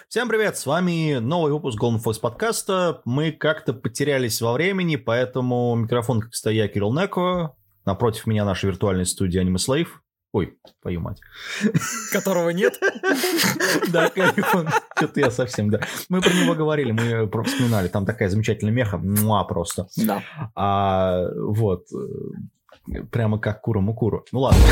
Всем привет, с вами новый выпуск Golden Fox подкаста. Мы как-то потерялись во времени, поэтому микрофон, как всегда, я, Кирилл Неко. Напротив меня наша виртуальная студия Anime Slave. Ой, твою мать. Которого нет? Да, Кайфон. Что-то я совсем, да. Мы про него говорили, мы вспоминали. Там такая замечательная меха. Муа просто. Да. Вот. Прямо как Кура-Мукуру. Ну ладно.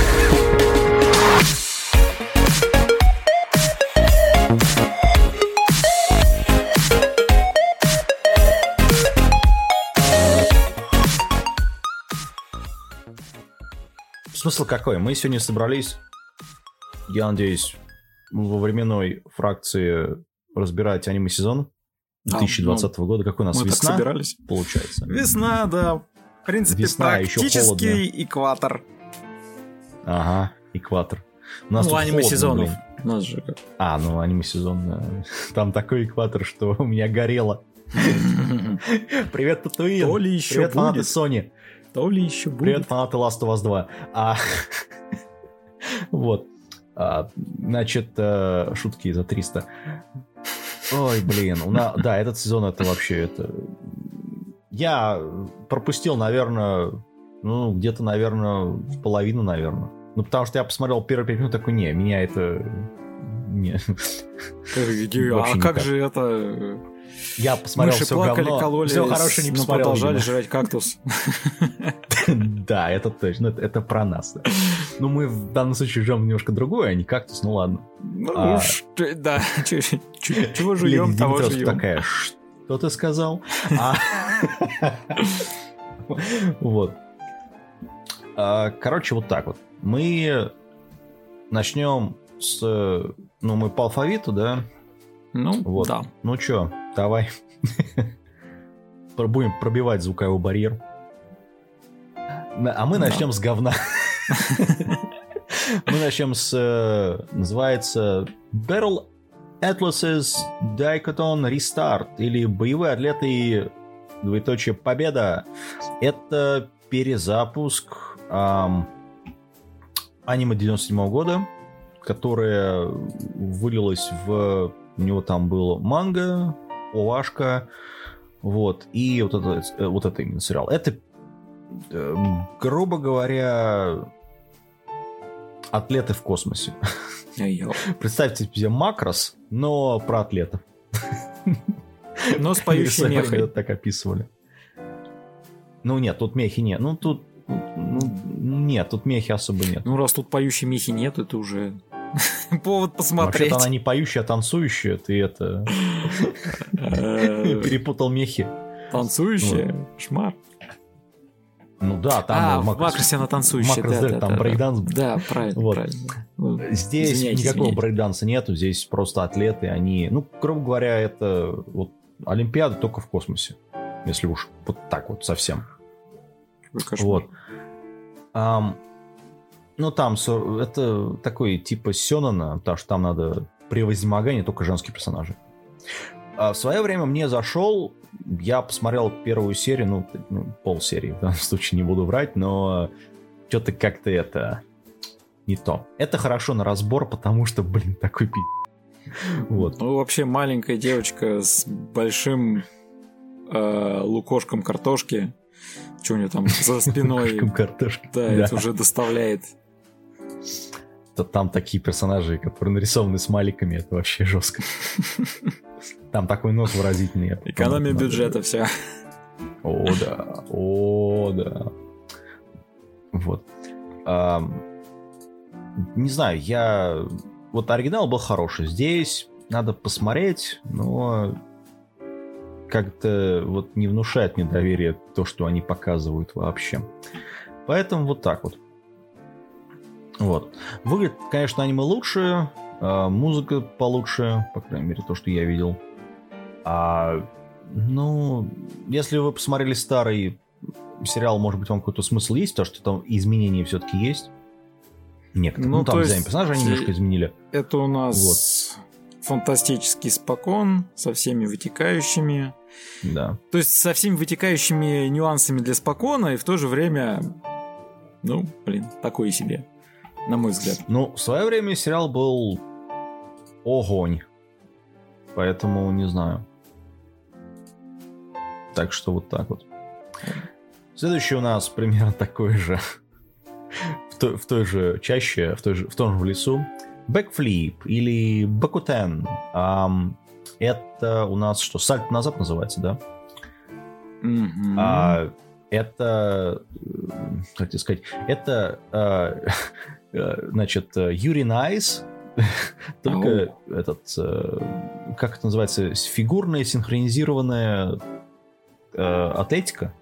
Смысл какой? Мы сегодня собрались, я надеюсь, во временной фракции разбирать аниме-сезон 2020 года. Какой у нас мы весна? Так собирались. Получается. Весна, да. В принципе, весна, практически экватор. Ага, экватор. У нас аниме-сезонов. У нас же как. Аниме-сезон. Да. Там такой экватор, что у меня горело. Привет, Татуин. То ли еще Привет, фанаты будет. Sony. То ли еще будет. Привет, фанаты Last of Us 2. Вот. Значит, шутки за 300. Ой, блин. Да, этот сезон это вообще... Я пропустил, наверное, где-то, наверное, половину, наверное. Потому что я посмотрел первые 5 минут, такой, меня это... Не. А как же это... Я посмотрел мыши все плакали, говно, кололись, все хорошее не но посмотрел. продолжали жрать кактус. Да, это точно, это про нас. Ну, мы в данном случае жрем немножко другое, а не кактус, ну ладно. Да, чего жуем, того жуем. Такая, что ты сказал? Вот. Короче, вот так вот. Мы начнем с... мы по алфавиту, да? Вот. Да. Ну чё, давай. Будем пробивать звуковой барьер. А мы начнем с говна. Мы начнем с... Называется Battle Atlases Daikoton Restart. Или Боевые атлеты... Двоеточие Победа. Это перезапуск аниме 97 года, которое вылилось в... У него там был манга, овашка, вот, и вот это именно сериал. Это, грубо говоря, атлеты в космосе. Представьте себе Макрос, но про атлетов. Но с поющей мехой. Так описывали. Нет, тут мехи нет. Нет, тут мехи особо нет. Раз тут поющей мехи нет, это уже... повод посмотреть. Вообще-то она не поющая, а танцующая. Ты это... перепутал мехи. Танцующая? Шмар. Да, там... в Макросе она танцующая. Макрос, там брейкданс. Да, правильно. Здесь никакого брейкданса нету. Здесь просто атлеты. Они... грубо говоря, это... Олимпиада только в космосе. Если уж вот так вот совсем. Вот. Там это такой типа сёнэна, потому что там надо превозмогание, только женские персонажи. В свое время мне зашел, я посмотрел первую серию, полсерии, в данном случае не буду врать, но что-то как-то это не то. Это хорошо на разбор, потому что, такой Вот. Вообще маленькая девочка с большим лукошком картошки. Что у нее там за спиной? Картошки. Да, это уже доставляет. Там такие персонажи, которые нарисованы смайликами, это вообще жестко. Там такой нос выразительный. Экономия бюджета, все. О, да. Вот. Не знаю, Вот оригинал был хороший. Здесь надо посмотреть, но... как-то не внушает мне доверия то, что они показывают вообще. Поэтому вот так вот. Вот. Выглядит, конечно, аниме лучше, музыка получше, по крайней мере, то, что я видел. Если вы посмотрели старый сериал, может быть, вам какой-то смысл есть, потому что там изменения все-таки есть. Некоторые. Там дизайн персонажей они немножко изменили. Это у нас фантастический Спокон со всеми вытекающими. Да. То есть со всеми вытекающими нюансами для Спокона, и в то же время, такое себе, на мой взгляд. В свое время сериал был огонь. Поэтому не знаю. Так что вот так вот. Следующий у нас примерно такой же. В той же чаще, в том же лесу. Backflip или Bakuten. Это у нас что, сальто назад называется, да? Мгм. Это, как тебе сказать, это, значит, Yuri Nice, только как это называется, фигурная синхронизированная атлетика.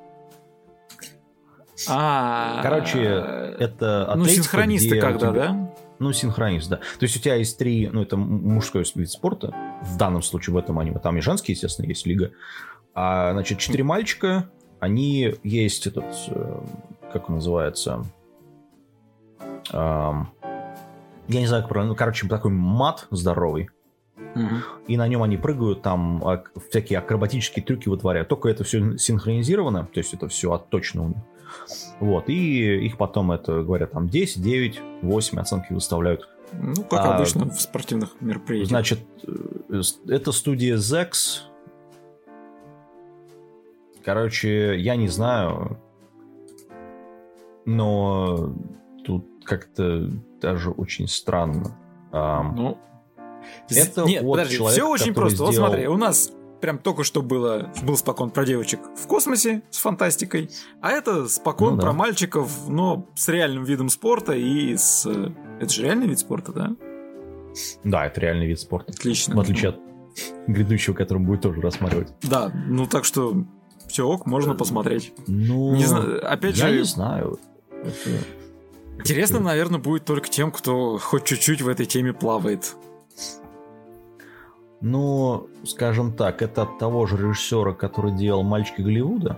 Короче, это атлетика, синхронисты где когда, у тебя- да? Ну, синхронист, да. То есть у тебя есть три, это мужской вид спорта, в данном случае в этом аниме, там и женский, естественно, есть лига. Значит, 4 мальчика, они есть как он называется, я не знаю, как правильно, короче, такой мат здоровый, Мгм. и на нем они прыгают, там всякие акробатические трюки вытворяют. Только это все синхронизировано, то есть это все отточено у них. Вот, и их потом это, говорят, там 10, 9, 8 оценки выставляют. Ну, как обычно в спортивных мероприятиях. Значит, это студия ZEX. Короче, я не знаю, но тут как-то даже очень странно. Ну, Это нет, от подожди, человека, все очень который просто. Вот сделал- смотри, у нас прям только что был спокон про девочек в космосе с фантастикой, а это спокон Ну да. про мальчиков, но с реальным видом спорта и с... Это же реальный вид спорта, да? Да, это реальный вид спорта. Отлично. В отличие от грядущего, который мы будем тоже рассматривать. Да, ну так что все ок, можно посмотреть. Ну, Не знаю, опять я же, не знаю. Это- интересно, наверное, будет только тем, кто хоть чуть-чуть в этой теме плавает. Ну, скажем так, это от того же режиссера, который делал «Мальчики Голливуда».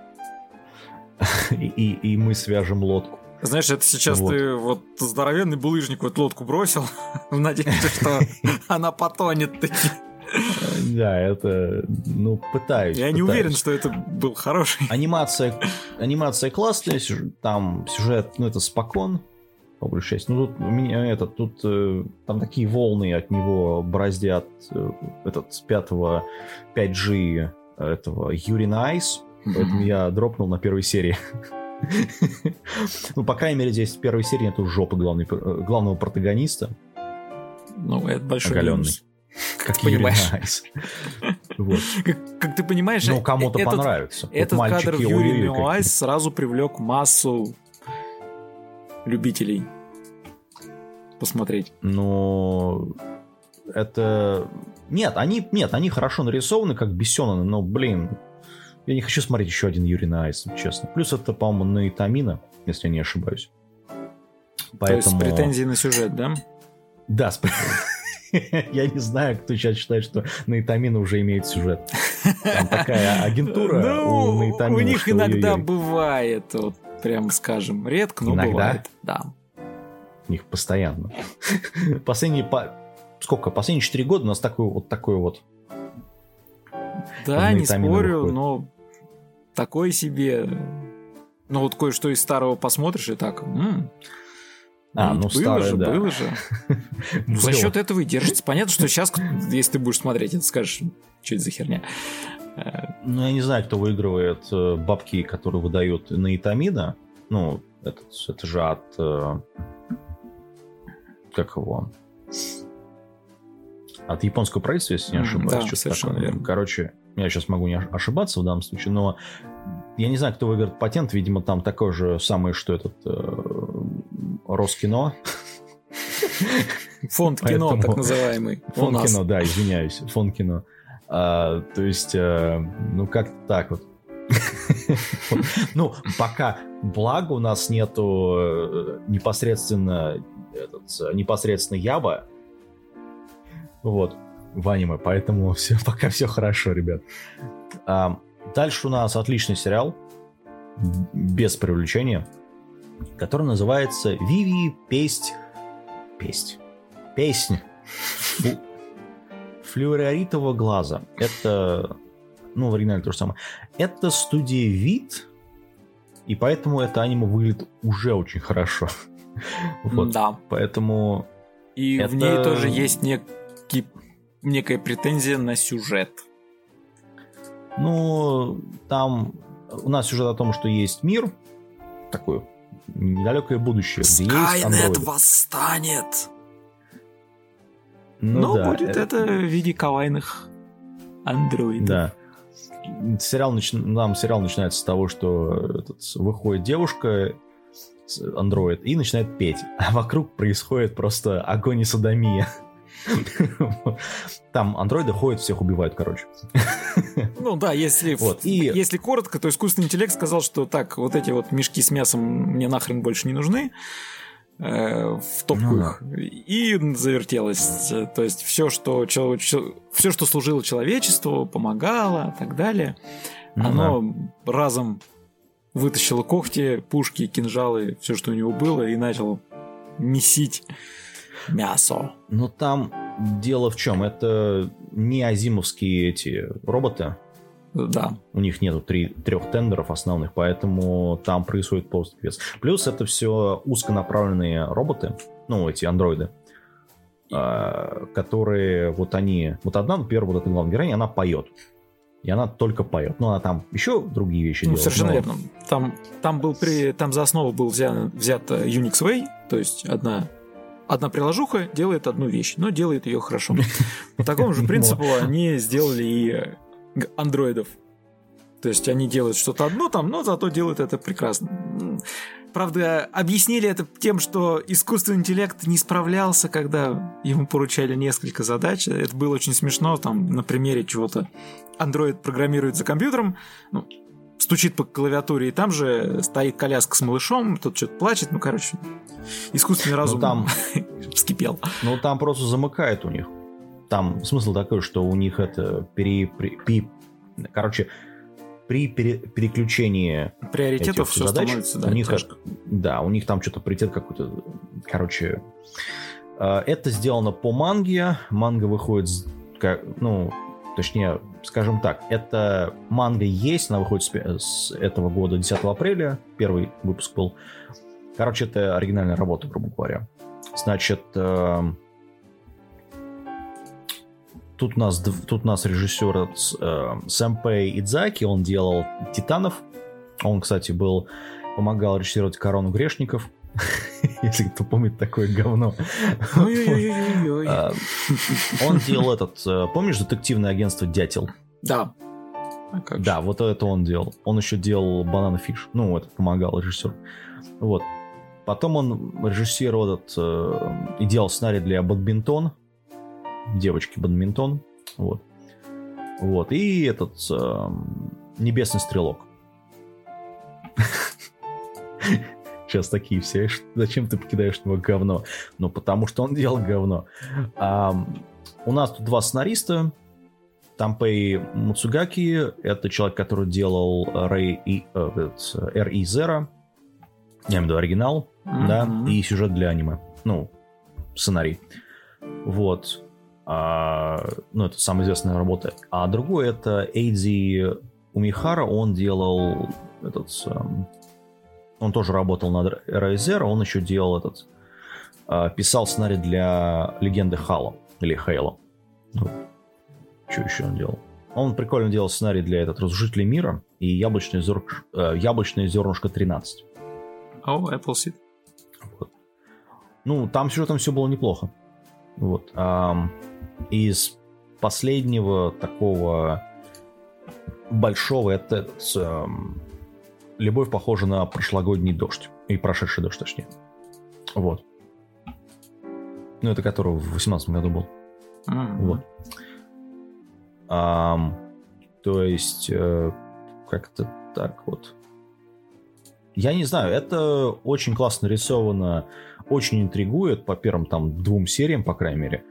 И мы свяжем лодку. Знаешь, это сейчас Вот. ты вот здоровенный булыжник в эту лодку бросил, в надежде, что она потонет таки. Да, это, пытаюсь. Я не уверен, что это был хороший. Анимация классная, там сюжет, это спокон, по большей части. Ну, тут у меня там такие волны от него бороздят с 5G этого Yuri Nice, поэтому я дропнул на первой серии. Ну, по крайней мере, здесь в первой серии нету жопы главного протагониста. Ну, это большой Оголенный. минус. Как ты понимаешь. Yuri Nice. Вот. Как ты понимаешь, Ну, кому-то понравится. Вот этот мальчики, кадр в ой-ой-ой, Юрий какие. Айс сразу привлек массу любителей посмотреть. Ну, это... Нет, они хорошо нарисованы, как Бессёнаны, но, блин, я не хочу смотреть еще один Юрий Найс, честно. Плюс это, по-моему, на Итамина, если я не ошибаюсь. То есть претензии на сюжет, да? Да, я не знаю, кто сейчас считает, что Наитамина уже имеет сюжет. Там такая агентура у Наитамина. У них что иногда ой-ой-ой. бывает, вот, прям скажем, редко, но Иногда? бывает. Да. У них постоянно. Последние 4 года у нас такой вот. Да, не Наитамина спорю, выходит. но такое себе. Ну вот кое-что из старого посмотришь и так. Было старое, же, да. было же. За счет этого и держится. Понятно, что сейчас, если ты будешь смотреть, ты скажешь, что это за херня. Ну, я не знаю, кто выигрывает бабки, которые выдают на Итамина. Ну, это же от... как его? От японского правительства, если не ошибаюсь. Да, что-то совершенно такое. верно. Короче, я сейчас могу не ошибаться в данном случае, но я не знаю, кто выиграет патент. Видимо, там такой же самый, что этот Роскино. Фонд кино, Поэтому- так называемый. У Фонд нас. кино, да, извиняюсь. Фонд кино. То есть, как-то так вот. Ну, пока, благо у нас нету непосредственно Яба, вот, в аниме, поэтому пока все хорошо, ребят. Дальше у нас отличный сериал, без привлечения, который называется «Виви, песня флюоритового глаза». Это, в оригинале то же самое. Это студия Вид, и поэтому это аниме выглядит уже очень хорошо. Вот. Да. Поэтому И Это- в ней тоже есть некий некая претензия на сюжет. Ну, там у нас сюжет о том, что есть мир, такое недалекое будущее, где есть андроиды. Восстанет! Ну, но да, будет это в виде кавайных андроидов. Да. Сериал начинается с того, что выходит девушка, андроид, и начинает петь. А вокруг происходит просто огонь и содомия. Там андроиды ходят, всех убивают, короче. Ну да, если коротко, то искусственный интеллект сказал, что так, вот эти вот мешки с мясом мне нахрен больше не нужны, в топку их, и завертелось. То есть все, что служило человечеству, помогало и так далее, оно разом вытащило когти, пушки, кинжалы, все, что у него было, и начало месить мясо. Но там дело в чем? Это не азимовские эти роботы. Да. У них нету трех тендеров основных, поэтому там происходит просто пипец. Плюс это все узконаправленные роботы, ну, эти андроиды, которые вот они... Вот одна, например, вот эта главная героиня, она поет. И она только поет. Но она там еще другие вещи делает. Совершенно верно. Там за основу был взят Unix Way, то есть одна приложуха делает одну вещь, но делает ее хорошо. По такому же принципу они сделали и андроидов. То есть они делают что-то одно там, но зато делают это прекрасно. Правда, объяснили это тем, что искусственный интеллект не справлялся, когда ему поручали несколько задач. Это было очень смешно. Там на примере чего-то андроид программирует за компьютером, стучит по клавиатуре, и там же стоит коляска с малышом, тот что-то плачет. Ну, короче, искусственный разум там вскипел. Ну, там просто замыкает у них. Там смысл такой, что у них это при переключении приоритетов все задач, становится, у них, у них там что-то приоритет какой-то. Короче, это сделано по манге. Манга выходит, точнее, скажем так, это манга есть, она выходит с этого года, 10 апреля, первый выпуск был. Короче, это оригинальная работа, грубо говоря. Значит, тут у нас режиссер Сэмпэй Идзаки, он делал «Титанов». Он, кстати, помогал режиссировать «Корону грешников». Если кто помнит такое говно. Он делал помнишь детективное агентство «Дятел»? Да. Да, вот это он делал. Он еще делал «Банана Фиш». Ну, это помогал режиссер. Вот. Потом он режиссировал и делал сценарий для «Бадминтон». Девочки «Бадминтон». Вот. И «Небесный стрелок». Сейчас такие все. Зачем ты покидаешь него говно? Ну, потому что он делал говно. У нас тут два сценариста. Тампей Муцугаки. Это человек, который делал R.E. Zero. Я имею в виду оригинал. Да, и сюжет для аниме. Ну, сценарий. Вот. Это самая известная работа. А другой это Эйдзи Умихара. Он делал он тоже работал над R.E. Он еще делал писал сценарий для легенды Хало. Или Хейла. Что еще он делал? Он прикольно делал сценарий для Разрушителей мира и Яблочное зернышко 13. Appleseed. Вот. Ну, там сюжетом все было неплохо. Вот. Из последнего такого большого это «Любовь похожа на прошлогодний дождь». И прошедший дождь, точнее. Вот. Ну, это который в 2018 году был. Вот. То есть, как-то так вот. Я не знаю, это очень классно рисовано, очень интригует по первым там 2 сериям, по крайней мере.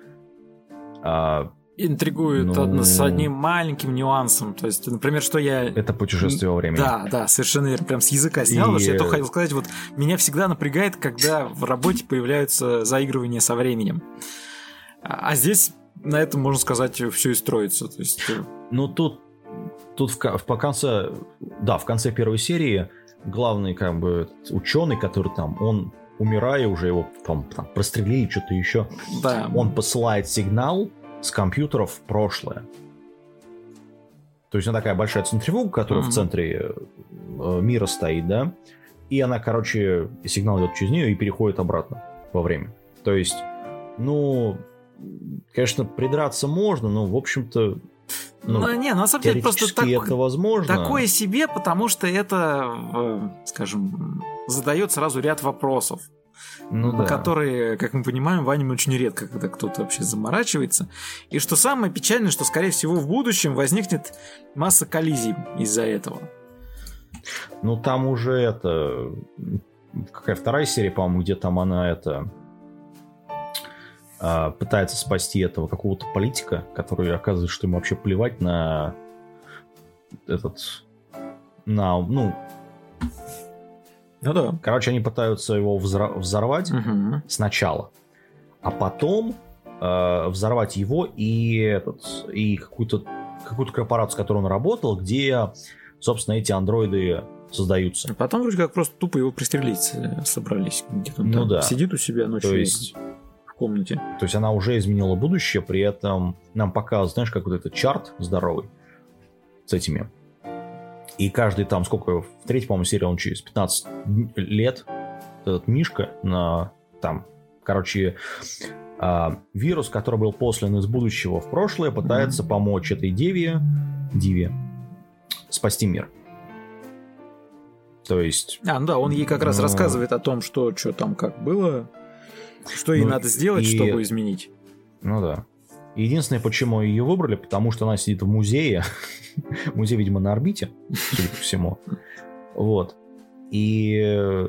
Интригует с одним маленьким нюансом. То есть, например, что я... Это путешествие во времени. Да, совершенно верно. Прям с языка снял. Потому что я только хотел сказать, вот меня всегда напрягает, когда в работе появляются заигрывания со временем. А здесь на этом, можно сказать, все и строится. То есть... Ну, тут в конце первой серии главный ученый, который там, он, умирая уже, его там прострелили, что-то еще, да. Он посылает сигнал с компьютеров в прошлое. То есть она такая большая центрифуга, которая в центре мира стоит, да, и она, короче, сигнал идет через нее и переходит обратно во время. То есть, ну, конечно, придраться можно, но, в общем-то, на самом деле просто это возможно. Такое себе, потому что это, скажем, задает сразу ряд вопросов, на которые, как мы понимаем, в аниме очень редко, когда кто-то вообще заморачивается. И что самое печальное, что, скорее всего, в будущем возникнет масса коллизий из-за этого. Ну, там уже это... Какая вторая серия, по-моему, где там она это... пытается спасти этого какого-то политика, который оказывается, что ему вообще плевать на этот... Ну да. Короче, они пытаются его взорвать сначала, а потом взорвать его и какую-то корпорацию, с которой он работал, где, собственно, эти андроиды создаются. А потом вроде как просто тупо его пристрелить собрались. Где-то он там сидит у себя ночью. То есть... в комнате. То есть она уже изменила будущее, при этом нам показывают, знаешь, как вот этот чарт здоровый с этими. И каждый там, сколько, в третьей, по-моему, серии он через 15 лет, этот Мишка, там, короче, вирус, который был послан из будущего в прошлое, пытается помочь этой Диве спасти мир. То есть... он ей как раз рассказывает о том, что там как было... Что ей надо сделать, чтобы изменить. Ну да. Единственное, почему ее выбрали, потому что она сидит в музее. Музей, видимо, на орбите, судя по всему. Вот. И...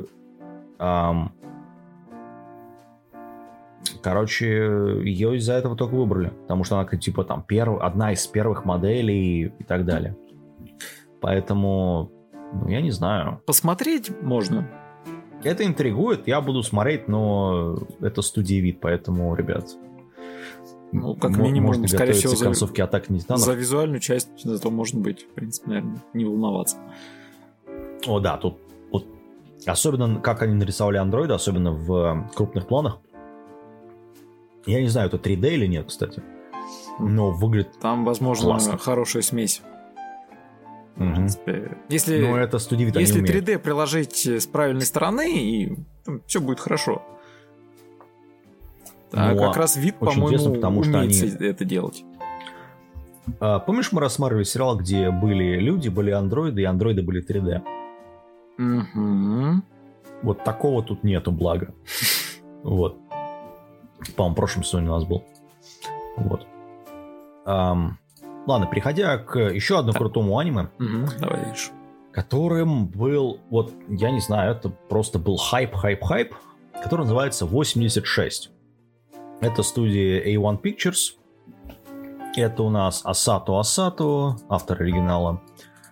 короче, ее из-за этого только выбрали. Потому что она, типа, там, одна из первых моделей и так далее. Поэтому... я не знаю. Посмотреть можно. Это интригует, я буду смотреть, но это студия вид, поэтому, ребят, как минимум, скорее всего, к концовке Атаки Титанов. За визуальную часть зато можно быть, в принципе, наверное, не волноваться. О, да, тут вот, особенно, как они нарисовали андроида, особенно в крупных планах. Я не знаю, это 3D или нет, кстати, но выглядит там, возможно, классно. Хорошая смесь. В принципе, если это студия, если 3D приложить с правильной стороны, и все будет хорошо. Как раз вид, по-моему, умеет это делать. Помнишь, мы рассматривали сериал, где были люди, были андроиды, и андроиды были 3D? Вот такого тут нету, благо. Вот. По-моему, в прошлом сезоне у нас был. Вот. Ладно, переходя к еще одному крутому аниме, давай дальше. Которым был, вот, я не знаю, это просто был хайп, который называется 86. Это студия A1 Pictures. Это у нас Асато, автор оригинала.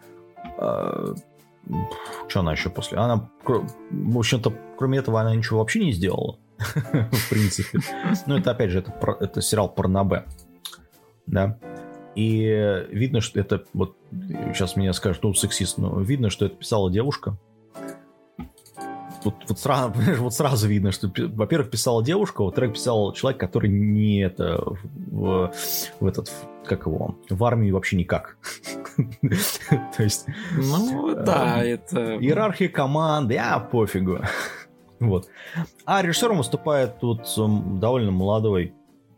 Что она еще после? Она, в общем-то, кроме этого, она ничего вообще не сделала. В принципе. Но это, опять же, это сериал порнобэ. Да. И видно, что это, вот сейчас меня скажут, сексист, но видно, что это писала девушка. Вот сразу видно, что, во-первых, писала девушка, во-вторых, писал человек, который не это в армии вообще никак. То есть... это... Иерархия команды, пофигу. Вот. А режиссером выступает тут довольно молодой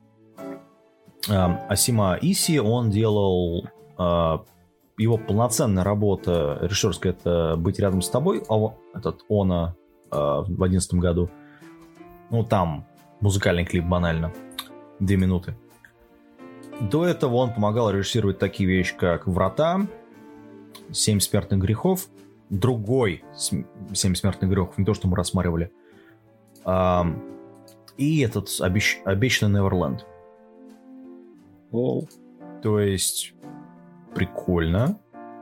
Асима Иси. Он делал его полноценная работа режиссерская, это «Быть рядом с тобой», этот Она в 2011 году. Там музыкальный клип банально, 2 минуты. До этого он помогал режиссировать такие вещи, как «Врата», «7 смертных грехов», другой «7 смертных грехов», не то, что мы рассматривали, и этот «Обещанный Неверленд». То есть прикольно.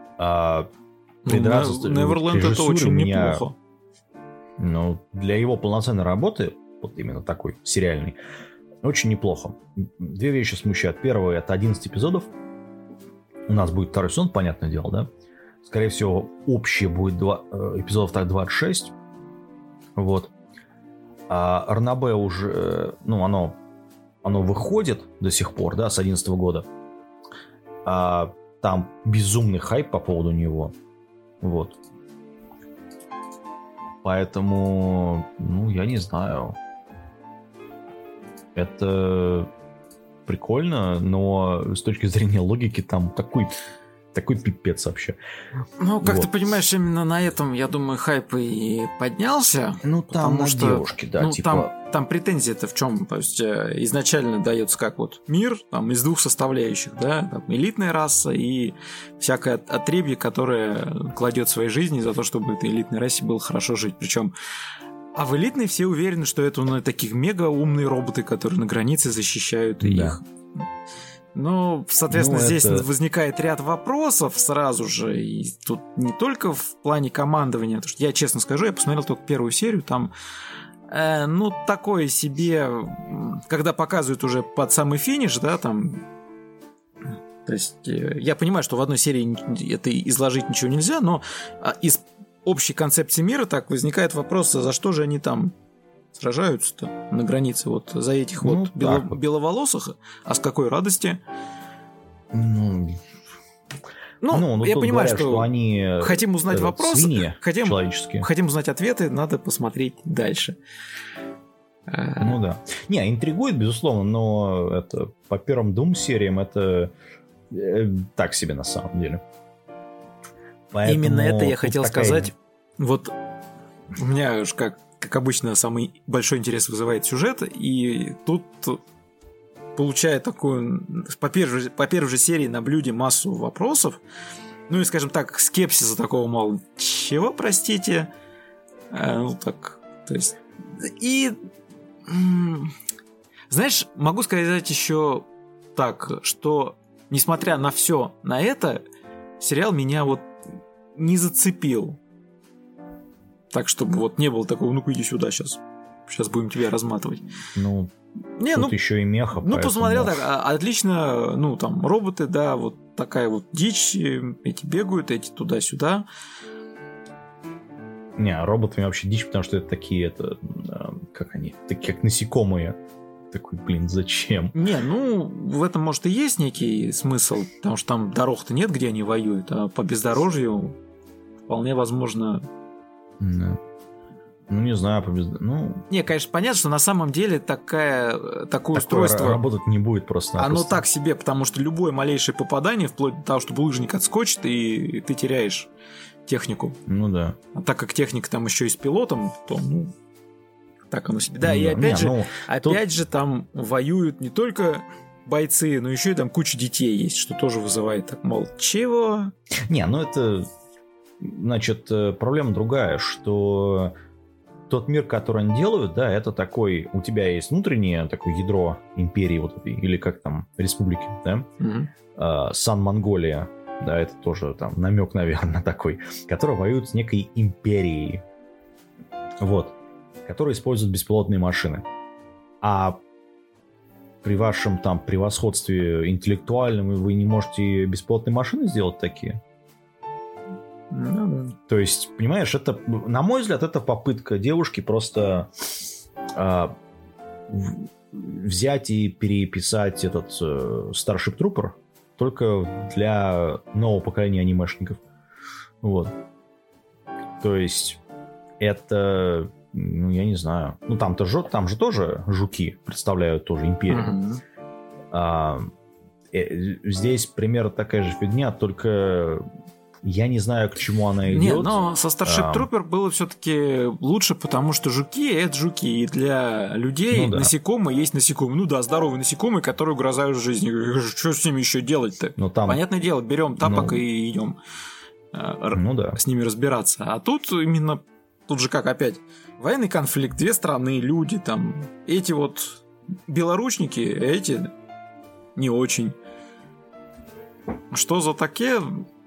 Неверленд это очень неплохо. Для его полноценной работы, вот именно такой сериальный, очень неплохо. 2 вещи смущают. Первое, это 11 эпизодов. У нас будет 2-й сезон, понятное дело, да? Скорее всего, общее будет эпизодов так 26. Вот. А Ранобэ уже, оно оно выходит до сих пор, да, с 2011 года. Там безумный хайп по поводу него. Вот. Поэтому, ну, я не знаю. Это прикольно, но с точки зрения логики там такой пипец вообще. Ну, как ты понимаешь, именно на этом, я думаю, хайп и поднялся. Ну, там на девушке, да, ну, типа... Там претензия-то в чем? То есть изначально дается как вот мир там, из двух составляющих, да, там, элитная раса и всякое отребье, которое кладет своей жизни за то, чтобы этой элитной расе было хорошо жить. Причем в элитной все уверены, что это такие мега умные роботы, которые на границе защищают их. Ну, соответственно, здесь возникает ряд вопросов сразу же. И тут не только в плане командования. Потому что я честно скажу, я посмотрел только первую серию, там ну, такое себе, когда показывают уже под самый финиш, да, там... То есть, я понимаю, что в одной серии это изложить ничего нельзя, но из общей концепции мира так возникает вопрос, за что же они там сражаются-то на границе, вот за этих вот беловолосых, а с какой радости? Ну, я понимаю, говорят, что они хотим узнать вопросы, человеческие. Хотим узнать ответы, надо посмотреть дальше. Ну да. Не, интригует, безусловно, но это по первым двум сериям это так себе на самом деле. Поэтому именно это я хотел сказать. Вот у меня уж как обычно самый большой интерес вызывает сюжет, и тут получая такую по первой же серии на блюде массу вопросов, ну и, скажем так, скепсиса такого, мол, чего, простите? Ну так, то есть... И, знаешь, могу сказать еще так, что, несмотря на все на это, сериал меня вот не зацепил. Так, чтобы вот не было такого, ну-ка иди сюда, сейчас будем тебя разматывать. Ну... Тут еще и меха. Ну, поэтому... посмотрел так, отлично, ну, там, роботы, да, вот такая вот дичь, эти бегают, эти туда-сюда. Не, роботами вообще дичь, потому что это такие, как они, такие как насекомые. Такой, блин, зачем? Не, ну, в этом, может, и есть некий смысл, потому что там дорог-то нет, где они воюют, а по бездорожью вполне возможно... Ну, не знаю, Не, конечно, понятно, что на самом деле такое устройство... работать не будет просто. Оно так себе, потому что любое малейшее попадание, вплоть до того, что булыжник отскочит, и ты теряешь технику. Ну да. А так как техника там еще и с пилотом, то, ну, так оно себе. Да, и опять же, там воюют не только бойцы, но еще и там куча детей есть, что тоже вызывает так, мол, чего? Не, ну это... Значит, проблема другая, что... Тот мир, который они делают, да, это такой... У тебя есть внутреннее такое ядро империи вот этой, или как там, республики, да? Сан-Монголия, да, это тоже там намек, наверное, такой, который воюет с некой империей, вот, который использует беспилотные машины. А при вашем там превосходстве интеллектуальном вы не можете беспилотные машины сделать такие? То есть, понимаешь, это, на мой взгляд, это попытка девушки просто взять и переписать этот Starship Trooper только для нового поколения анимешников. Вот. То есть, это, ну, я не знаю. Ну, там же тоже жуки представляют тоже империю. Здесь примерно такая же фигня, только... Я не знаю, к чему она идет. Нет, но со Starship Trooper было все-таки лучше, потому что жуки — это жуки. И для людей насекомые есть насекомые. Ну да, здоровые насекомые, которые угрожают жизни. Что с ними еще делать-то? Там... Понятное дело, берем тапок и идем с ними разбираться. А тут именно, тут же как опять, военный конфликт, две страны, люди там. Эти вот белоручники, эти не очень. Что за такие...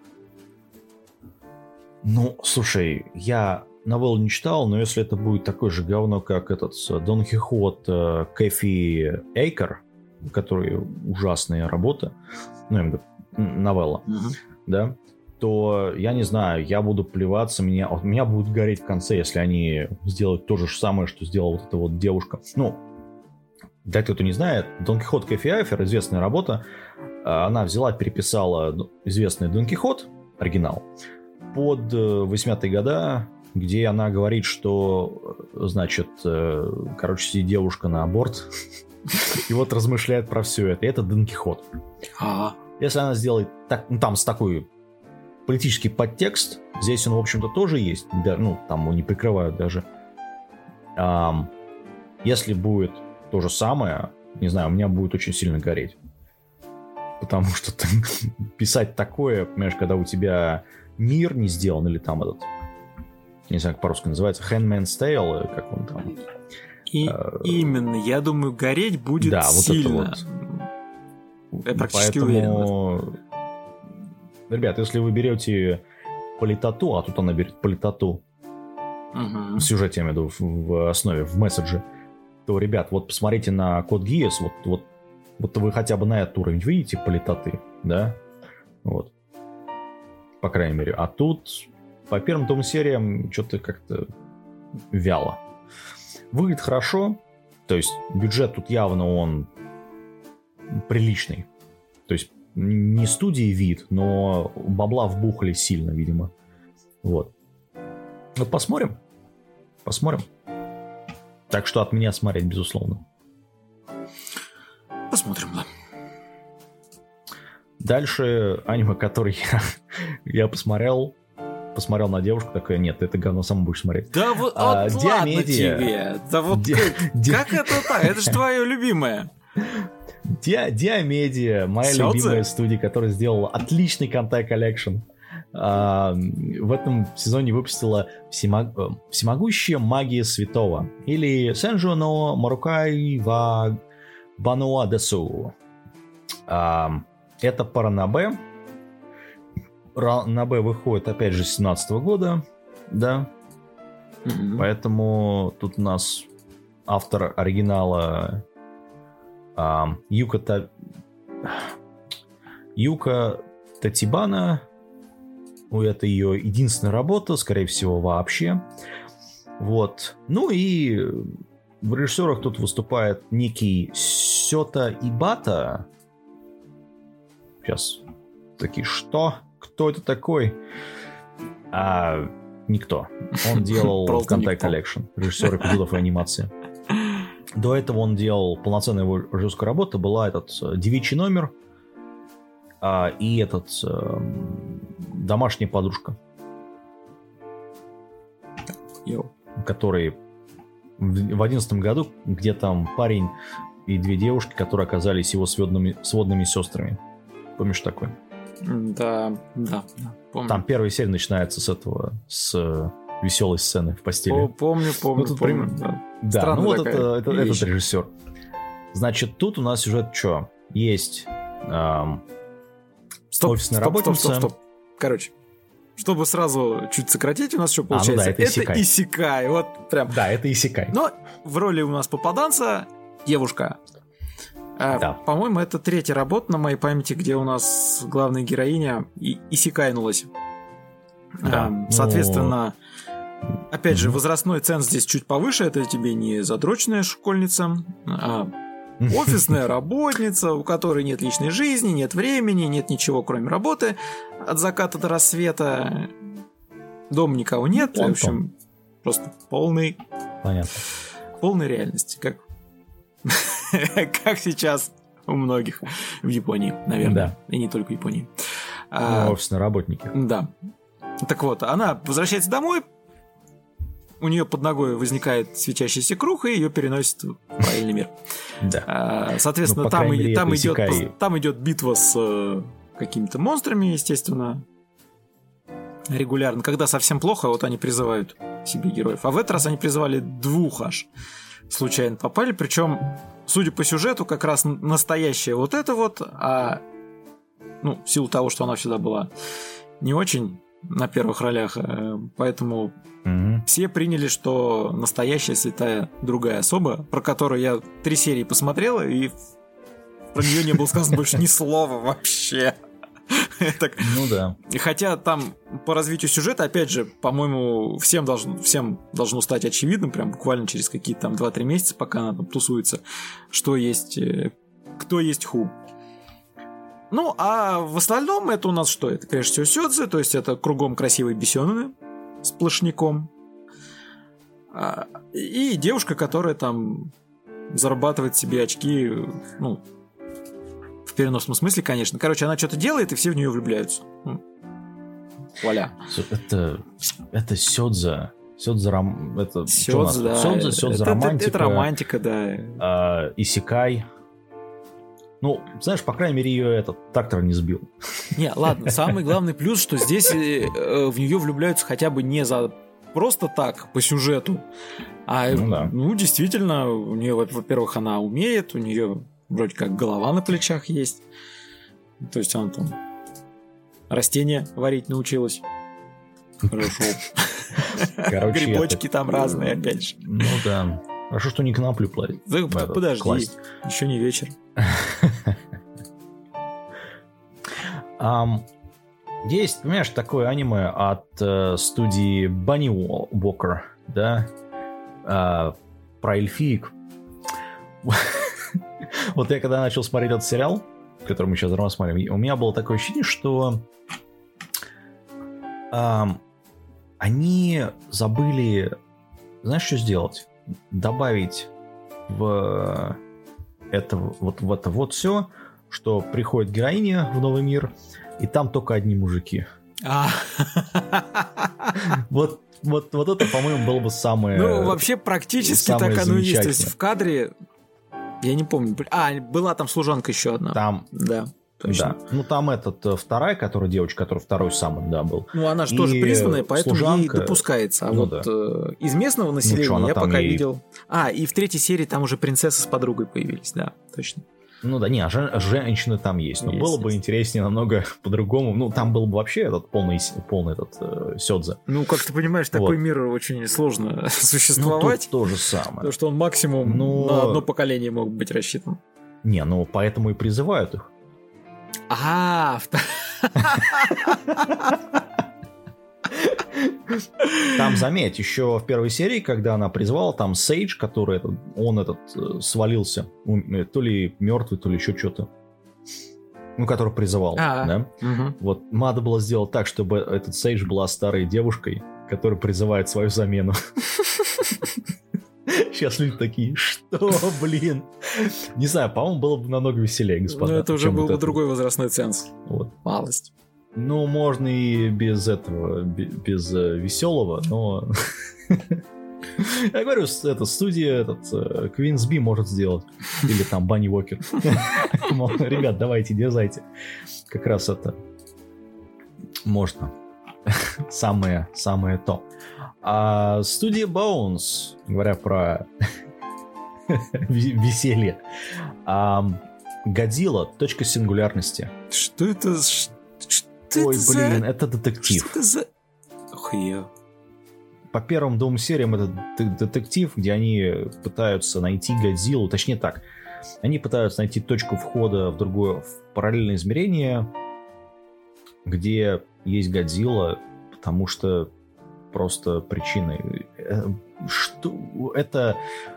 Ну, слушай, я новеллу не читал, но если это будет такое же говно, как этот Дон Кихот Кэфи Эйкер, который ужасная работа, ну, я имею в виду новелла, да, то я не знаю, я буду плеваться, меня будет гореть в конце, если они сделают то же самое, что сделала вот эта вот девушка. Ну, для тех, кто не знает, Дон Кихот Кэфи Айфер, известная работа, она взяла, переписала известный Дон Кихот, оригинал, под 80-е годы, где она говорит, что, значит, короче, сидит девушка на аборт, и вот размышляет про все это. И это Дон Кихот. Если она сделает так, ну, там с такой политический подтекст, здесь он, в общем-то, тоже есть, да, ну, там его не прикрывают даже. Если будет то же самое, не знаю, у меня будет очень сильно гореть. Потому что писать такое, понимаешь, когда у тебя мир не сделан, или там этот, не знаю, как по-русски называется, Handmaid's Tale, как он там. Именно, я думаю, гореть будет сильно. Вот это вот. Я практически уверен. Ребят, если вы берете политоту, а тут она берет политоту, в сюжете, я имею в виду, в основе, в месседже, то, ребят, вот посмотрите на Код Гиас, вот вы хотя бы на этот уровень видите политоты, да? Вот. По крайней мере. А тут по первым двум сериям что-то как-то вяло. Выглядит хорошо, то есть бюджет тут явно он приличный. То есть не студии вид, но бабла вбухали сильно, видимо. Вот. Ну, посмотрим. Посмотрим. Так что от меня смотреть, безусловно. Посмотрим, да. Дальше аниме, который я посмотрел на девушку, такая, нет, это говно сам будешь смотреть. Да вот ладно тебе. Да вот как это так? Это же твое любимое. Диамедия, моя любимая студия, которая сделала отличный Кантай Коллекшн. В этом сезоне выпустила «Всемогущая магия святого» или «Сенжо но Марукай ва Бануа Десу». Это пара Набе. Набе выходит, опять же, с 2017 года, да. Поэтому тут у нас автор оригинала Юка Татибана. Это ее единственная работа, скорее всего, вообще. Вот. Ну и в режиссерах тут выступает некий Сёта Ибата. Сейчас. Такие, что? Кто это такой? Никто. Он делал Кантай Коллекшн, режиссер эпизодов и анимации. До этого он делал полноценную его режиссерскую работу. Была этот «Девичий номер» и этот «Домашняя подружка», который в 2011 году, где там парень и две девушки, которые оказались его сводными сестрами. Помнишь такое? Да, помню. Там первая серия начинается с веселой сцены в постели. Помню. Да, ну вот этот режиссер. Значит, тут у нас сюжет что? Есть офисная работница. Стоп. Короче, чтобы сразу чуть сократить, у нас что получается? Это исекай. Вот прям. Да, это исекай. Но в роли у нас попаданца девушка. Да. По-моему, это третья работа на моей памяти, где у нас главная героиня исекайнулась. Да, соответственно, опять же, возрастной ценз здесь чуть повыше. Это тебе не задроченная школьница, а офисная работница, у которой нет личной жизни, нет времени, нет ничего, кроме работы. От заката до рассвета дома никого нет. В общем, просто полной реальности. Как сейчас у многих в Японии, наверное. Да. И не только в Японии. Офисные работники. Да. Так вот, она возвращается домой, у нее под ногой возникает светящийся круг, и ее переносит в параллельный мир. Да. Соответственно, там идет битва с какими-то монстрами, естественно, регулярно. Когда совсем плохо, вот они призывают себе героев. А в этот раз они призывали двух аж. Случайно попали, причем, судя по сюжету, как раз настоящая вот это вот, в силу того, что она всегда была не очень на первых ролях, поэтому все приняли, что настоящая святая другая особа, про которую я 3 серии посмотрел, и про нее не было сказано больше ни слова вообще. Ну да. Хотя там по развитию сюжета, опять же, по-моему, всем должно стать очевидным, прям буквально через какие-то там 2-3 месяца, пока она там тусуется, что есть, кто есть Ху. Ну, а в остальном это у нас что? Это, прежде всего, сёдзе, то есть это кругом красивые бисёнэны сплошняком. И девушка, которая там зарабатывает себе очки, ну, в переносном смысле, конечно. Короче, она что-то делает, и все в нее влюбляются. Вуаля. Это сёдзе. Сёдзе, да. Сёдзе романтика. Это романтика, да. Исекай. Ну, знаешь, по крайней мере, ее этот трактор не сбил. Не, ладно, самый главный плюс, что здесь в нее влюбляются хотя бы не за просто так, по сюжету, а ну действительно, у нее, во-первых, она умеет, у нее вроде как голова на плечах есть, то есть она там растения варить научилась. Хорошо. Короче, грибочки там разные, опять же. Ну да. Хорошо, что не коноплю платить. Подожди, еще не вечер. Есть, понимаешь, такое аниме от студии Bunny Walker, да, про эльфиек. Вот я когда начал смотреть этот сериал, который мы сейчас рассматриваем, у меня было такое ощущение, что они забыли, знаешь, что сделать? Добавить в это все, что приходит героиня в новый мир, и там только одни мужики. Вот это, по-моему, было бы самое... Ну, вообще, практически так оно и есть. То есть в кадре... Я не помню. Была там служанка еще одна. Там... Да. Точно. Да. Ну, там вторая, которая девочка, который второй самый, да, был. Ну, она же тоже признанная, поэтому служанка... ей допускается. А из местного населения я пока видел... и в третьей серии там уже принцесса с подругой появились, да, точно. Ну да, не, женщины там есть. Но было бы интереснее намного по-другому. Ну, там был бы вообще этот полный этот сёдзе. Ну, как ты понимаешь, такой мир очень сложно существовать. Ну, тут то же самое. Потому что он максимум на одно поколение мог быть рассчитан. Не, ну, поэтому и призывают их. Там, заметь, еще в первой серии, когда она призвала, там Сейдж, который свалился, то ли мертвый, то ли еще что-то, ну, который призывал, да? Угу. Вот, надо было сделать так, чтобы этот Сейдж была старой девушкой, которая призывает свою замену. Сейчас люди такие, что, блин? Не знаю, по-моему, было бы намного веселее, господа. Ну, это уже был бы другой возрастной ценз. Вот. Малость. Ну, можно и без этого, без веселого, но... Я говорю, эта студия, Queensby может сделать. Или там Bunny Walker. Ребят, давайте, дерзайте. Как раз это можно. Самое то. А студия Bones, говоря про веселье, Годзилла, точка сингулярности. Что это? Ой, блин, это детектив. Что это за... Охуел. По первым двум сериям это детектив, где они пытаются найти Годзиллу, точнее так, они пытаются найти точку входа в другое, в параллельное измерение, где есть Годзилла, потому что просто причины. Что это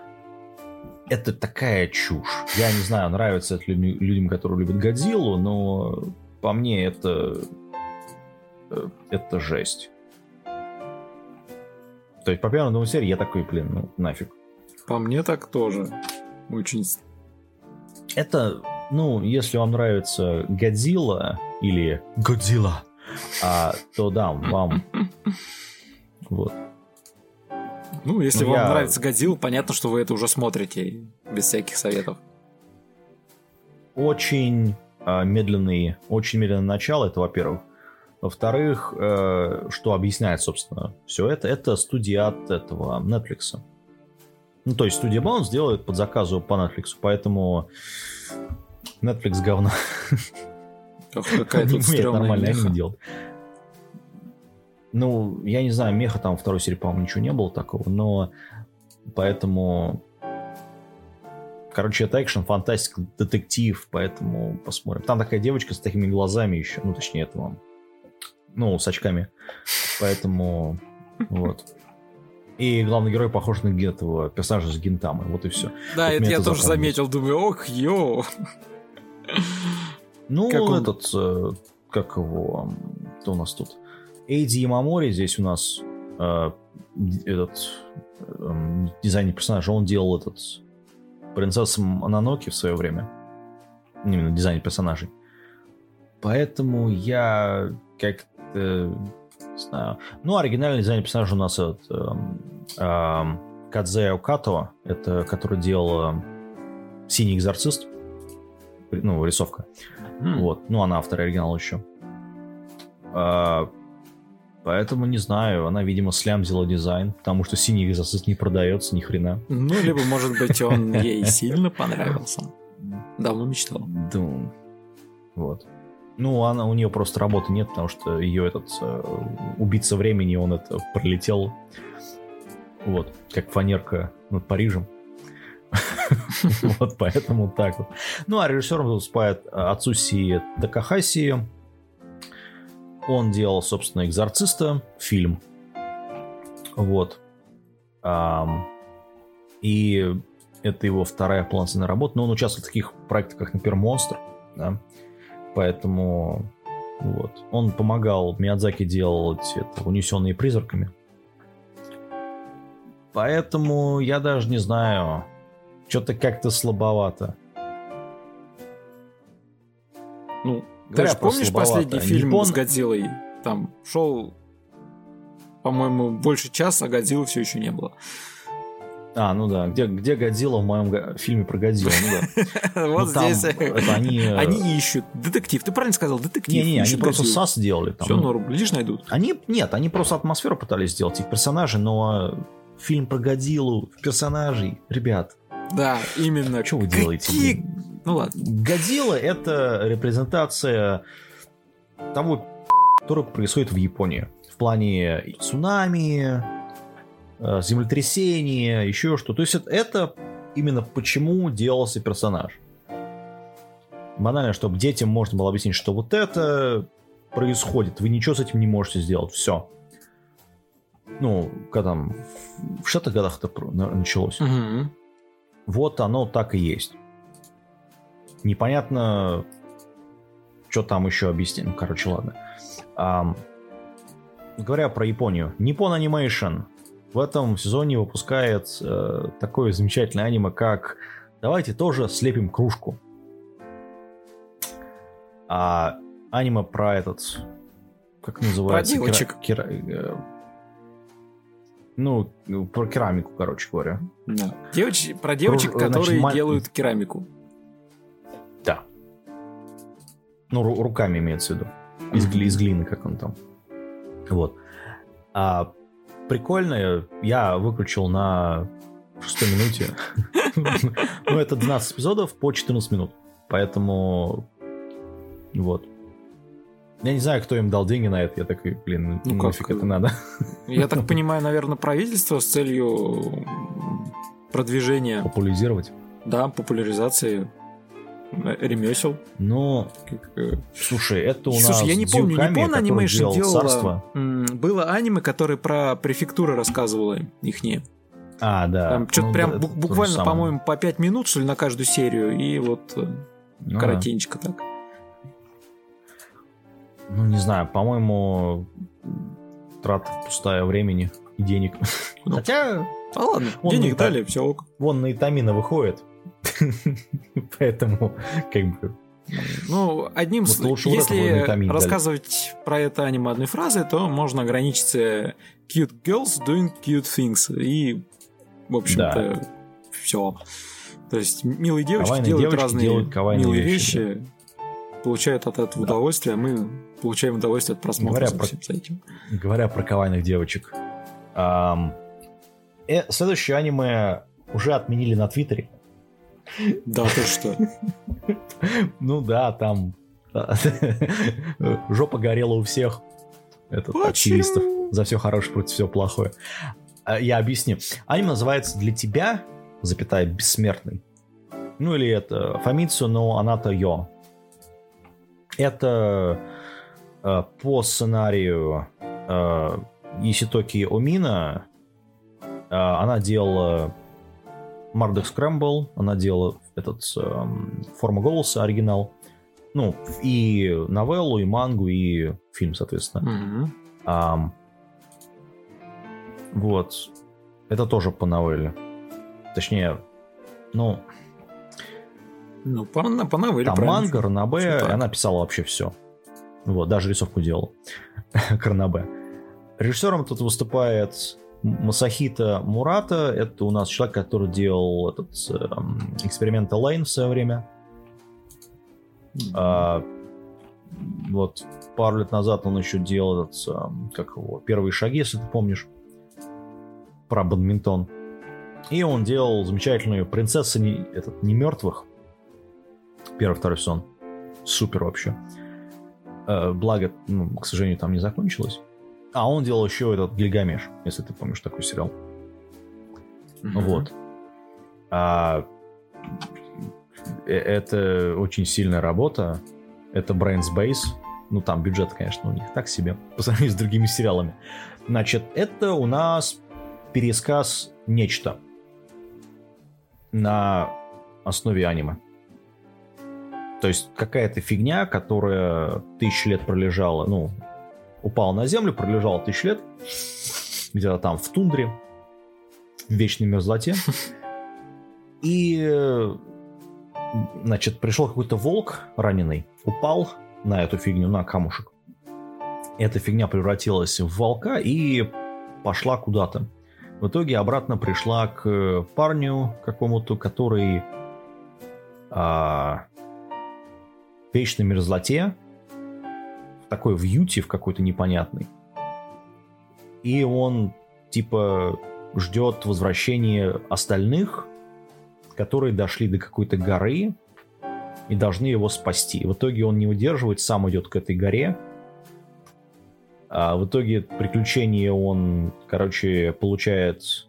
такая чушь. Я не знаю, нравится это людям, которые любят Годзиллу, но по мне это жесть. То есть по первому двум серии я такой, блин, ну нафиг. По мне так тоже. Очень... Это, ну, если вам нравится Годзилла или Годзилла, то да, вам... Вот. Ну, если вам нравится Годзилла, понятно, что вы это уже смотрите, без всяких советов. Очень медленное начало, это во-первых. Во-вторых, что объясняет, собственно, все это студия от этого Netflix. Ну, то есть студия Bones делает под заказу по Netflix, поэтому Netflix говно. Какая тут стрёмная меха. Делать. Ну, я не знаю, меха там второй серии, по-моему, ничего не было такого, но поэтому Короче, это экшен, фантастика, детектив, поэтому посмотрим. Там такая девочка с такими глазами еще, ну, точнее, это вам, ну, с очками. Поэтому, вот. И главный герой похож на этого персонажа с Гинтамы, вот и все. Да, вот это я тоже заметил, думаю, ох, йоу. Ну, этот, как его, кто у нас тут? Эйди Ямамори, здесь у нас этот дизайнер персонажа, он делал этот принцессу Мононоке в свое время. Именно дизайн персонажей. Поэтому я как-то не знаю. Ну, оригинальный дизайн персонажа у нас Кадзео Като, это который делал «Синий экзорцист». Ну, рисовка. Вот. Ну, она автор оригинала еще. Поэтому не знаю, она, видимо, слямзила дизайн, потому что «Синий экзорцист» не продается ни хрена. Ну, либо, может быть, он ей сильно понравился. Давно мечтал. Да. Вот. Ну, у нее просто работы нет, потому что ее этот убийца времени, он это пролетел, вот, как фанерка над Парижем. Вот, поэтому так вот. Ну, а режиссером выступает Ацуси Такахаси. Он делал, собственно, «Экзорциста», фильм. Вот. И это его вторая полноценная работа. Но он участвовал в таких проектах, как, например, «Монстр». Да? Поэтому вот. Он помогал Миядзаки делать это, «Унесенные призраками». Поэтому я даже не знаю. Что-то как-то слабовато. Ну, ты же помнишь последний фильм с Годзиллой? Там шел, по-моему, больше часа, а Годзиллы все еще не было. А, ну да. Где Годзилла в моем фильме про Годзиллу? Вот здесь. Они ищут. Детектив. Ты правильно сказал, детектив. Не, они просто САС делали. Все норм, лишь найдут. Нет, они просто атмосферу пытались сделать, их персонажи, но фильм про Годзиллу, персонажей, ребят. Да, именно. Что вы делаете? Ну ладно. Годзилла — это репрезентация того, который происходит в Японии. В плане цунами, землетрясения, еще что. То есть это именно почему делался персонаж. Банально, чтобы детям можно было объяснить, что вот это происходит, вы ничего с этим не можете сделать, все. Ну, когда там в 60-х годах это началось. Угу. Вот оно так и есть. Непонятно, что там еще объяснить. Ну, короче, ладно. Говоря про Японию. Nippon Animation в этом сезоне выпускает такое замечательное аниме, как «Давайте тоже слепим кружку». Аниме про этот... Как называется? Про девочек. Ну, про керамику, короче говоря. Да. Про девочек, которые делают керамику. Да. Ну, руками имеется в виду. Из глины, как он там. Вот. Прикольно. Я выключил на 6 минуте. Ну, это 12 эпизодов по 14 минут. Поэтому... Вот. Я не знаю, кто им дал деньги на это. Я такой, блин, ну нафиг это надо. Я так понимаю, наверное, правительство с целью продвижения... Популяризировать? Да, популяризации ремесел. Ну, слушай, это у нас... Слушай, я не помню, Nippon Animation делала... Царство. Было аниме, которое про префектуры рассказывало ихние. Да. Там что-то прям буквально, по-моему, по 5 минут, что ли, на каждую серию. И вот коротенько так. Ну, не знаю, по-моему, трата пустая времени и денег. Хотя... ладно, денег дали, все ок. Вон на Итамина выходит. Поэтому, как бы... Ну, одним если рассказывать про это аниме одной фразой, то можно ограничиться cute girls doing cute things. И, в общем-то, все. То есть, милые девочки делают разные милые вещи. Получают от этого удовольствие, а мы получаем удовольствие от просмотра с этим. Говоря про кавайных девочек. Следующее аниме уже отменили на Твиттере. Да, ты что? Ну да, там жопа горела у всех активистов за все хорошее против всего плохое. Я объясню. Аниме называется «Для тебя, запятая, бессмертный». Ну или это Фамицу но Аната Йо. Это по сценарию Иситоки Омина. Она делала Мардок Скрэмбл, она делала Форма голоса оригинал. Ну, и новеллу, и мангу, и фильм, соответственно. Вот. Это тоже по новелле. Точнее, ну... Ну, по новелле, там правильно. манга, ранобэ, она писала вообще все. Вот, даже рисовку делала к ранобэ. Режиссером тут выступает Масахито Мурата. Это у нас человек, который делал эксперимент Элейн в свое время. Вот пару лет назад он еще делал «Первые шаги», если ты помнишь, про бадминтон. И он делал замечательную «Принцесса не мертвых». Первый-второй сезон. Супер вообще. Благо, к сожалению, там не закончилось. А он делал еще этот «Гильгамеш», если ты помнишь такой сериал. Вот. Это очень сильная работа. Это Brains Base. Ну, там бюджет, конечно, у них так себе, по сравнению с другими сериалами. Значит, это у нас пересказ «Нечто» на основе аниме. То есть какая-то фигня, которая 1000 лет пролежала, ну, упала на землю, пролежала 1000 лет, где-то там в тундре, в вечной мерзлоте. И, значит, пришел какой-то волк раненый, упал на эту фигню, на камушек. Эта фигня превратилась в волка и пошла куда-то. В итоге обратно пришла к парню какому-то, который в вечной мерзлоте, такой вьюти в какой-то непонятный. И он типа ждет возвращения остальных, которые дошли до какой-то горы и должны его спасти. В итоге он не выдерживает, сам идет к этой горе. А в итоге приключения он, получает...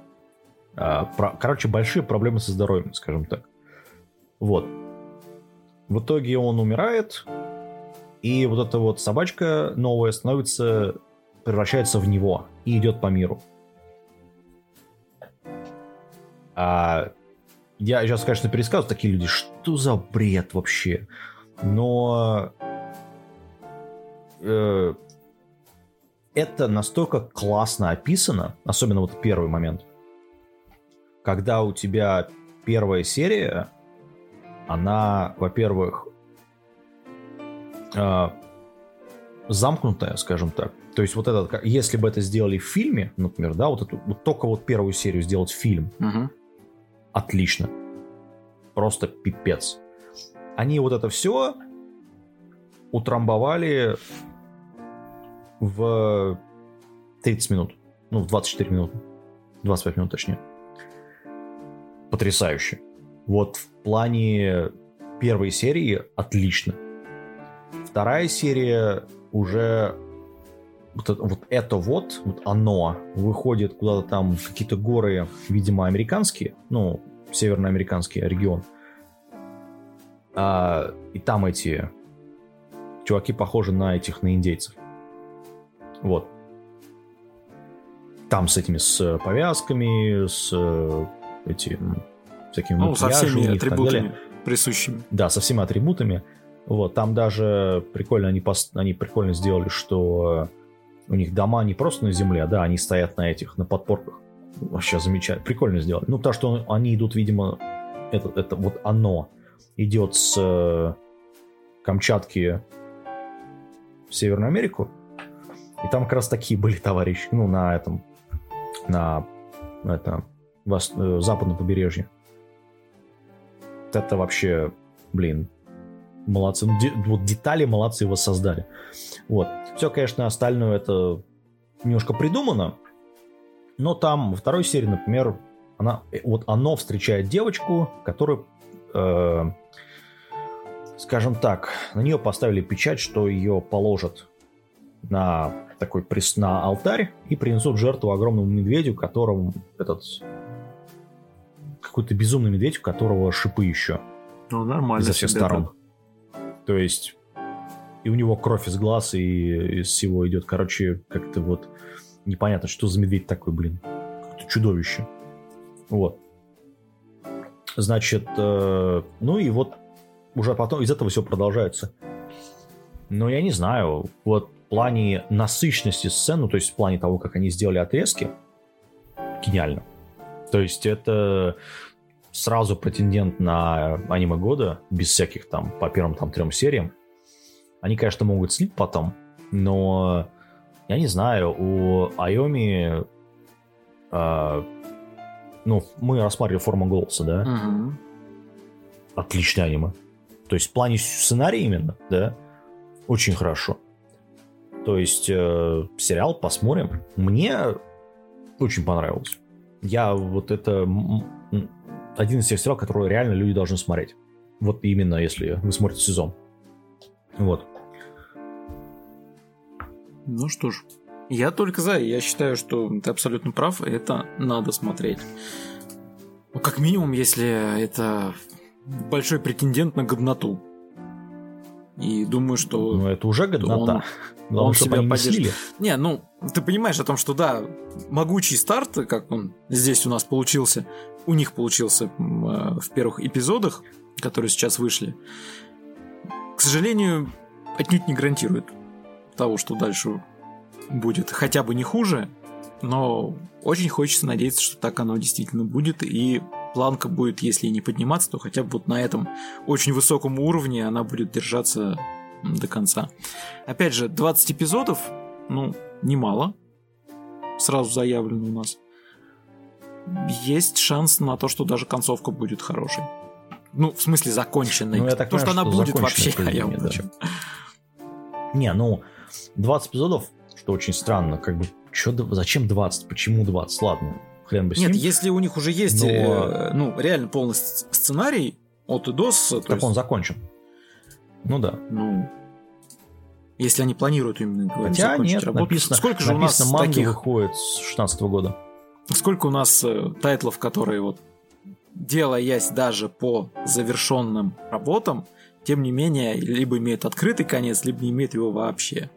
большие проблемы со здоровьем, скажем так. Вот. В итоге он умирает, и вот эта вот собачка новая превращается в него и идет по миру. Я сейчас, конечно, пересказываю, такие люди, что за бред вообще? Но это настолько классно описано, особенно вот первый момент, когда у тебя первая серия, она, во-первых, замкнутая, скажем так. То есть вот это, если бы это сделали в фильме, например, да, вот только вот первую серию сделать фильм, отлично. Просто пипец. Они вот это все утрамбовали в 30 минут. Ну, в 24 минуты. 25 минут, точнее. Потрясающе. Вот в плане первой серии отлично. Вторая серия уже вот оно выходит куда-то там в какие-то горы, видимо, американские, ну, северноамериканский регион. И там эти чуваки похожи на индейцев. Вот. Там с повязками, с всякими со всеми атрибутами присущими. Да, со всеми атрибутами. Вот, там даже прикольно, они прикольно сделали, что у них дома не просто на земле, да, они стоят на подпорках. Вообще замечательно, прикольно сделали. Ну, потому что они идут, видимо, это вот оно идет с Камчатки в Северную Америку. И там как раз такие были товарищи, ну, на западном побережье. Это вообще, блин, молодцы. Вот детали молодцы воссоздали. Вот. Все, конечно, остальное это немножко придумано. Но там во второй серии, например, оно встречает девочку, которую, скажем так, на нее поставили печать, что ее положат на алтарь и принесут жертву огромному медведю, которому какой-то безумный медведь, у которого шипы еще. Ну, нормально. Изо всех сторон. То есть и у него кровь из глаз, и из всего идет. Короче, как-то вот непонятно, что за медведь такой, блин. Какое-то чудовище. Вот. Значит, ну и вот уже потом из этого все продолжается. Но я не знаю, вот в плане насыщенности сцен, ну, то есть в плане того, как они сделали отрезки, гениально. То есть это сразу претендент на аниме года, без всяких там по первым там 3 сериям. Они, конечно, могут слить потом, но я не знаю, у Айоми, ну, мы рассматривали «Форму голоса», да? Угу. Отличное аниме. То есть в плане сценария именно, да, очень хорошо. То есть сериал посмотрим. Мне очень понравилось. Я вот это один из тех сериалов, которые реально люди должны смотреть. Вот именно если вы смотрите сезон. Вот. Ну что ж, я только за. Я считаю, что ты абсолютно прав, и это надо смотреть. Ну, как минимум, если это большой претендент на годноту. И думаю, что... Ну, это уже годнота. Он себя поддержит. Не, ну, ты понимаешь о том, что да, могучий старт, как он здесь у нас получился, у них получился в первых эпизодах, которые сейчас вышли, к сожалению, отнюдь не гарантирует того, что дальше будет хотя бы не хуже, но очень хочется надеяться, что так оно действительно будет, и планка будет, если и не подниматься, то хотя бы вот на этом очень высоком уровне она будет держаться до конца. Опять же, 20 эпизодов, ну, немало, сразу заявлено у нас. Есть шанс на то, что даже концовка будет хорошей. Ну, в смысле, законченной. Ну, я так понимаю, что она будет вообще, я вам да. Не, ну, 20 эпизодов, что очень странно, как бы, зачем 20, почему 20, ладно, хрен бы с ним. Нет, если у них уже есть, ну, реально полный сценарий от и до... Так он закончен. Ну да. Ну, если они планируют именно хотя закончить нет, работу. написано, сколько же у нас манга таких... выходит с 2016 года. Сколько у нас тайтлов, которые вот делаясь даже по завершенным работам, тем не менее, либо имеют открытый конец, либо не имеют его вообще.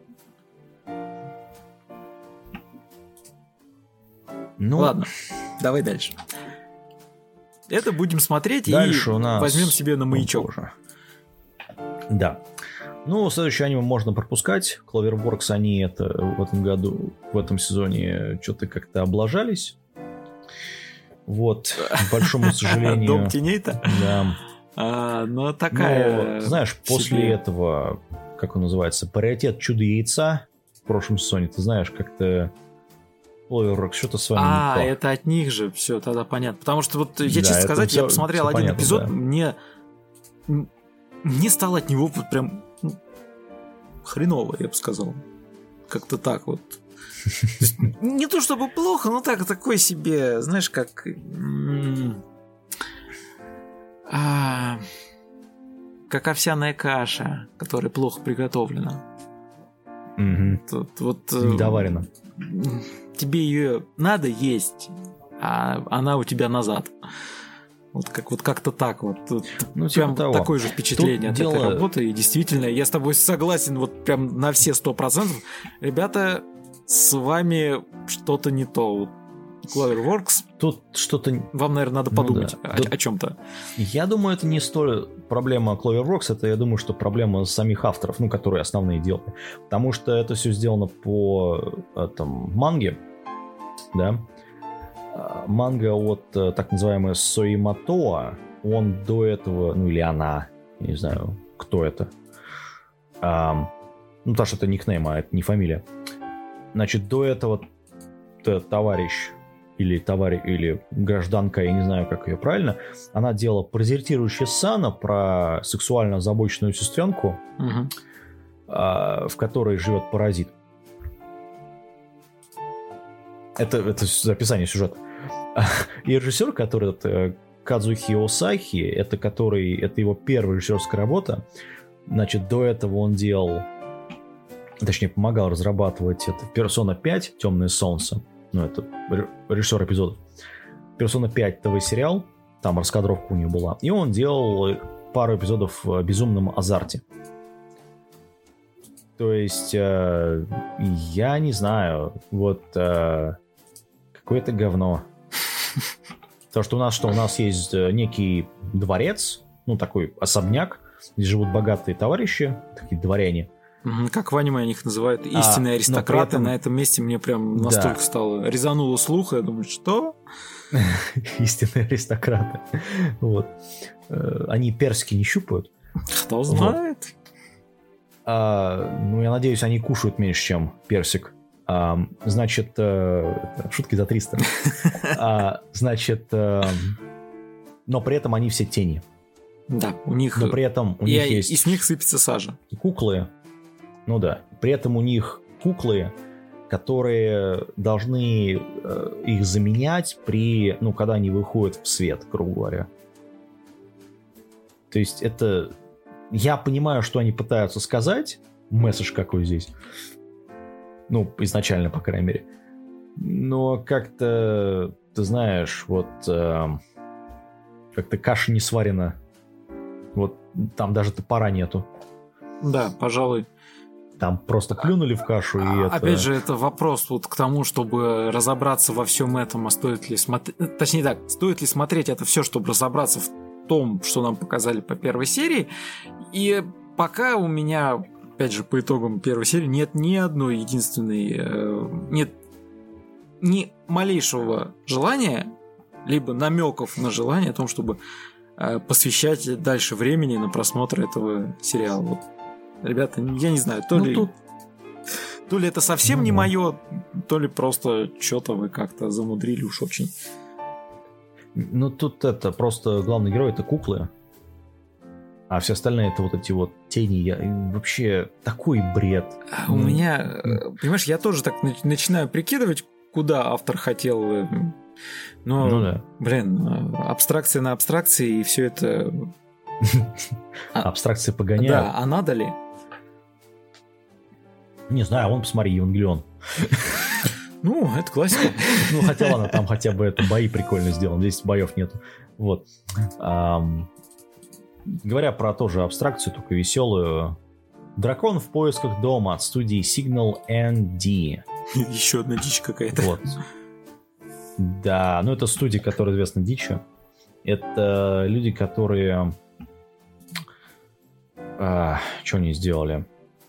Ну, ладно, давай дальше. Это будем смотреть дальше и у нас возьмем себе на маячок. Да. Ну, следующее аниме можно пропускать. Cloverworks, они это в этом году, в этом сезоне что-то как-то облажались. Вот, к большому сожалению. Дом теней-то? Да. Но такая... Но, знаешь, после этого, как он называется, паритет чудо-яйца в прошлом сезоне, ты знаешь, как-то Cloverworks что-то с вами не то. Это от них же, все, тогда понятно. Потому что вот, я честно сказать, я посмотрел один понятно, эпизод, да. Мне стало от него вот прям хреново, я бы сказал. Как-то так вот. Не то чтобы плохо, но так такой себе, знаешь, как овсяная каша, которая плохо приготовлена. Тут вот недоварена. Тебе ее надо есть, а она у тебя назад. Вот как-то так вот. Ну, прям типа такое же впечатление от этой работы. И действительно, я с тобой согласен вот прям на все 100%. Ребята, с вами что-то не то. Cloverworks. Тут что-то... Вам, наверное, надо подумать о чем-то. Я думаю, это не столь проблема Cloverworks, это, я думаю, что проблема самих авторов, ну, которые основные делали. Потому что это все сделано по манге, да. Манга от так называемой Соиматоа, он до этого, ну или она, я не знаю, кто это. Ну, потому что это никнейм, а это не фамилия. Значит, до этого товарищ или гражданка, я не знаю, как ее правильно, она делала «Паразитирующая Сана» про сексуально озабоченную сестренку, в которой живет паразит. Это описание сюжета. И режиссер, который это Кадзухи Осахи, это его первая режиссерская работа. Значит, до этого он точнее, помогал разрабатывать это Persona 5 «Темное солнце». Ну, это режиссер эпизодов. Persona 5 ТВ-сериал Там раскадровка у него была. И он делал пару эпизодов в «Безумном азарте». То есть, я не знаю, вот какое-то говно. Потому что у нас есть некий дворец, ну, такой особняк, где живут богатые товарищи, такие дворяне. Как в аниме их называют, истинные аристократы. На этом месте мне прям настолько стало резануло слух, я думаю, что? Истинные аристократы. Вот. Они персики не щупают. Кто знает. Ну, я надеюсь, они кушают меньше, чем персик. Значит, шутки за 300. Значит, но при этом они все тени. Да, у них... Но при этом у них есть... И с них сыпется сажа. Куклы. Ну да. При этом у них куклы, которые должны их заменять при... Ну, когда они выходят в свет, грубо говоря. То есть это... Я понимаю, что они пытаются сказать. Месседж какой здесь. Ну, изначально, по крайней мере. Но как-то, ты знаешь, вот... как-то каша не сварена. Вот там даже топора нету. Да, пожалуй. Там просто плюнули в кашу и это... Опять же, это вопрос вот к тому, чтобы разобраться во всем этом, а стоит ли смотреть... Точнее так, стоит ли смотреть это все, чтобы разобраться в том, что нам показали по первой серии. И пока у меня, опять же, по итогам первой серии нет ни одной единственной... Нет ни малейшего желания, либо намеков на желание о том, чтобы посвящать дальше времени на просмотр этого сериала. Вот. Ребята, я не знаю, то ли это совсем не мое, то ли просто что-то вы как-то замудрили уж очень. Ну, тут это просто главный герой — это куклы, а все остальные — это вот эти вот тени. Вообще такой бред. У меня, понимаешь, я тоже так начинаю прикидывать, куда автор хотел. Но, ну, да. Блин, абстракция на абстракции, и все это... Абстракции погоняют. Да, а надо ли? Не знаю, вон посмотри, Евангелион. Ну, это классика. Ну, хотя ладно, там хотя бы это бои прикольно сделаны. Здесь боев нету. Вот. Говоря про тоже абстракцию, только веселую. «Дракон в поисках дома» от студии Signal ND. Еще одна дичь какая-то. Вот. Да, ну это студия, которая известна дичью. Это люди, которые... что они сделали?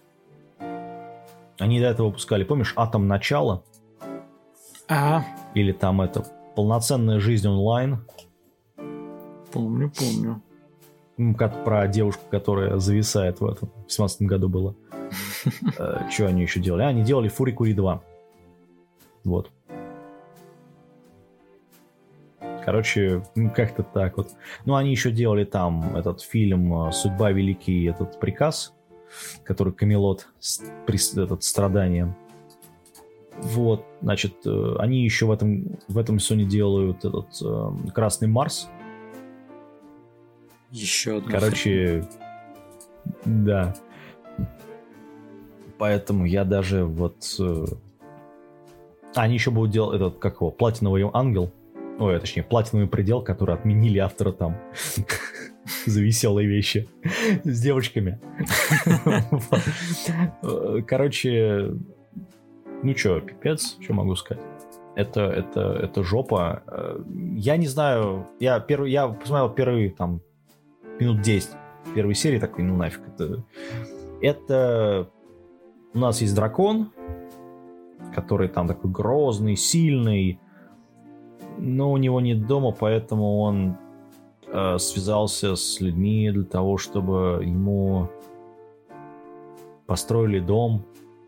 Они до этого выпускали, помнишь, «Атом. Начало»? Ага. Или там это «Полноценная жизнь онлайн». Помню. Как про девушку, которая зависает в этом. В 17 году было. Что они еще делали? Они делали «Фури-кури 2». Вот. Короче, как-то так вот. Ну, они еще делали там этот фильм «Судьба. Великий этот приказ», который Камелот, этот «Страдание». Вот, значит, они еще в этом сезоне делают этот «Красный Марс». Еще одна. Короче, да. Поэтому я даже вот... Они еще будут делать этот, как его, «Платиновый ангел». Ой, точнее, «Платиновый предел», который отменили автора там за веселые вещи с девочками. Короче, ну чё, пипец, что могу сказать. Это жопа. Я не знаю, я посмотрел первые там минут 10 первой серии, такой, ну нафиг. Это у нас есть дракон, который там такой грозный, сильный, но у него нет дома, поэтому он связался с людьми для того, чтобы ему построили дом.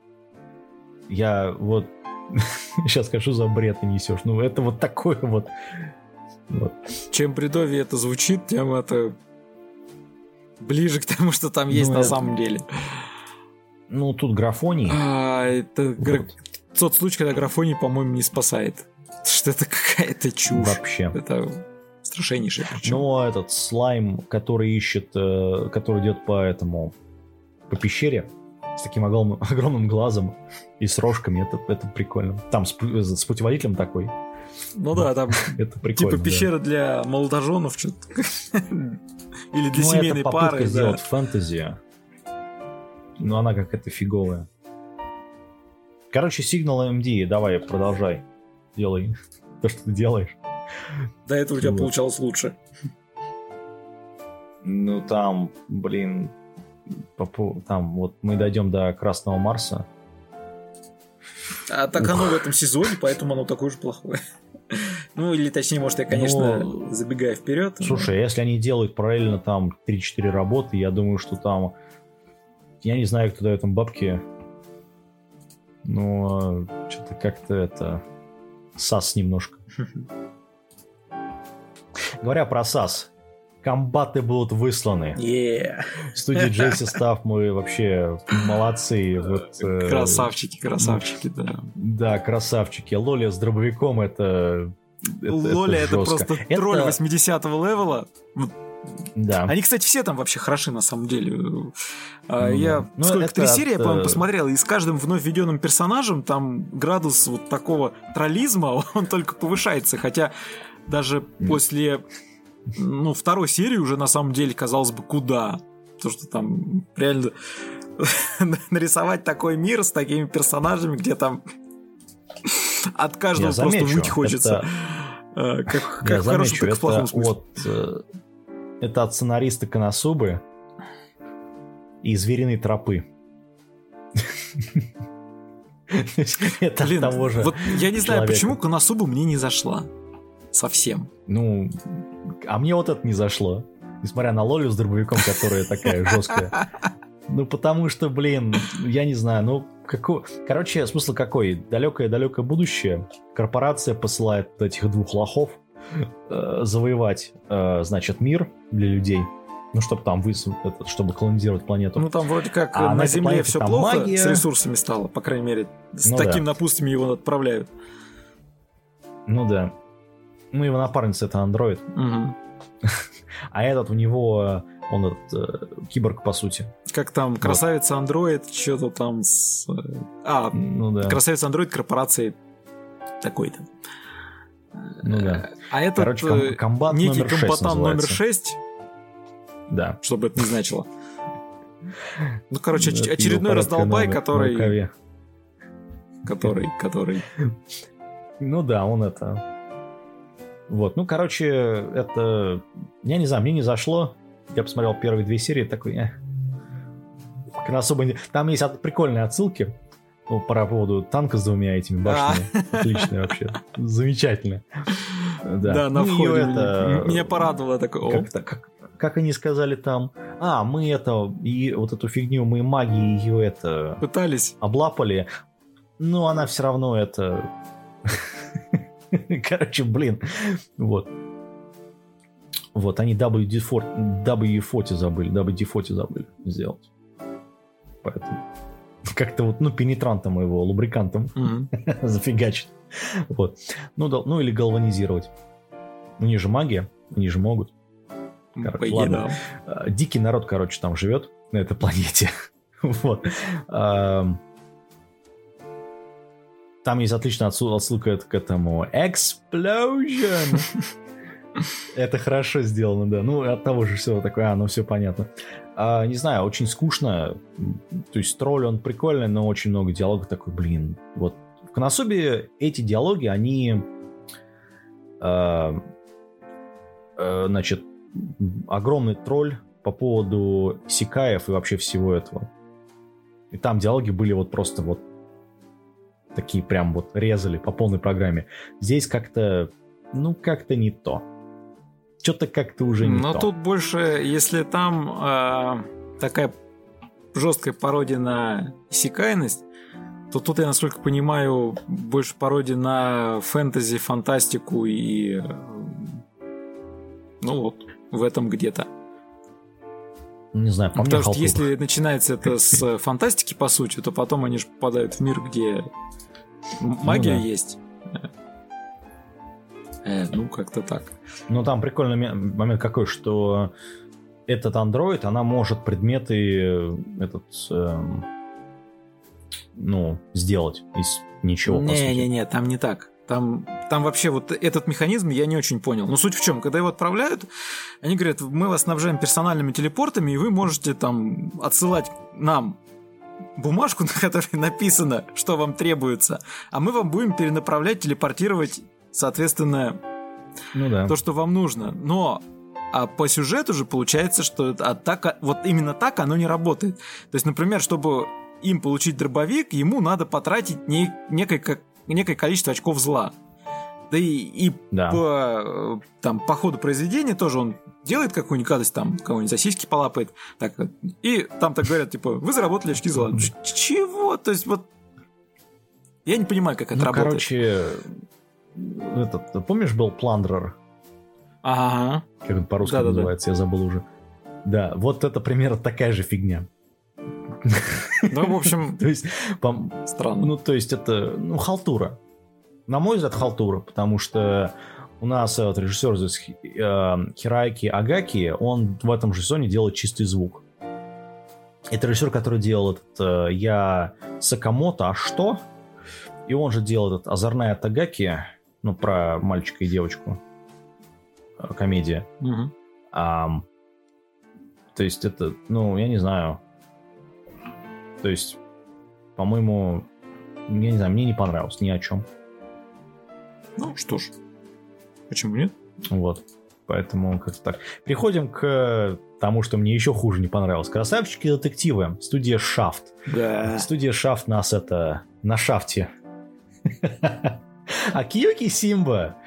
Я вот сейчас скажу, за бред ты несешь. Ну, это вот такое вот. Чем бредовее это звучит, тем это ближе к тому, что там есть на самом деле. Ну, тут графоний. Это тот случай, когда графоний, по-моему, не спасает. Что это какая-то чушь. Вообще. Это страшнейшее. Ну, этот слайм, который ищет, который идет по пещере с таким огромным глазом и с рожками, это прикольно. Там с путеводителем такой. Ну да, там Это прикольно. типа пещера для молодоженов, что-то. Или для Ну, семейной это попытка пары. сделать фэнтези. Но она какая-то фиговая. Короче, Signal MD, давай, продолжай. Делай то, что ты делаешь. До этого у тебя получалось лучше. Ну, там, блин, там вот мы дойдем до Красного Марса. А так оно в этом сезоне, поэтому оно такое же плохое. Ну, или точнее, может, я, конечно, забегаю вперед. Слушай, если они делают параллельно там 3-4 работы, я думаю, что там... Я не знаю, кто дает им бабки, но что-то как-то это... САС немножко. Говоря про САС, комбаты будут высланы. В студии Джесси Стафф мы вообще молодцы. Вот, красавчики, да. Да, красавчики. Лоли с дробовиком это Лоли это просто тролль 80-го левела. Да. Они, кстати, все там вообще хороши, на самом деле. Я сколько 3 серии, я, по-моему, посмотрел, и с каждым вновь введенным персонажем там градус вот такого троллизма, он только повышается. Хотя даже после второй серии уже на самом деле, казалось бы, куда? То, что там реально нарисовать такой мир с такими персонажами, где там от каждого просто выть хочется. Как в хорошем, так и в плохом смысле. Это от сценариста Коносубы и Звериной тропы. Это от того же. Вот я не знаю, почему Коносуба мне не зашла. Совсем. Ну, а мне вот это не зашло. Несмотря на Лолю с дробовиком, которая такая жесткая. Ну, потому что, блин, я не знаю, короче, смысл какой? Далекое-далекое будущее. Корпорация посылает этих двух лохов завоевать, значит, мир для людей. Ну, чтобы там чтобы колонизировать планету. Ну, там вроде как на Земле все плохо магия. С ресурсами стало, по крайней мере. С таким напутствием его отправляют. Ну, да. Ну, его напарница это андроид. Угу. А этот у него, он киборг, по сути. Как там, красавица-андроид, что-то там с... красавица-андроид корпорации такой-то. Ну да. А этот короче, комбат некий номер 6 комбатан называется. номер 6, да. Чтобы это не значило. Ну, короче, очередной раздолбай, который... Ну да, он это... Вот, ну, короче, это... Я не знаю, мне не зашло. Я посмотрел первые 2 серии, такой... Особо не... Там есть прикольные отсылки по поводу танка с 2 этими башнями. Отлично вообще. Замечательно. Да, на входе. Меня порадовало такое. Как они сказали там... мы и вот эту фигню, мы магии ее пытались. Облапали. Но она все равно это... Короче, блин. Вот. Вот, они WD-40 забыли сделать. Поэтому как-то вот, пенетрантом его, лубрикантом зафигачить. Вот. Ну, или галванизировать. У них же магия, они же могут. Короче, ладно. Дикий народ, короче, там живет на этой планете. Вот. Там есть отличная отсылка к этому Explosion. Это хорошо сделано, да. Ну, от того же всего такое, все понятно. Не знаю, очень скучно. То есть тролль, он прикольный, но очень много диалогов такой, блин. Вот в Коносубе эти диалоги, они значит, огромный тролль по поводу исекаев и вообще всего этого. И там диалоги были вот просто вот такие прям вот резали по полной программе. Здесь как-то, как-то не то. Что-то как-то уже не то. Но тут больше, если там такая жесткая пародия на иссякаемость, то тут, я насколько понимаю, больше пародия на фэнтези, фантастику и в этом где-то. Не знаю, по потому что если начинается это с фантастики, по сути, то потом они же попадают в мир, где магия есть. Как-то так. Ну, там прикольный момент какой, что этот андроид, она может предметы сделать из ничего, по сути. Не-не-не, там не так. Там вообще вот этот механизм я не очень понял. Но суть в чем? Когда его отправляют, они говорят, мы вас снабжаем персональными телепортами, и вы можете там отсылать нам бумажку, на которой написано, что вам требуется, а мы вам будем перенаправлять, телепортировать, соответственно, то, что вам нужно. Но по сюжету же получается, что вот именно так оно не работает. То есть, например, чтобы им получить дробовик, ему надо потратить некое количество очков зла. По ходу произведения тоже он делает какую-нибудь гадость, там, кого-нибудь за сиськи полапает, так, и там так говорят, типа, вы заработали очки зла. Чего? То есть, вот, я не понимаю, как это работает. Короче, помнишь, был Plunderer? Ага. Как он по-русски называется, я забыл уже. Да, вот это примерно такая же фигня. Ну, в общем, то есть, странно. Ну, то есть, это, халтура. На мой взгляд, халтура, потому что у нас режиссер здесь Хироюки Агаки, он в этом же сезоне делает чистый звук. Это режиссер, который делал этот Я Сакамото, а что? И он же делал этот Озорная Тагаки, про мальчика и девочку. Комедия. Угу. То есть это, я не знаю. То есть, по-моему, я не знаю, мне не понравилось ни о чем. Ну, что ж, почему нет? Вот, поэтому как-то так. Переходим к тому, что мне еще хуже не понравилось. Красавчики-детективы. Студия Shaft. Да. Студия Shaft нас на шафте. Акиюки Симба.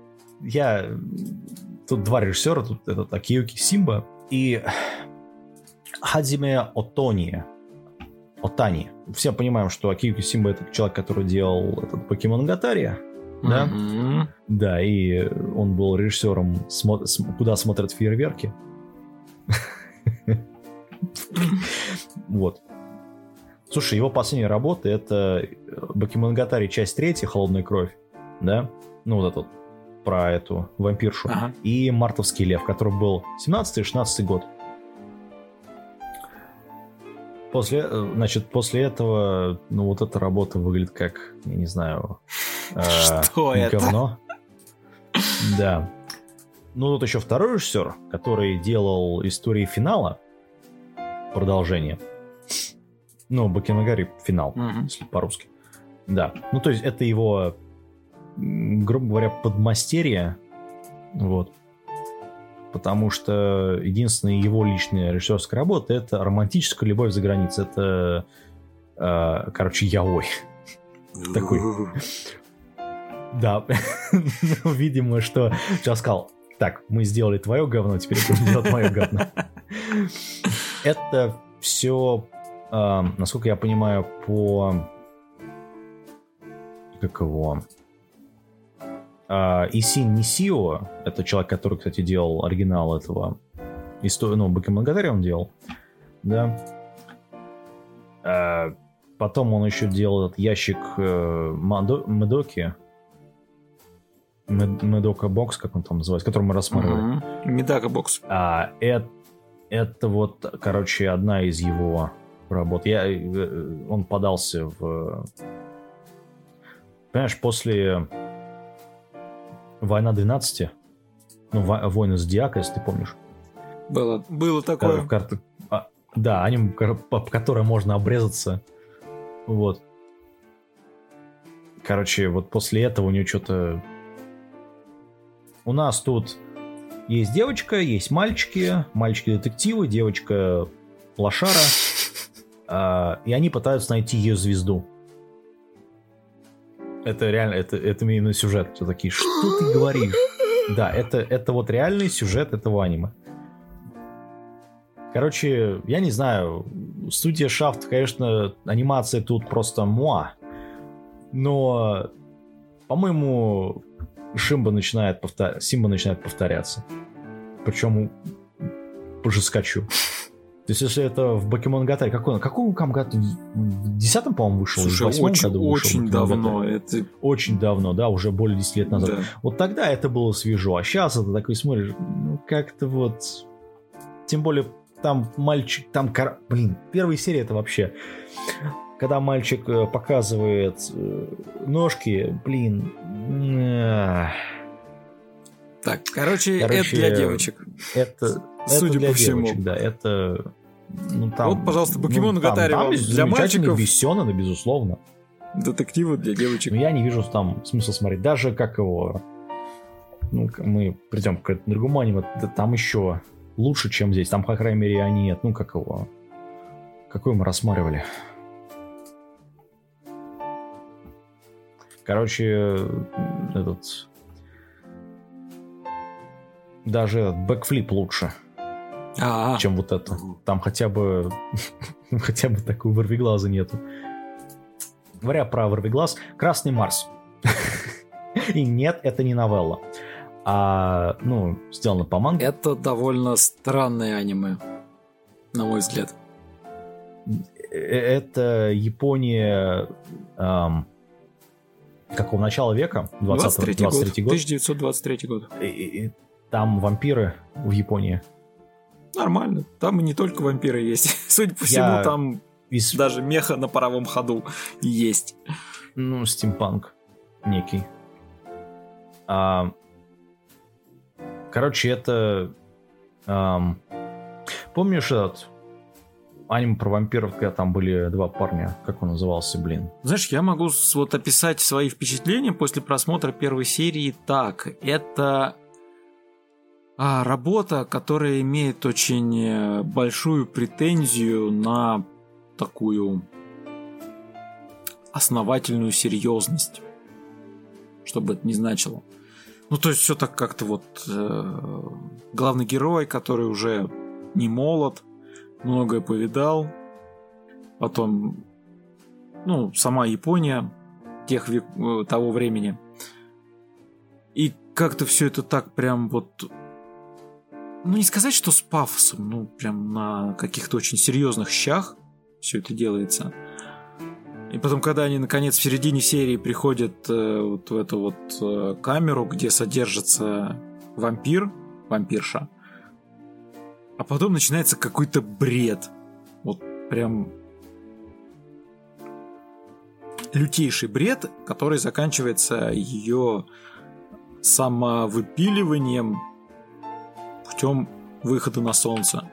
Тут два режиссера, тут этот Акиюки Симба и Хадзиме Отани. Все понимаем, что Акиюки Симба — это человек, который делал этот Покемон-гатари. Да? Mm-hmm. Да, и он был режиссером «Куда смотрят фейерверки». Вот. Слушай, его последняя работа — это Бакимоноgatari, часть 3, «Холодная кровь», да? Вот этот, про эту вампиршу. Ага. И «Мартовский лев», который был 17-16 год. После этого, вот эта работа выглядит как, я не знаю... Что это? Говно. Да. Тут еще второй режиссер, который делал «Истории финала», продолжение. Бакимоноgatari финал, если по-русски. Да. То есть это его, грубо говоря, подмастерье. Вот. Потому что единственная его личная режиссерская работа — это «Романтическая любовь за границей». Это, яой. Такой. Да. Видимо, что сейчас сказал: так, мы сделали твое говно, теперь будем делать мое говно. Это все, насколько я понимаю, по... Как его? Исин Нисио, это человек, который, кстати, делал оригинал этого Бакимоноgatari он делал. Да. Потом он еще делал этот ящик Медоки. Медока Бокс, как он там называется, который мы рассматривали. Медока Бокс. Это вот, одна из его работ. Он подался в... Понимаешь, после «Война 12», «Войны Зодиака», если ты помнишь. Было такое. Да, аниме, по которой можно обрезаться. Вот. Вот после этого у нее что-то... У нас тут есть девочка, есть мальчики, мальчики-детективы, девочка-лошара, и они пытаются найти ее звезду. Это реально, это именно сюжет. Все такие, что ты говоришь? Да, это вот реальный сюжет этого аниме. Я не знаю, студия Shaft, конечно, анимация тут просто муа, но, по-моему, Симба начинает повторяться. Причем по жескачу. То есть, если это в Бакимоноgatari, какой там год? В 10-м, по-моему, вышел? Слушай, в 8-м году вышел? Очень давно. Очень давно, да, уже более 10 лет назад. Да. Вот тогда это было свежо, а сейчас это такой смотришь, как-то вот... Тем более, там мальчик, первая серия это вообще... когда мальчик показывает ножки, блин. Так, короче, это для девочек. Судя по всему. Девочек, да, это... Ну, там, вот, пожалуйста, Покемон Гатари для мальчиков. Бессёнэн, безусловно. Детективы для девочек. Но я не вижу там смысла смотреть. Даже как его... Ну, мы придем к другому аниме. Там еще лучше, чем здесь. Там, по крайней мере, нет. Ну, как его... Какой мы рассматривали? Короче, этот... Даже этот бэкфлип лучше, чем вот это. Там хотя бы такой вырвиглаза нету. Говоря про вырвиглаз, Красный Марс. И нет, это не новелла. Сделано по манге. Это довольно странное аниме, на мой взгляд. Это Япония какого начала века? 23 год. 1923 год. И там вампиры в Японии. Нормально. Там и не только вампиры есть. Судя по всему, там даже меха на паровом ходу есть. Ну, стимпанк некий. Короче, это... Помнишь этот аниме про вампиров, когда там были два парня? Как он назывался, блин? Знаешь, я могу описать свои впечатления после просмотра первой серии так. Это... работа, которая имеет очень большую претензию на такую основательную серьезность, что бы это ни значило. Ну, то есть все так как-то главный герой, который уже не молод, многое повидал, потом, сама Япония того времени, и как-то все это так прям не сказать, что с пафосом, прям на каких-то очень серьезных щах все это делается. И потом, когда они, наконец, в середине серии приходят в эту камеру, где содержится вампирша, а потом начинается какой-то бред. Прям лютейший бред, который заканчивается ее самовыпиливанием путем выхода на солнце.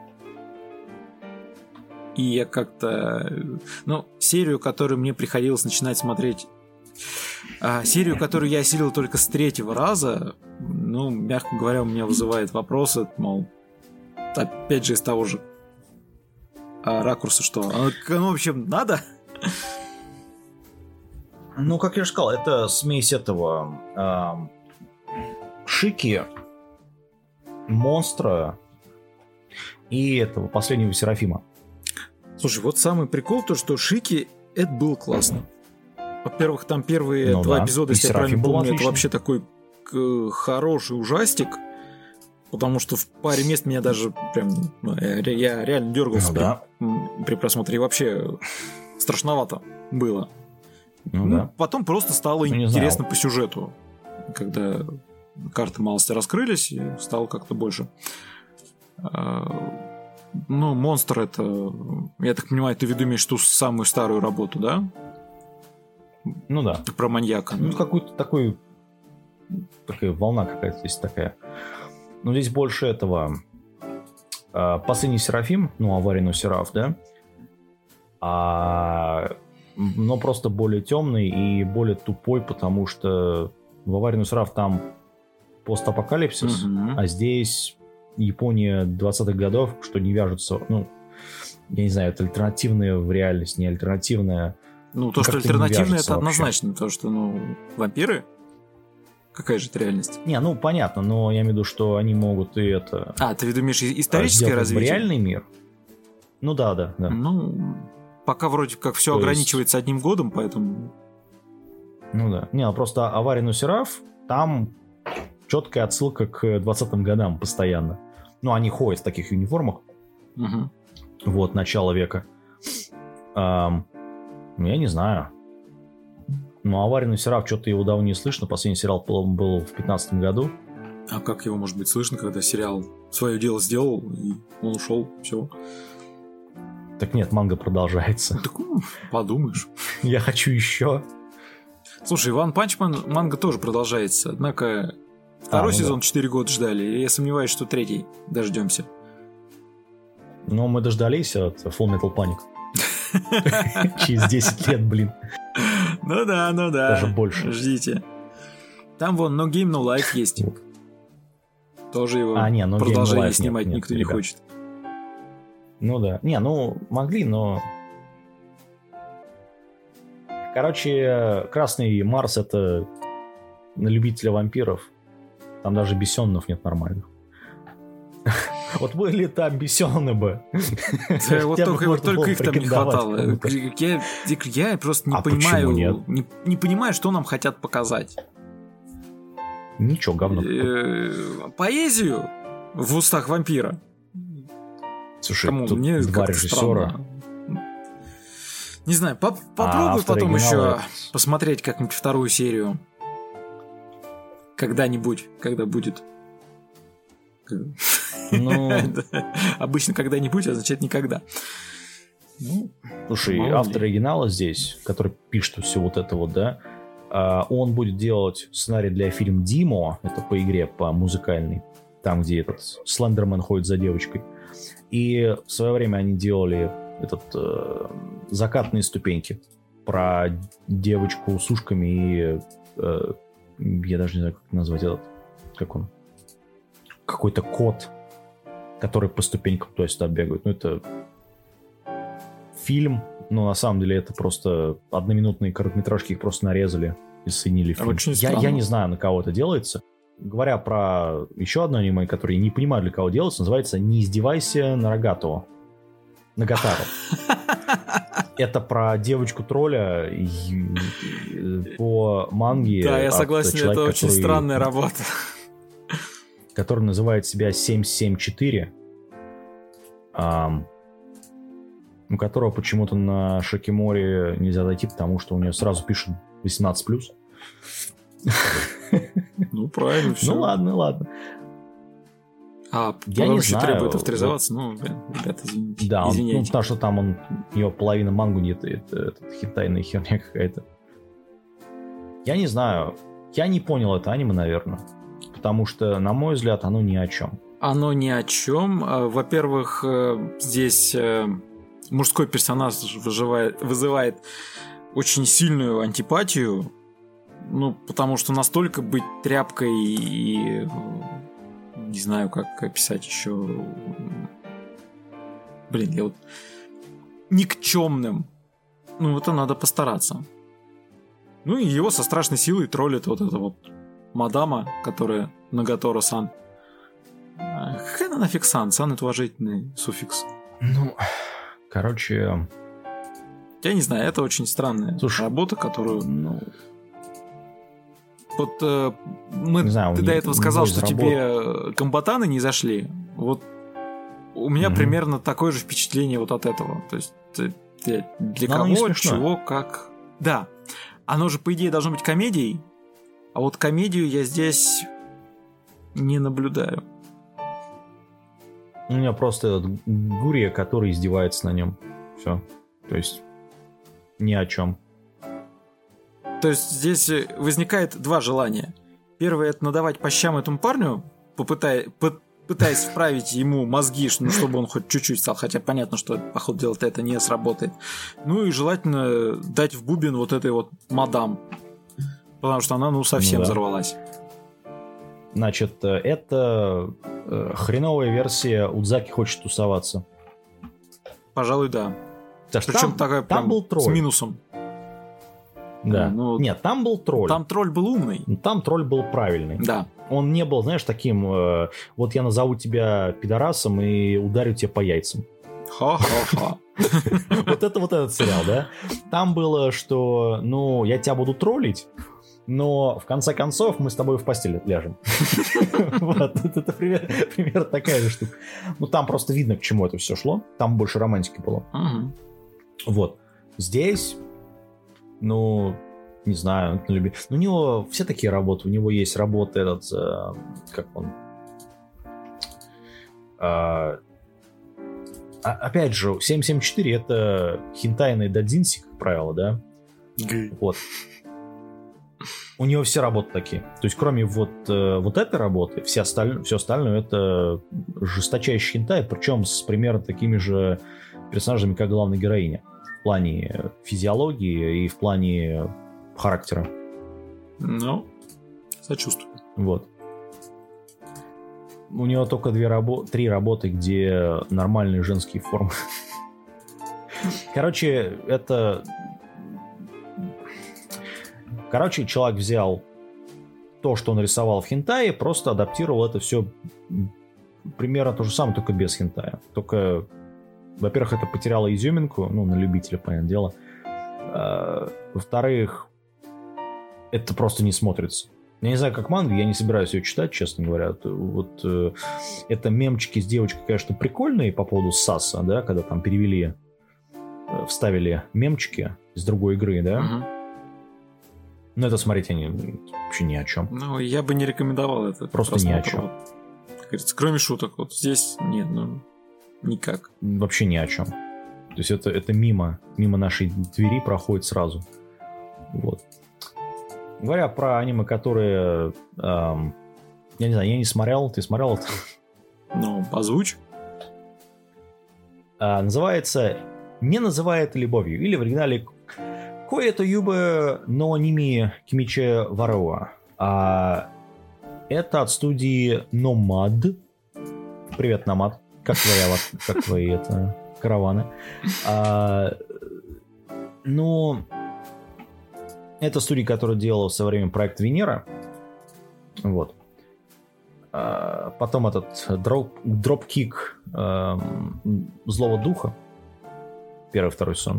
И я как-то... серию, которую мне приходилось начинать смотреть... серию, которую я осилил только с 3-го раза, мягко говоря, у меня вызывает вопросы, мол, опять же из того же ракурса, что оно вообще надо? Как я уже сказал, это смесь этого Шики, Монстра и этого последнего Серафима. Слушай, самый прикол, то что Шики, это было классно. Во-первых, там первые 2 эпизода, если я правильно помню, это вообще такой хороший ужастик, потому что в паре мест меня даже прям... я реально дергался при просмотре, и вообще страшновато было. Потом просто стало интересно по сюжету, когда карты малости раскрылись, и стало как-то больше. Монстр — это, я так понимаю, ты в виду имеешь ту самую старую работу, да? Ну да. Про маньяка. Какой-то такая волна какая-то здесь такая. Здесь больше этого. Последний Серафим, аварийный Сераф, да? Но просто более темный и более тупой, потому что в аварийный Сераф там постапокалипсис, а здесь Япония 20-х годов, что не вяжется, я не знаю, это альтернативное в реальность, не альтернативное. То, что альтернативное, это однозначно. То, что, вампиры? Какая же это реальность? Понятно, но я имею в виду, что они могут и это... ты в виду имеешь историческое развитие? Реальный мир? Да. Пока вроде как все ограничивается 1 годом, поэтому... Просто аварийный Сераф, там четкая отсылка к 20-м годам постоянно. Они ходят в таких униформах. Начало века. Я не знаю. Аварийный Сераф, что-то его давно не слышно. Последний сериал был в 15-м году. А как его может быть слышно, когда сериал свое дело сделал, и он ушел, все? Так нет, манга продолжается. Так, подумаешь. Я хочу еще. Слушай, One Punch Man манга тоже продолжается, однако второй сезон 4 года ждали, и я сомневаюсь, что третий дождемся. Но мы дождались от Full Metal Panic. Через 10 лет, блин. Ну да. Даже больше. Ждите. Там вон No Game No Life есть. Тоже его No продолжение снимать никто не хочет. Ну да. Могли, но... Короче, Красный Марс — это на любителя вампиров. Там даже бесенов нет нормальных. Вот были там бесены бы. Вот только их там не хватало. Я просто не понимаю, что нам хотят показать. Ничего, говно. Поэзию в устах вампира. Слушай, тут два режиссера. Не знаю, попробуй потом еще посмотреть как-нибудь вторую серию. Когда-нибудь, когда будет. Обычно когда-нибудь означает никогда. Слушай, автор оригинала здесь, который пишет все вот это вот, да, он будет делать сценарий для фильма «Димо», это по игре, по музыкальной, там, где этот Слендермен ходит за девочкой. И в свое время они делали «Закатные ступеньки» про девочку с ушками и... я даже не знаю, как назвать этот... Как он? Какой-то кот, который по ступенькам туда-сюда бегает. Это фильм, но на самом деле это просто одноминутные короткометражки, их просто нарезали и соединили в фильм. Я не знаю, на кого это делается. Говоря про еще одно аниме, которое я не понимаю, для кого делается, называется «Не издевайся на Рогатого». Нагатару. Это про девочку-тролля по манге. Да, я согласен, это очень странная работа. Который называет себя 774. У которого почему-то на Шакиморе нельзя дойти, потому что у нее сразу пишут 18+. Ну, правильно, все. Ну, ладно. Я не знаю. Требует авторизоваться, ребята, извините. Да, потому что там у него половина мангу нет, это хентайная херня какая-то. Я не знаю, я не понял это аниме, наверное, потому что, на мой взгляд, оно ни о чем. Оно ни о чем. Во-первых, здесь мужской персонаж вызывает очень сильную антипатию, потому что настолько быть тряпкой и... Не знаю, как описать еще. Я никчемным. Это надо постараться. И его со страшной силой троллит вот эта вот мадама, которая Нагатора-сан. Какая она нафиг сан? Сан — это уважительный суффикс. Короче... Я не знаю, это очень странная работа, которую... Вот ты до этого сказал, что тебе комбатаны не зашли. Вот у меня примерно такое же впечатление вот от этого. То есть для кого, чего, как... Да, оно же, по идее, должно быть комедией, а вот комедию я здесь не наблюдаю. У меня просто этот Гурия, который издевается на нем. Все. То есть ни о чем. То есть здесь возникает два желания. Первое — это надавать по щам этому парню, пытаясь вправить ему мозги, чтобы он хоть чуть-чуть стал. Хотя понятно, что, по ходу дела-то, это не сработает. И желательно дать в бубен вот этой вот мадам. Потому что она, совсем взорвалась. Значит, это хреновая версия «Удзаки хочет тусоваться». Пожалуй, да. Причем такая там был тролль. С минусом. Да. Нет, там был тролль. Там тролль был умный. Там тролль был правильный. Да. Он не был, знаешь, таким, вот я назову тебя пидорасом и ударю тебя по яйцам. Ха-ха-ха. Вот этот сериал, да? Там было, что, я тебя буду троллить, но в конце концов мы с тобой в постель ляжем. Вот, это примерно такая же штука. Там просто видно, к чему это все шло. Там больше романтики было. Вот. Здесь... не знаю, у него все такие работы. У него есть работа как он... опять же, 774 это хентайный додзинси, как правило, да? Вот. У него все работы такие. То есть, кроме вот этой работы, все остальное это жесточайший хентай, причем с примерно такими же персонажами, как главная героиня. В плане физиологии и в плане характера. Ну, сочувствую. Вот. У него только 3 работы, где нормальные женские формы. Короче, человек взял то, что он рисовал в хентае, просто адаптировал это все примерно то же самое, только без хентая. Только, во-первых, это потеряло изюминку, ну, на любителя, понятное дело. Во-вторых, это просто не смотрится. Я не знаю, как манга, я не собираюсь ее читать, честно говоря. Вот это мемчики с девочкой, конечно, прикольные по поводу Саса, да, когда там перевели, вставили мемчики из другой игры, да. Угу. Но это смотреть они вообще ни о чем. Ну, я бы не рекомендовал это. Просто ни о чем. Вот, как говорится, кроме шуток. Вот здесь нет, ну, никак. Вообще ни о чем. То есть это мимо нашей двери проходит сразу. Вот. Говоря про аниме, которые... я не знаю, я не смотрел. Ты смотрел это? Ну, озвучь. Называется «Не называй это любовью». Или в оригинале «Коэ-то юбе но ними кимиче варуа». Это от студии Nomad. Привет, Nomad. Как твои караваны? Ну... Это студия, которая делала со временем проект Венера. Вот. Потом этот Dropkick Злого Духа. Первый, второй сон.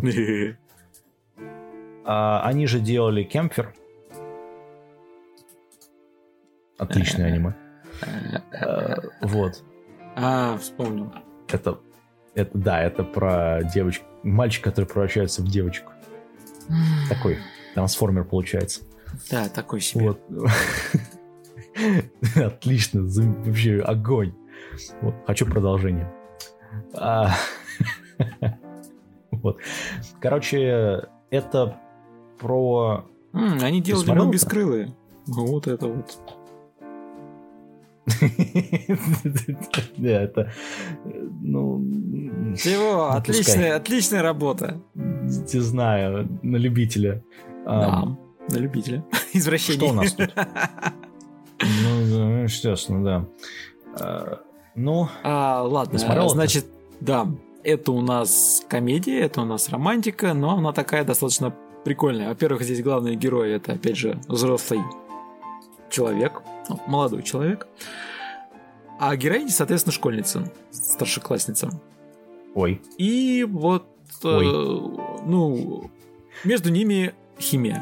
Они же делали Кемпфер. Отличное аниме. Вот. Вспомнил. Это про девочку. Мальчик, который превращается в девочку. Такой трансформер получается. Да, такой себе. Вот. Отлично, вообще огонь. Вот. Хочу продолжение. Вот. Короче, это про... Они делали «Мы бескрылые». Вот это вот. Да, это... Ну... Чего? Отличная работа. Не знаю, на любителя. Да, на любителя. Извращение. Что у нас тут? Ну, естественно, да. Ну... Ладно, значит, да. Это у нас комедия, это у нас романтика, но она такая достаточно прикольная. Во-первых, здесь главный герой — это, опять же, взрослый человек, молодой человек. А героиня, соответственно, школьница, старшеклассница. Ой. И вот, ну, между ними химия.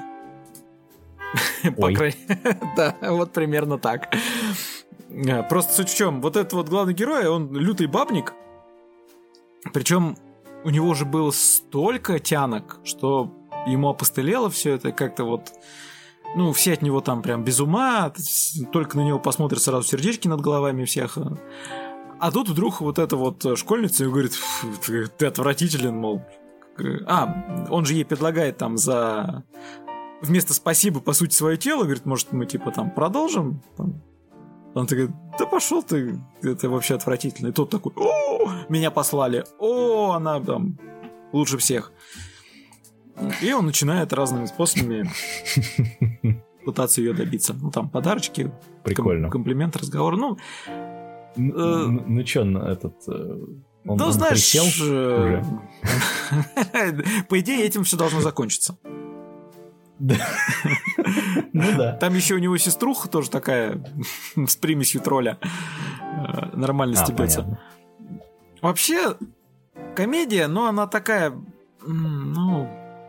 Да, вот примерно так. Просто суть в чем? Вот этот вот главный герой, он лютый бабник. Причем у него уже было столько тянок, что ему опостылело все это как-то вот... Ну, все от него там прям без ума, только на него посмотрят, сразу сердечки над головами всех. А тут вдруг вот эта вот школьница и говорит: ты отвратителен, мол. Он же ей предлагает там за... Вместо «спасибо», по сути, свое тело, говорит, может, мы типа там продолжим? Он такой: да пошел ты, это вообще отвратительно. И тот такой: о, меня послали, она там лучше всех. И он начинает разными способами пытаться ее добиться. Ну, там подарочки, прикольно. Комплимент, разговор. Ну что, этот... Он знаешь, уже? По идее, этим все должно закончиться. Ну да. Там еще у него сеструха тоже такая с примесью тролля. Нормально стебется. Вообще, комедия, но она такая, ну,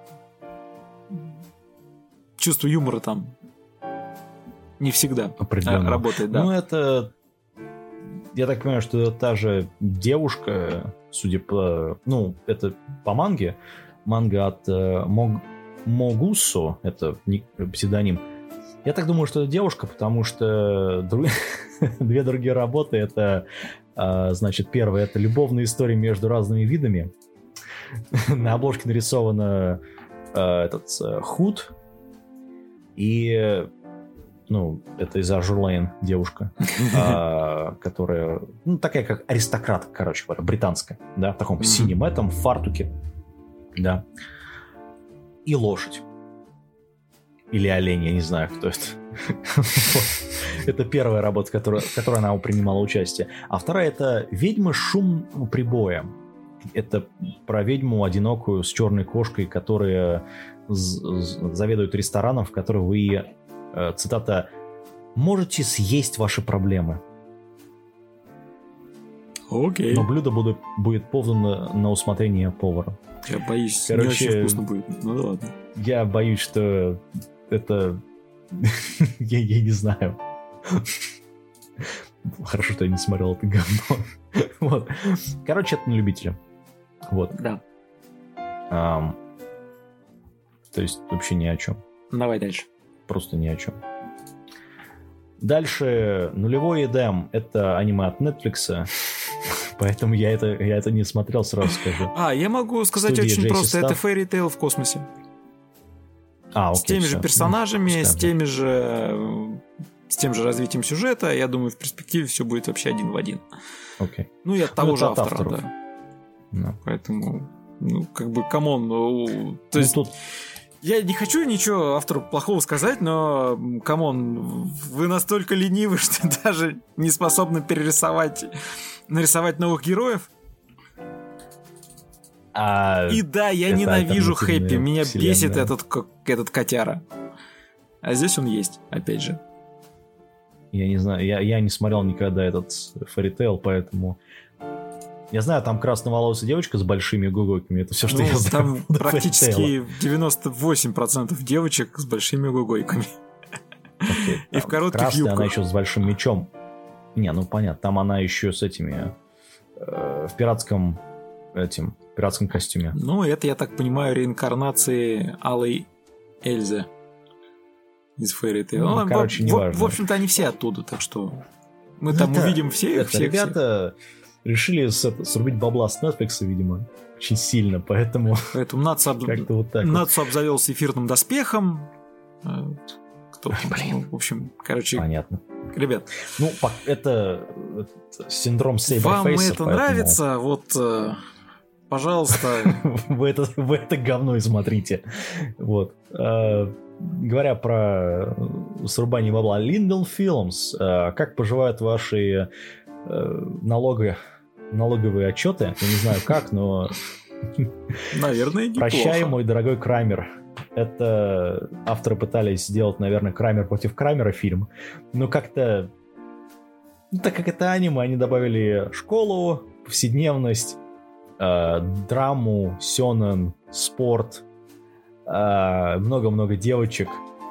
чувство юмора там не всегда работает, да. Ну, это... Я так понимаю, что это та же девушка, судя по... Ну, это по манге. Манга от Могусо, это псевдоним. Я так думаю, что это девушка, потому что две другие работы — это Значит, первое — это любовная история между разными видами. На обложке нарисовано Худ. И, ну, это из Azure Lane девушка, которая, ну, такая как аристократка, короче говоря, британская, да, в таком синем этом, в фартуке, да. И лошадь. Или олень, я не знаю, кто это. Это первая работа, в которой она принимала участие. А вторая — это «Ведьма с шумным прибоем». Это про ведьму одинокую с черной кошкой, которая заведует рестораном, в котором вы, цитата, «можете съесть ваши проблемы». Окей. Но блюдо будет подано на усмотрение повара. Я боюсь, не очень вкусно будет. Ну да ладно. Я боюсь, что это... я не знаю. Хорошо, что я не смотрел это говно. Вот. Короче, это на любителя. Вот. Да. То есть вообще ни о чем. Давай дальше. Просто ни о чем. Дальше «Нулевой Эдем» — это аниме от Netflix. Поэтому я это не смотрел, сразу скажу. Я могу сказать очень просто. Это Fairy Tail в космосе. Окей, с теми же персонажами, с тем же развитием сюжета. Я думаю, в перспективе все будет вообще один в один. Окей. Ну и от того же автора, да. No. Поэтому, как бы, камон. То есть, тут... Я не хочу ничего автору плохого сказать, но, камон, вы настолько ленивы, что даже не способны нарисовать новых героев. И да, я ненавижу Хэппи. Меня бесит этот котяра. А здесь он есть, опять же. Я не знаю, я не смотрел никогда этот Fairy Tail, поэтому... Я знаю, там красноволосая девочка с большими гугойками. Это все, что я знаю. Там практически 98% девочек с большими гугойками. И в коротких юбках. Она еще с большим мечом. Не, ну понятно. Там она еще с этими... в пиратском костюме. Ну, это, я так понимаю, реинкарнации Алой Эльзы из Fairy Tail. Ну, короче, неважно. В общем-то, они все оттуда, так что мы там увидим всех. Ребята решили срубить бабла с Netflix, видимо, очень сильно, поэтому Нацу обзавелся эфирным доспехом. В общем, короче... Понятно. Ребят. Ну, это синдром сейберфейса. Вам это нравится? Вот... Пожалуйста. Вы это говно и смотрите. Вот. Говоря про срубание бабла, Lindell Films, как поживают ваши налоговые отчеты? Я не знаю как, но... Наверное, неплохо. Прощай, мой дорогой Крамер. Это авторы пытались сделать, наверное, Крамер против Крамера фильм. Но как-то... Так как это аниме, они добавили школу, повседневность, драму, сёнэн, спорт, много-много девочек.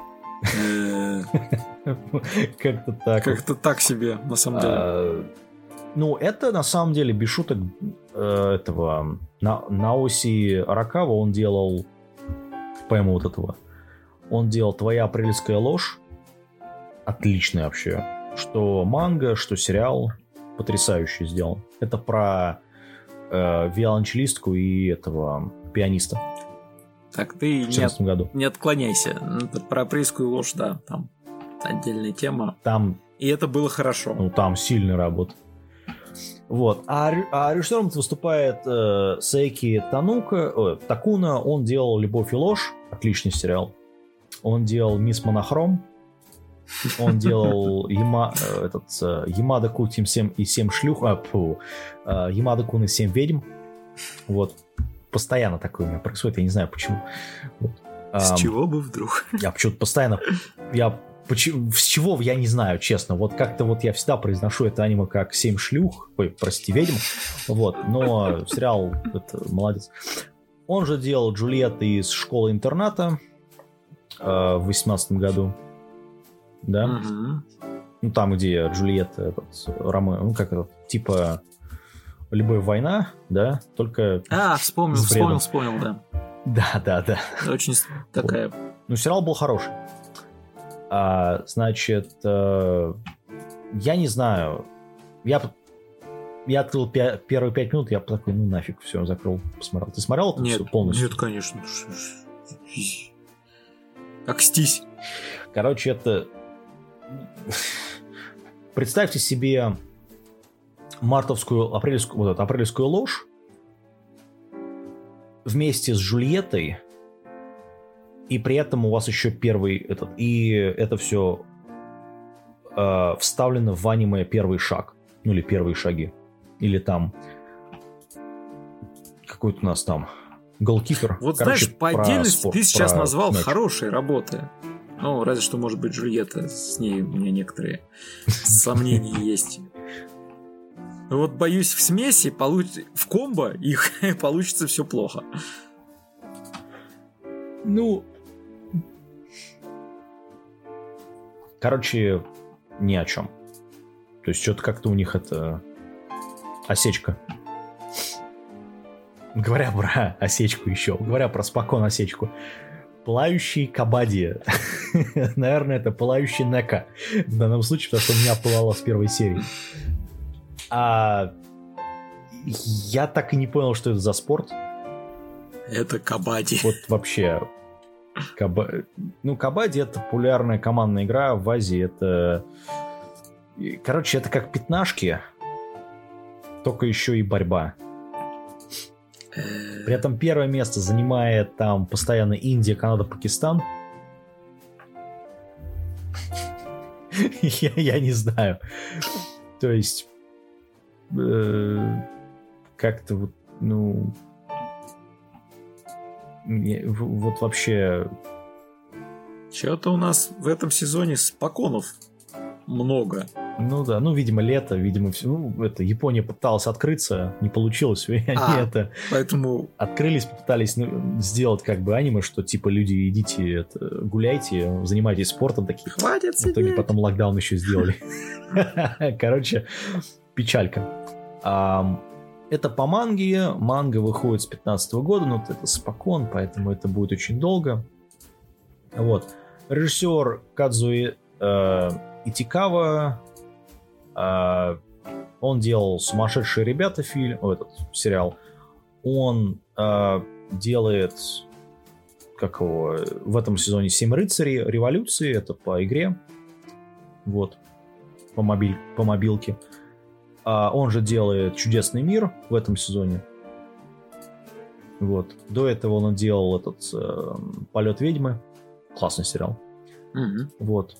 Как-то так. Как-то так себе, на самом деле. Ну, это, на самом деле, без шуток, этого Наоси Аракава, он делал, пойму вот этого, он делал «Твоя апрельская ложь». Отличный вообще. Что манга, что сериал. Потрясающе сделан. Это про виолончелистку и этого пианиста. Так, ты не отклоняйся. Про апрельскую ложь, да, там отдельная тема. Там... И это было хорошо. Ну, там сильная работа. Вот. А режиссером выступает Сейки Такуна. Он делал «Любовь и ложь». Отличный сериал. Он делал «Мисс Монохром». Он делал Ямада-кун и 7 шлюх. Ямада-кун и 7 ведьм. Вот. Постоянно такое у меня происходит. Я не знаю почему. Вот. С чего бы вдруг? Я почему-то постоянно... С чего, я не знаю, честно. Вот как-то вот я всегда произношу это аниме как 7 шлюх. Ой, прости, ведьм. Вот. Но сериал это молодец. Он же делал Джульетта из школы-интерната в 2018 году. Да? Угу. Ну, там, где Джульетта, Ромео, типа «Любовь, война», да? Только вспомнил, да. Да. Очень такая... Ну, сериал был хороший. Значит, я не знаю. Я открыл первые 5 минут, я такой, ну нафиг, все, закрыл, посмотрел. Ты смотрел это Нет, все полностью? Нет, конечно. Акстись. Короче, это... Представьте себе апрельскую ложь вместе с Джульеттой, и при этом у вас еще и это все вставлено в аниме «Первый шаг», ну или «Первые шаги», или там какой-то у нас там голкипер. Вот короче, знаешь, по отдельности спорт, ты сейчас назвал мяч. Хорошие работы. Ну, разве что, может быть, Джульетта, с ней у меня некоторые сомнения есть. Вот боюсь, в смеси, в комбо их получится все плохо. Ну, короче, ни о чем. То есть что-то как-то у них это осечка. Говоря про осечку еще, говоря про спокон осечку. Пылающий Кабади. Наверное, это пылающий Нека в данном случае, потому что у меня пылало с первой серии. Я так и не понял, что это за спорт. Это Кабади. Вот вообще. Кабади — это популярная командная игра в Азии. Это... Короче, это как пятнашки, только еще и борьба. При этом первое место занимает там постоянно Индия, Канада, Пакистан. Я не знаю. То есть как-то вот, вот вообще... Что-то у нас в этом сезоне споконов много. Ну да, видимо, лето, видимо, все. Это Япония пыталась открыться, не получилось, и они это поэтому открылись, попытались сделать как бы аниме, что типа люди идите, гуляйте, занимайтесь спортом, такие. Хватит сидеть. В итоге потом локдаун еще сделали. Короче, печалька. Это по манге. Манга выходит с 2015 года, но это спокон, поэтому это будет очень долго. Вот. Режиссер Кадзуи Итикава. Он делал «Сумасшедшие ребята» сериал. Он делает в этом сезоне «7 рыцарей революции». Это по игре. Вот. По мобилке. Он же делает «Чудесный мир» в этом сезоне. Вот. До этого он делал «Полет ведьмы». Классный сериал. Mm-hmm. Вот.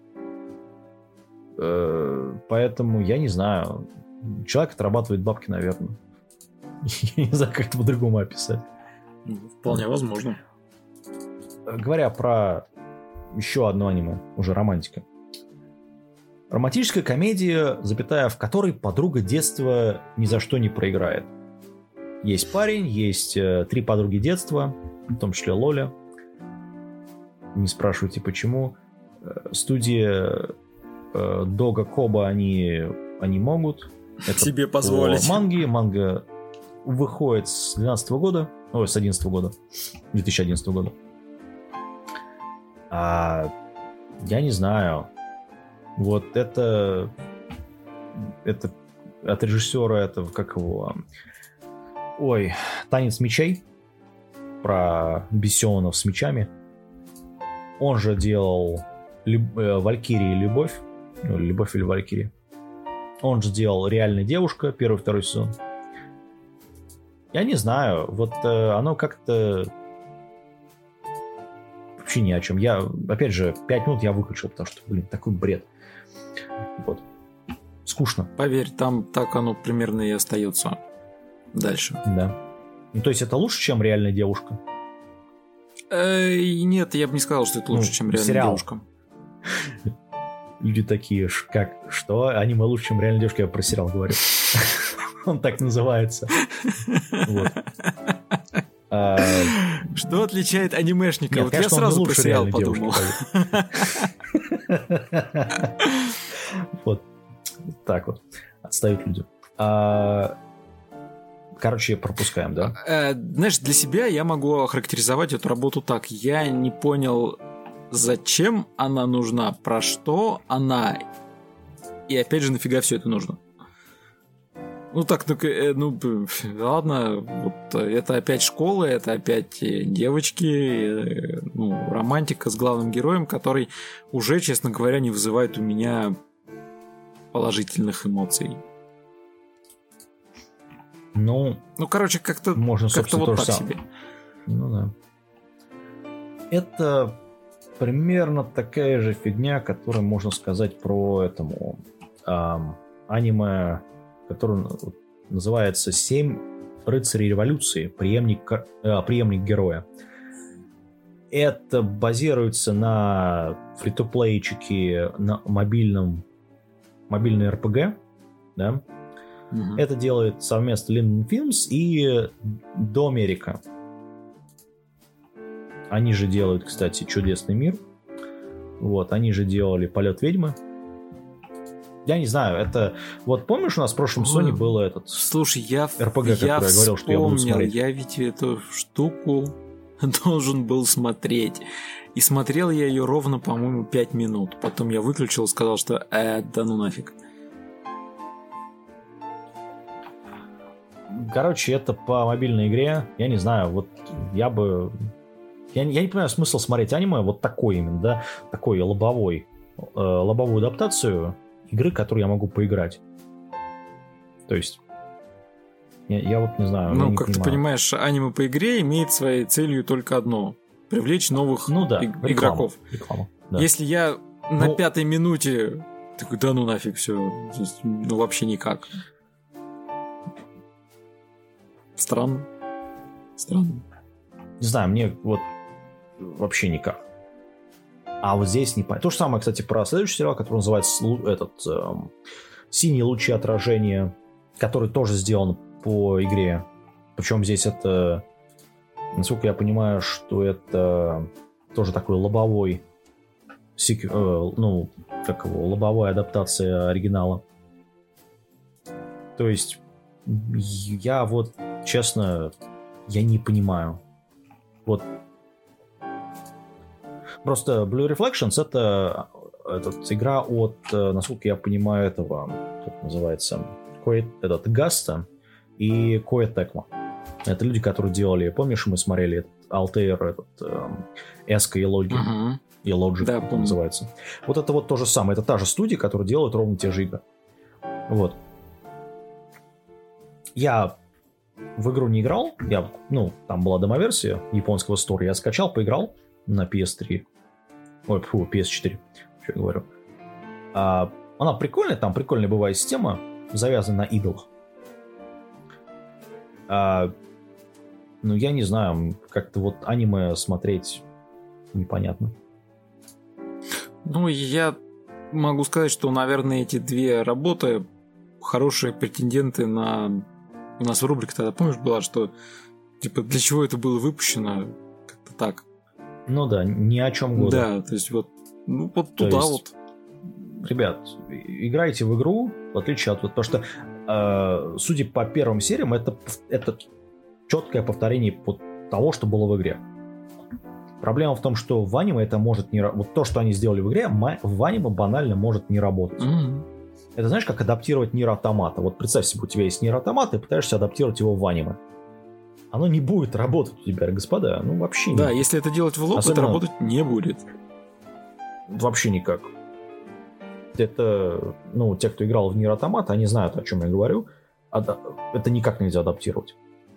Поэтому я не знаю. Человек отрабатывает бабки, наверное. Я не знаю, как это по-другому описать. Вполне возможно. Говоря про еще одно аниме, уже романтика. Романтическая комедия, в которой подруга детства ни за что не проиграет. Есть парень, есть 3 подруги детства, в том числе Лоля. Не спрашивайте, почему. Студия Дога Коба они могут. Это себе позволить. Манга выходит с 2011 года. Ой, с 2011 года. 2011 года. Я не знаю. Вот это от режиссера «Танец мечей», про бесенов с мечами. Он же делал «Валькирия и любовь». «Любовь или Валькирия». Он же делал «Реальная девушка», 1-2 сезон. Я не знаю. Вот оно как-то вообще ни о чем. Я, опять же, 5 минут я выключил, потому что, такой бред. Вот. Скучно. Поверь, там так оно примерно и остается дальше. Да. То есть это лучше, чем «Реальная девушка»? Нет, я бы не сказал, что это лучше, чем «Реальная сериал. девушка». Люди такие, что? Аниме лучше, чем «Реальная девушка», я про сериал говорю. Он так называется. Что отличает анимешника? Нет, вот конечно, я сразу он про сериал подумал. Вот. Так вот. Отстают люди. Короче, пропускаем, да? Знаешь, для себя я могу охарактеризовать эту работу так. Я не понял, зачем она нужна, про что она, и опять же, нафига все это нужно. Ну так, ладно, вот это опять школа, это опять девочки, романтика с главным героем, который уже, честно говоря, не вызывает у меня положительных эмоций. Короче, как-то можно, как-то вот так себе. Ну да. Это примерно такая же фигня, которую можно сказать про аниме, которое называется «7 рыцарей революции. Преемник героя». Это базируется на фри-то-плейчике, на мобильной РПГ, да? Угу. Это делает совместно Linden Films и Do America. Они же делают, кстати, «Чудесный мир». Вот, они же делали «Полет ведьмы». Я не знаю, это... Вот помнишь, у нас в прошлом Sony было этот... Слушай, РПГ, который я говорил, что я буду смотреть. Я ведь эту штуку должен был смотреть. И смотрел я ее ровно, по-моему, 5 минут. Потом я выключил и сказал, что да ну нафиг. Короче, это по мобильной игре. Я не знаю, вот я бы... Я не понимаю смысл смотреть аниме вот такой именно, да? Такой лобовую адаптацию игры, которую я могу поиграть. То есть, я вот не знаю. Ну, как ты понимаешь, аниме по игре имеет своей целью только одно: привлечь новых игроков. Реклама, да. Если я на 5-й минуте такой, да ну нафиг, все, ну вообще никак. Странно. Не знаю, мне вот вообще никак. А вот здесь не понятно. То же самое, кстати, про следующий сериал, который называется «Синие лучи отражения», который тоже сделан по игре. Причем здесь это, насколько я понимаю, что это тоже такой лобовой лобовая адаптация оригинала. То есть я вот, честно, я не понимаю. Вот просто Blue Reflections это игра от, насколько я понимаю, этого, как называется, Гаста и Koei Tecmo. Это люди, которые делали, помнишь, мы смотрели Altair, Эска и Logic, и Logic, да, называется. Вот это вот то же самое. Это та же студия, которая делает ровно те же игры. Вот. Я в игру не играл. Там была демоверсия японского стора. Я скачал, поиграл на PS3. Ой, PS4. Что я говорю. Она прикольная. Там прикольная бывает система, завязана на идолах. Я не знаю, как-то вот аниме смотреть непонятно. Я могу сказать, что, наверное, эти две работы хорошие претенденты на... У нас в рубрике тогда, помнишь, была, что типа для чего это было выпущено? Как-то так. Ну да, ни о чем года. Да, то есть вот туда вот. Ребят, играйте в игру, в отличие от... Потому что, судя по первым сериям, это четкое повторение того, что было в игре. Проблема в том, что в аниме это может не... Вот то, что они сделали в игре, в аниме банально может не работать. Mm-hmm. Это знаешь, как адаптировать Нир Автомата. Вот представь себе, у тебя есть Нир Автомат, и пытаешься адаптировать его в аниме. Оно не будет работать у тебя, господа. Вообще да, если это делать в лоб, это работать не будет. Вообще никак. Это, те, кто играл в Нир Автомат, они знают, о чем я говорю. Это никак нельзя адаптировать.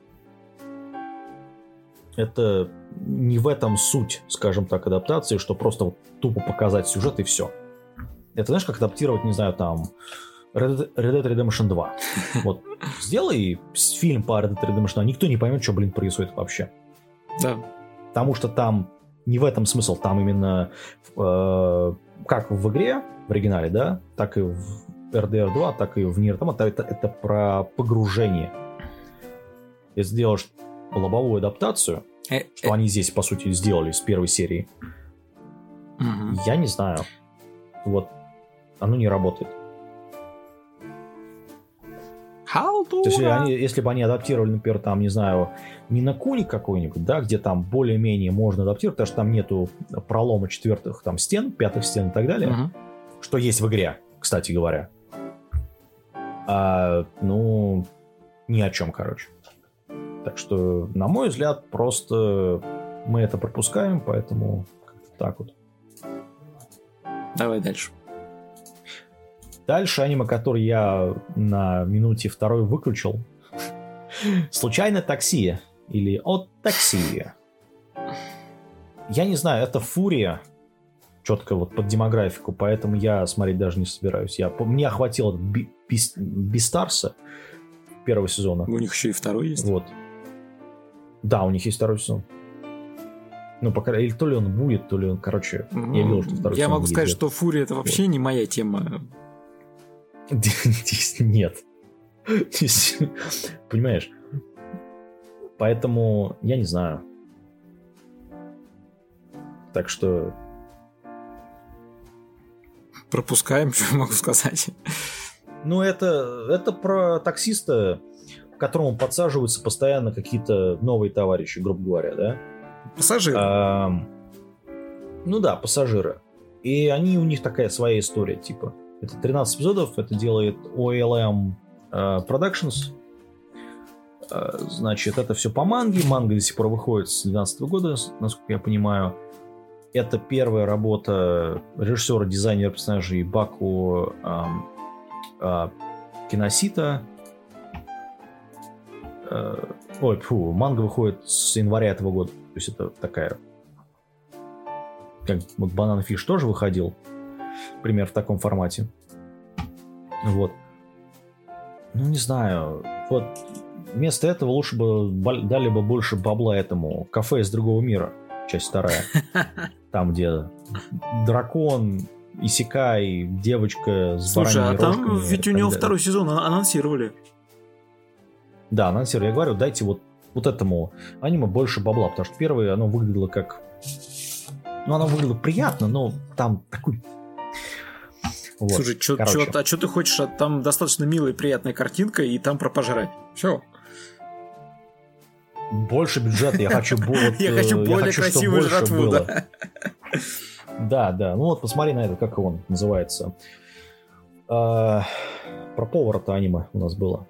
Это не в этом суть, скажем так, адаптации, что просто вот тупо показать сюжет и все. Это знаешь, как адаптировать, не знаю, там Red Dead Redemption 2. Вот сделай фильм по Red Dead Redemption 2, никто не поймет, что, происходит вообще. Да. Потому что там не в этом смысл, там именно как в игре, в оригинале, да, так и в RDR 2, так и в Nier Automata, это про погружение. Если сделаешь лобовую адаптацию, что они здесь, по сути, сделали с первой серии, я не знаю. Вот оно не работает. То есть, если бы они адаптировали, например, там, не знаю, Ни на Куни какой-нибудь, да, где там более-менее можно адаптировать, потому что там нету пролома 4-х там стен, 5-х стен и так далее, что есть в игре, кстати говоря. Ну, ни о чем, короче. Так что, на мой взгляд, просто мы это пропускаем, поэтому как-то так вот. Давай дальше. Дальше аниме, который я на минуте второй выключил. «Случайное такси» или «От такси». Я не знаю, это «Фурия», четко вот под демографику, поэтому я смотреть даже не собираюсь. Мне охватило Бистарса первого сезона. У них еще и второй есть? Вот. Да, у них есть второй сезон. Ну, пока, или то ли он будет, то ли он, короче, я видел, что второй сезон. Я могу сказать, что «Фурия» — это вообще не моя тема. Нет. Понимаешь? Поэтому я не знаю. Так что... Пропускаем, что я могу сказать. Ну, это про таксиста, к которому подсаживаются постоянно какие-то новые товарищи, грубо говоря, да? Пассажиры. Ну да, пассажиры. И у них такая своя история, типа. Это 13 эпизодов, это делает OLM Productions. Значит, это все по манге. Манга до сих пор выходит с 2012 года, насколько я понимаю. Это первая работа режиссера, дизайнера персонажей Баку Киносита. Манга выходит с января этого года. То есть это такая... Как вот Банан Фиш тоже выходил. Пример в таком формате. Вот. Ну, не знаю. Вот вместо этого лучше бы дали бы больше бабла этому «Кафе из другого мира», часть вторая. Там, где дракон, исекай, девочка с бараньими рожками. Слушай, а там ведь у него второй сезон анонсировали. Да, анонсировали. Я говорю, дайте вот этому аниме больше бабла, потому что первое, оно выглядело как... Ну, оно выглядело приятно, но там такой... Вот. Слушай, а что ты хочешь? Там достаточно милая и приятная картинка, и там про пожрать. Все. Больше бюджета, я хочу более красивую жратву, да. Да. Ну вот посмотри на это, как он называется. Про повара-то аниме у нас было.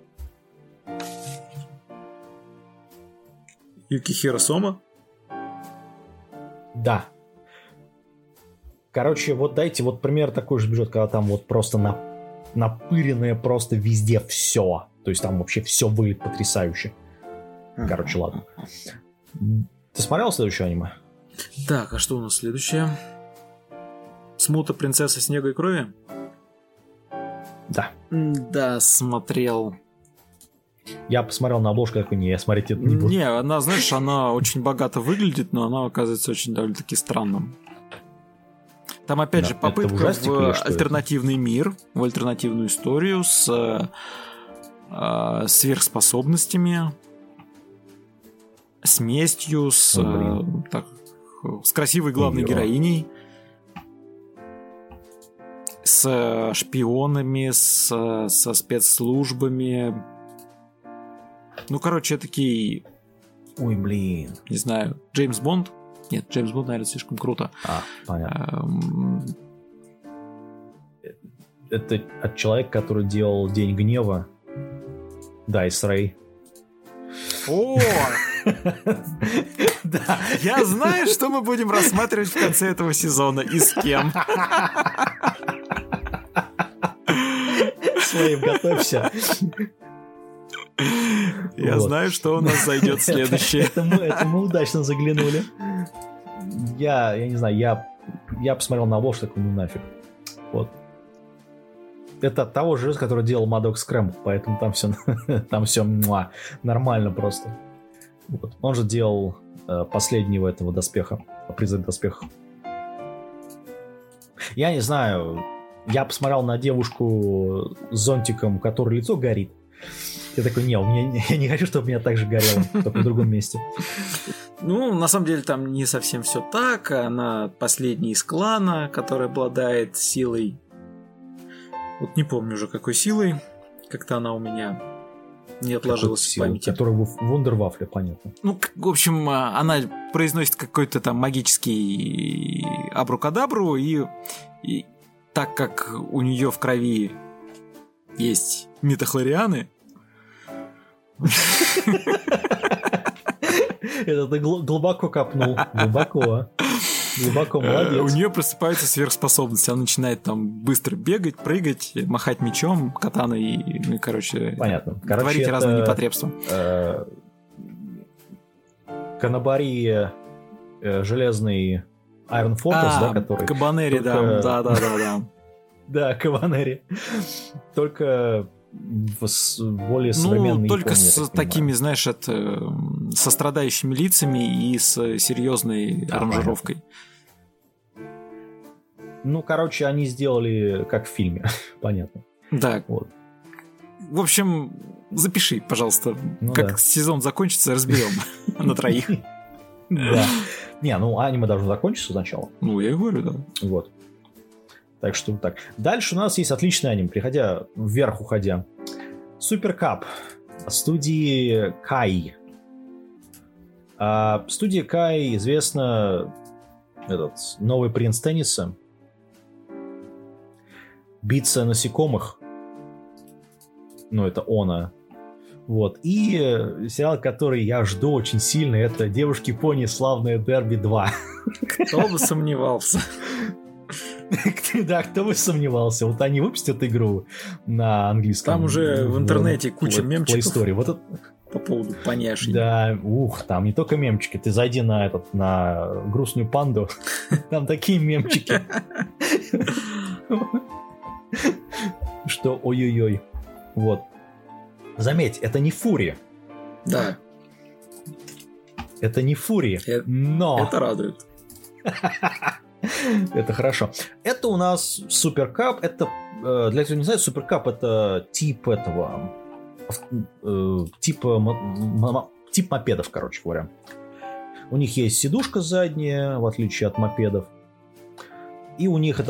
Юкихиро Сома? Да. Короче, вот дайте вот пример такой же бюджет, когда там вот просто напыренное просто везде все. То есть там вообще все выглядит потрясающе. Короче, ладно. Ты смотрел следующее аниме? Так, а что у нас следующее? «Смута принцессы снега и крови»? Да. Да, смотрел. Я посмотрел на обложку, такой, я смотреть это не буду. Не, она, знаешь, она очень богато выглядит, но она оказывается очень довольно-таки странным. Там, опять же, попытка в альтернативный мир, в альтернативную историю с сверхспособностями, с местью, с красивой главной героиней, с шпионами, со спецслужбами. Ну, короче, такие... Ой, блин. Не знаю, Джеймс Бонд? Нет, Джеймс Бонд, наверное, слишком круто. Понятно. Это от человека, который делал «День гнева». Дайс Рэй. О! Да. Я знаю, что мы будем рассматривать в конце этого сезона и с кем. Своим готовься. Я знаю, что у нас зайдет следующее. Это мы удачно заглянули. Я не знаю, я посмотрел на обложку, такой, ну нафиг. Вот. Это от того же, который делал Maddox Scramble, поэтому там все нормально просто. Вот. Он же делал последнего этого доспеха, призрак доспеха. Я не знаю, я посмотрел на девушку с зонтиком, у которой лицо горит. Я такой, я не хочу, чтобы у меня так же горело, только в другом месте. Ну, на самом деле, там не совсем все так. Она последняя из клана, который обладает силой. Вот не помню уже, какой силой. Как-то она у меня не отложилась в памяти. Которая в Вундервафле, понятно. Ну, в общем, она произносит какой-то там магический абракадабру, и так как у нее в крови есть митохлорианы. Это ты глубоко копнул. Глубоко, молодец. У нее просыпаются сверхспособности. Она начинает там быстро бегать, прыгать, махать мечом, катаной, ну, короче, понятно. Творить разные непотребства. Канабари железный Iron Fortress, да, который... Кабанери, только... да. Да, Кабанери. Только более современный. Только с такими, знаешь, со страдающими лицами и с серьезной аранжировкой. Ну, короче, они сделали как в фильме, понятно. Да. Вот. В общем, запиши, пожалуйста, как сезон закончится, разберем на троих. Да. Не, ну аниме должно закончиться сначала. Ну, я и говорю, да. Вот. Так что так. Дальше у нас есть отличный аниме, вверх уходя. Супер Кап. Студии Кай. Студия Кай известна новый принц тенниса. Биться насекомых. Ну, это она. Вот. И сериал, который я жду очень сильно, это «Девушки-пони. Славное дерби 2». Кто бы сомневался. Да, кто бы сомневался. Вот они выпустят игру на английском. Там уже в интернете куча мемчиков по поводу поняшек. Да, там не только мемчики. Ты зайди на грустную панду. Там такие мемчики. Что ой-ой-ой. Вот. Заметь, это не Фури. Да. Это не Фури, но... Это радует. Это хорошо. Это у нас Супер Кап. Это, для тех, кто не знает, Супер Кап это тип тип мопедов, короче говоря. У них есть сидушка задняя, в отличие от мопедов. И у них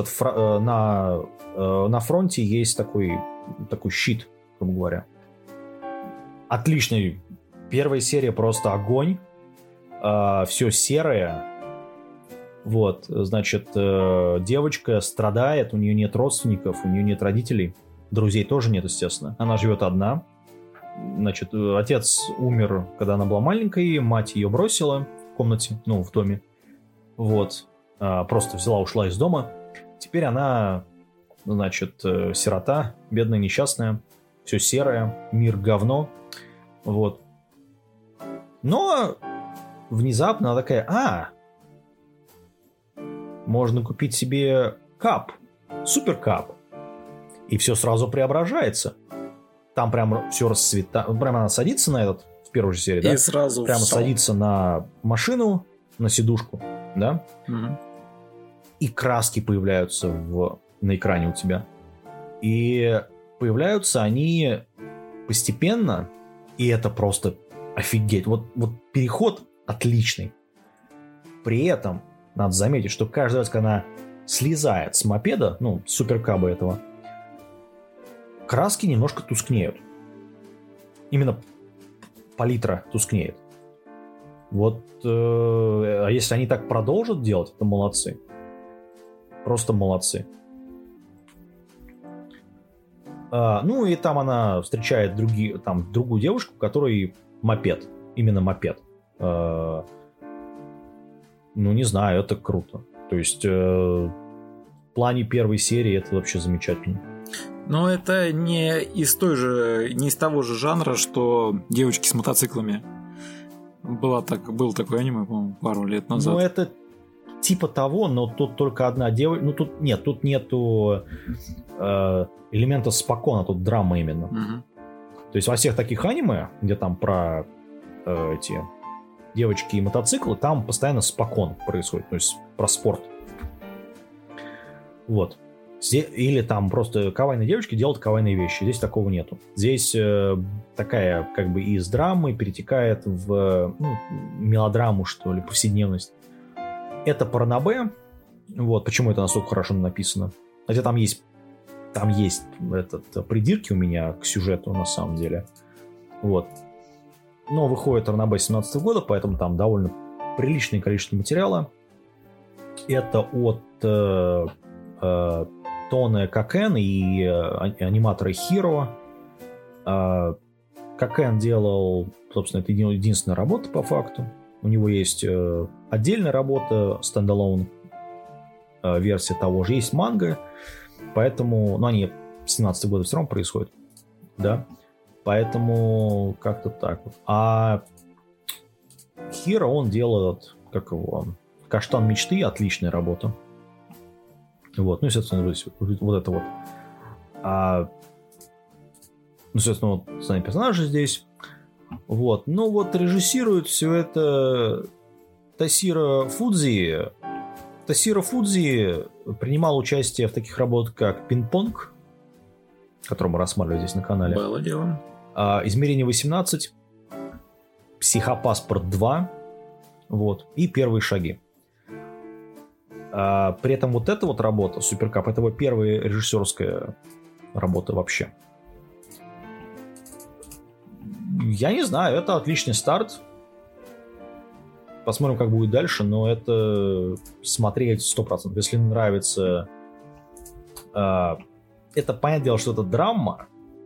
на фронте есть такой щит, грубо говоря. Отличный. Первая серия просто огонь. Все серое. Вот, значит, девочка страдает, у нее нет родственников, у нее нет родителей, друзей тоже нет, естественно. Она живет одна. Значит, отец умер, когда она была маленькой, мать ее бросила в комнате, в доме. Вот, просто взяла, ушла из дома. Теперь она, значит, сирота, бедная, несчастная, все серое, мир говно. Вот. Но внезапно она такая, можно купить себе кап, супер кап, и все сразу преображается. Там прям все расцветает. Прямо она садится в первой же серии, и да? Сразу прямо садится на машину, на сидушку, да? Угу. И краски появляются на экране у тебя. И появляются они постепенно, и это просто офигеть. Вот переход отличный. При этом надо заметить, что каждый раз, когда она слезает с мопеда, суперкаба этого, краски немножко тускнеют. Именно палитра тускнеет. Вот, а если они так продолжат делать, это молодцы. Просто молодцы. И там она встречает другую девушку, у которой мопед. Именно мопед. Не знаю, это круто. То есть в плане первой серии это вообще замечательно. Но это не из того же жанра, что девочки с мотоциклами. Был такой аниме, по-моему, пару лет назад. Это типа того, но тут только одна девочка. Тут нету элемента спокона, тут драма именно. Угу. То есть во всех таких аниме, где там про эти девочки и мотоциклы, там постоянно спокон происходит, то есть про спорт. Вот. Или там просто кавайные девочки делают кавайные вещи. Здесь такого нету. Здесь такая как бы из драмы перетекает в мелодраму, что ли, повседневность. Это паранобэ. Вот почему это настолько хорошо написано. Хотя там есть придирки у меня к сюжету на самом деле. Вот. Но выходит ранобэ 2017 года, поэтому там довольно приличное количество материала. Это от Тоне Кокен и аниматоры Hiro. Кокен делал, собственно, это единственная работа по факту. У него есть отдельная работа, стендалон версия того же, есть манга, поэтому, ну, они с 17 года все равно происходят, да, поэтому как-то так вот. А Hiro, он делает, как его, Каштан мечты, отличная работа. Вот, ну, естественно, вот это вот. Ну, естественно, вот сами персонажи здесь. Вот, ну вот режиссирует все это Тасиро Фудзи. Тасиро Фудзи принимал участие в таких работах, как «Пинг-понг», который мы рассматривали здесь на канале. Было дело. «Измерение 18», «Психопаспорт 2», вот, и «Первые шаги». При этом вот эта вот работа, «Суперкап», это его первая режиссерская работа вообще. Я не знаю, это отличный старт. Посмотрим, как будет дальше, но это смотреть 100%. Если нравится... это, понятное дело, что это драма,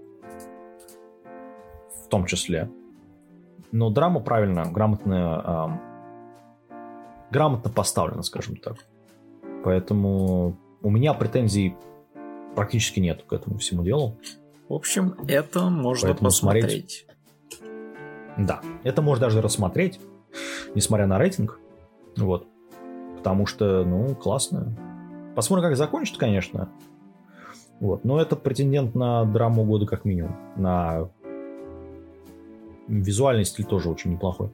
в том числе. Но драма правильно, грамотно поставлена, скажем так. Поэтому у меня претензий практически нет к этому всему делу. В общем, это можно поэтому посмотреть. Да, это можно даже рассмотреть, несмотря на рейтинг. Вот. Потому что, ну, классно. Посмотрим, как закончит, конечно. Вот. Но это претендент на драму года как минимум. На визуальный стиль тоже очень неплохой.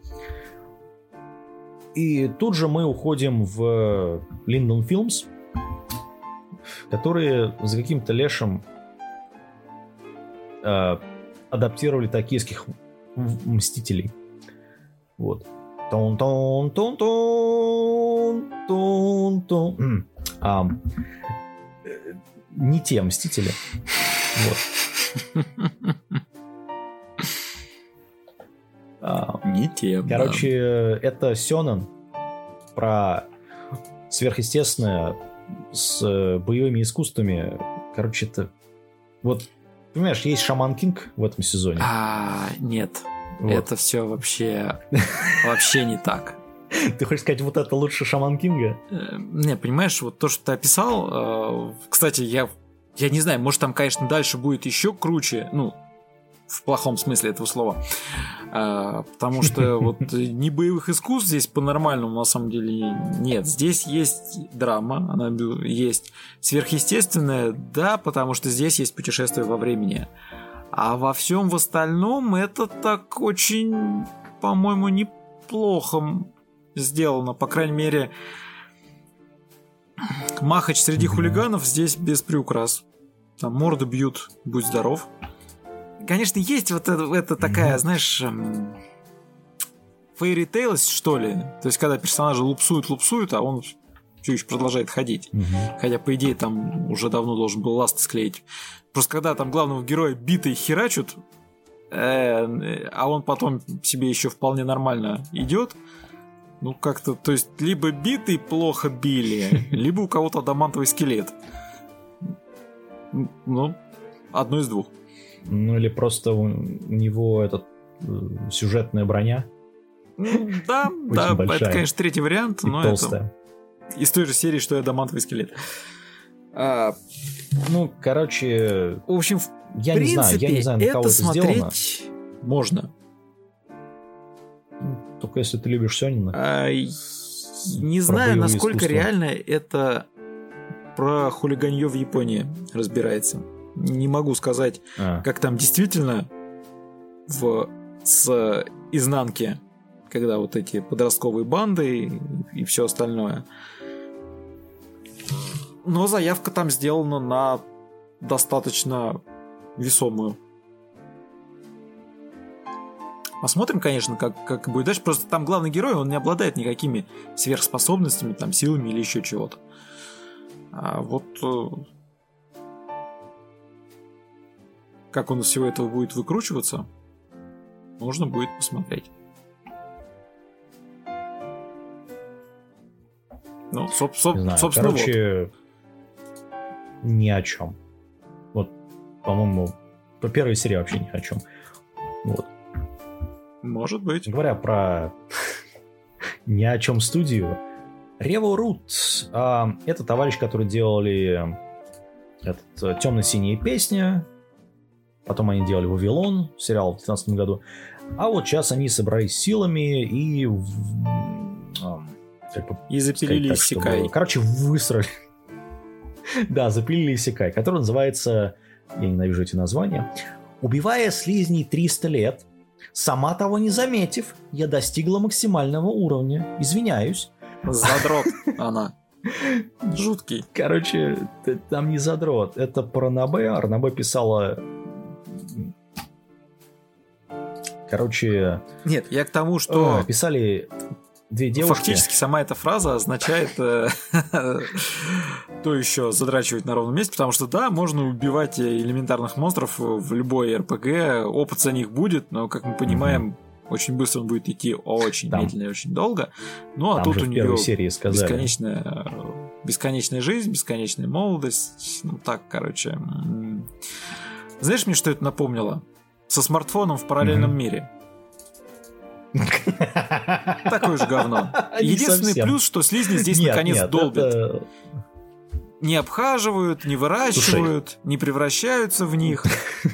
И тут же мы уходим в Linden Films, которые за каким-то лешим адаптировали токийских Мстителей. Вот. Не те Мстители. Вот. Не те. Короче, это сёнэн про сверхъестественное с боевыми искусствами. Короче, это... Вот, понимаешь, есть Шаман Кинг в этом сезоне. Нет. Вот. Это все вообще не так. Ты хочешь сказать, вот это лучше Шаман Кинга? Не, понимаешь, вот то, что ты описал, кстати, я не знаю, может там, конечно, дальше будет еще круче, ну, в плохом смысле этого слова, потому что вот ни боевых искусств здесь по-нормальному на самом деле нет. Здесь есть драма, она есть сверхъестественная, да, потому что здесь есть путешествие во времени. А во всем в остальном это так очень, по-моему, неплохо сделано. По крайней мере, махач среди хулиганов здесь без приукрас. Там морды бьют, будь здоров. Конечно, есть вот это такая, знаешь, fairy tales, что ли. То есть, когда персонажи лупсуют, а он все еще продолжает ходить. Хотя, по идее, там уже давно должен был ласты склеить. Просто когда там главного героя битой херачут, а он потом себе еще вполне нормально идет, ну как-то, то есть, либо битый плохо били, либо у кого-то адамантовый скелет. Ну, одно из двух. Ну или просто у него сюжетная броня. Да, большая. Это, конечно, третий вариант, но толстая. Это из той же серии, что и адамантовый скелет. Ну, короче, в общем, я не знаю, на кого это сделано. Можно. Только если ты любишь сёнэна. Не знаю, насколько реально это про хулиганье в Японии разбирается. Не могу сказать, как там действительно с изнанки, когда вот эти подростковые банды и все остальное. Но заявка там сделана на достаточно весомую. Посмотрим, конечно, как будет дальше. Просто там главный герой, он не обладает никакими сверхспособностями, там, силами или еще чего-то. А вот как он из всего этого будет выкручиваться, можно будет посмотреть. Ну, собственно, короче, вот. ни о чем. Вот, по-моему, по первой серии вообще ни о чем. Вот. Может быть. Говоря про ни о чем студию, Revolroot — это товарищ, который делали «Темно-синяя песня», потом они делали «Вавилон», сериал в 2015 году, а вот сейчас они собрались силами и запилили Исекай. Короче, высрали. Да, запилили Исекай, который называется, я ненавижу эти названия, «Убивая слизней 300 лет, сама того не заметив, я достигла максимального уровня. Извиняюсь». Задрот она. Жуткий. Короче, там не задрот. Это про Ранобэ. Ранобэ писала... Короче... Нет, я к тому, что... Писали две девушки. Фактически сама эта фраза означает то еще задрачивать на ровном месте, потому что да, можно убивать элементарных монстров в любой РПГ, опыт за них будет, но, как мы понимаем, очень быстро он будет идти очень медленно и очень долго. Ну, а тут у нее бесконечная жизнь, бесконечная молодость. Ну, так, короче. Знаешь, мне что это напомнило? Со смартфоном в параллельном мире. Такое же говно. Единственный плюс, что слизни здесь наконец долбят. Не обхаживают, не выращивают, не превращаются в них.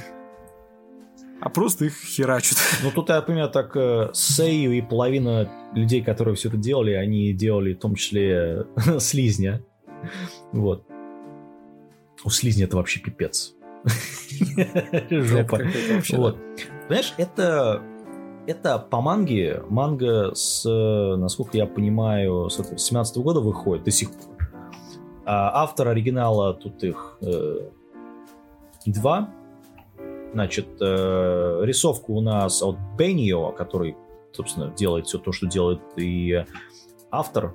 А просто их херачат. Ну, тут, я понимаю, так Сэйю и половина людей, которые все это делали, они делали в том числе слизня. Вот. У слизня это вообще пипец. Жопа. Вот. Знаешь, это по манге. Манга насколько я понимаю, с 2017 года выходит до сих пор. Автор оригинала тут их 2. Значит, рисовку у нас от Беньо, который, собственно, делает все то, что делает и автор,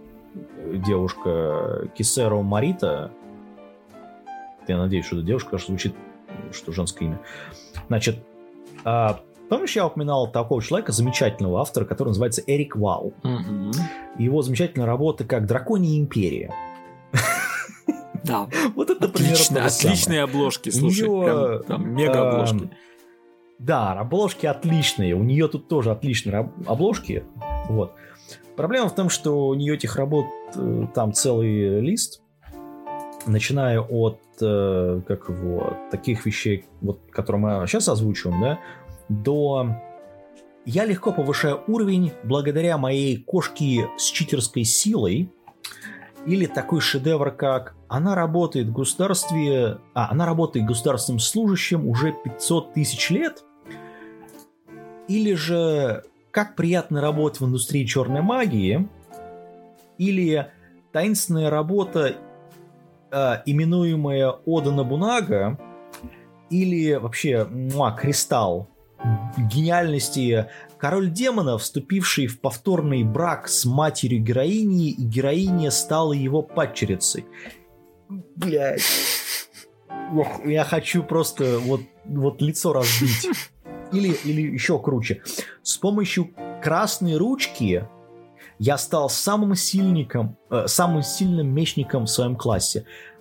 девушка Кисеро Марита. Я надеюсь, что это девушка, что звучит, что женское имя. Значит, помнишь, я упоминал такого человека, замечательного автора, который называется Эрик Вау. Угу. Его замечательная работа как «Драконья империя». Да. Вот это отличные обложки, слушай, прям там мега обложки. Да, обложки отличные. У нее тут тоже отличные обложки. Вот. Проблема в том, что у нее этих работ там целый лист, начиная от таких вещей, вот, которые мы сейчас озвучиваем, да, до «Я легко повышаю уровень благодаря моей кошке с читерской силой», или такой шедевр, как она работает в государстве, она работает государственным служащим уже 500 тысяч лет, или же «Как приятно работать в индустрии черной магии», или таинственная работа, именуемая Ода Нобунага, или вообще «Кристалл гениальности», король демонов, вступивший в повторный брак с матерью героини, и героиня стала его падчерицей. Блядь. Я хочу просто вот лицо разбить. Или еще круче. С помощью красной ручки я стал самым сильным мечником в своем классе.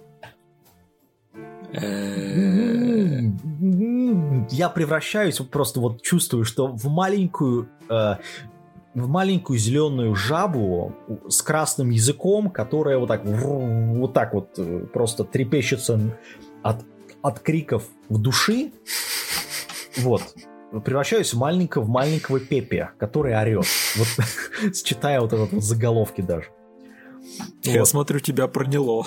Я превращаюсь, просто вот чувствую, что в маленькую зеленую жабу с красным языком, которая вот так вот просто трепещется от криков в души. Вот. Превращаюсь в маленького Пепе, который орет. Вот, читая вот этот вот заголовки даже. Я смотрю, тебя проняло.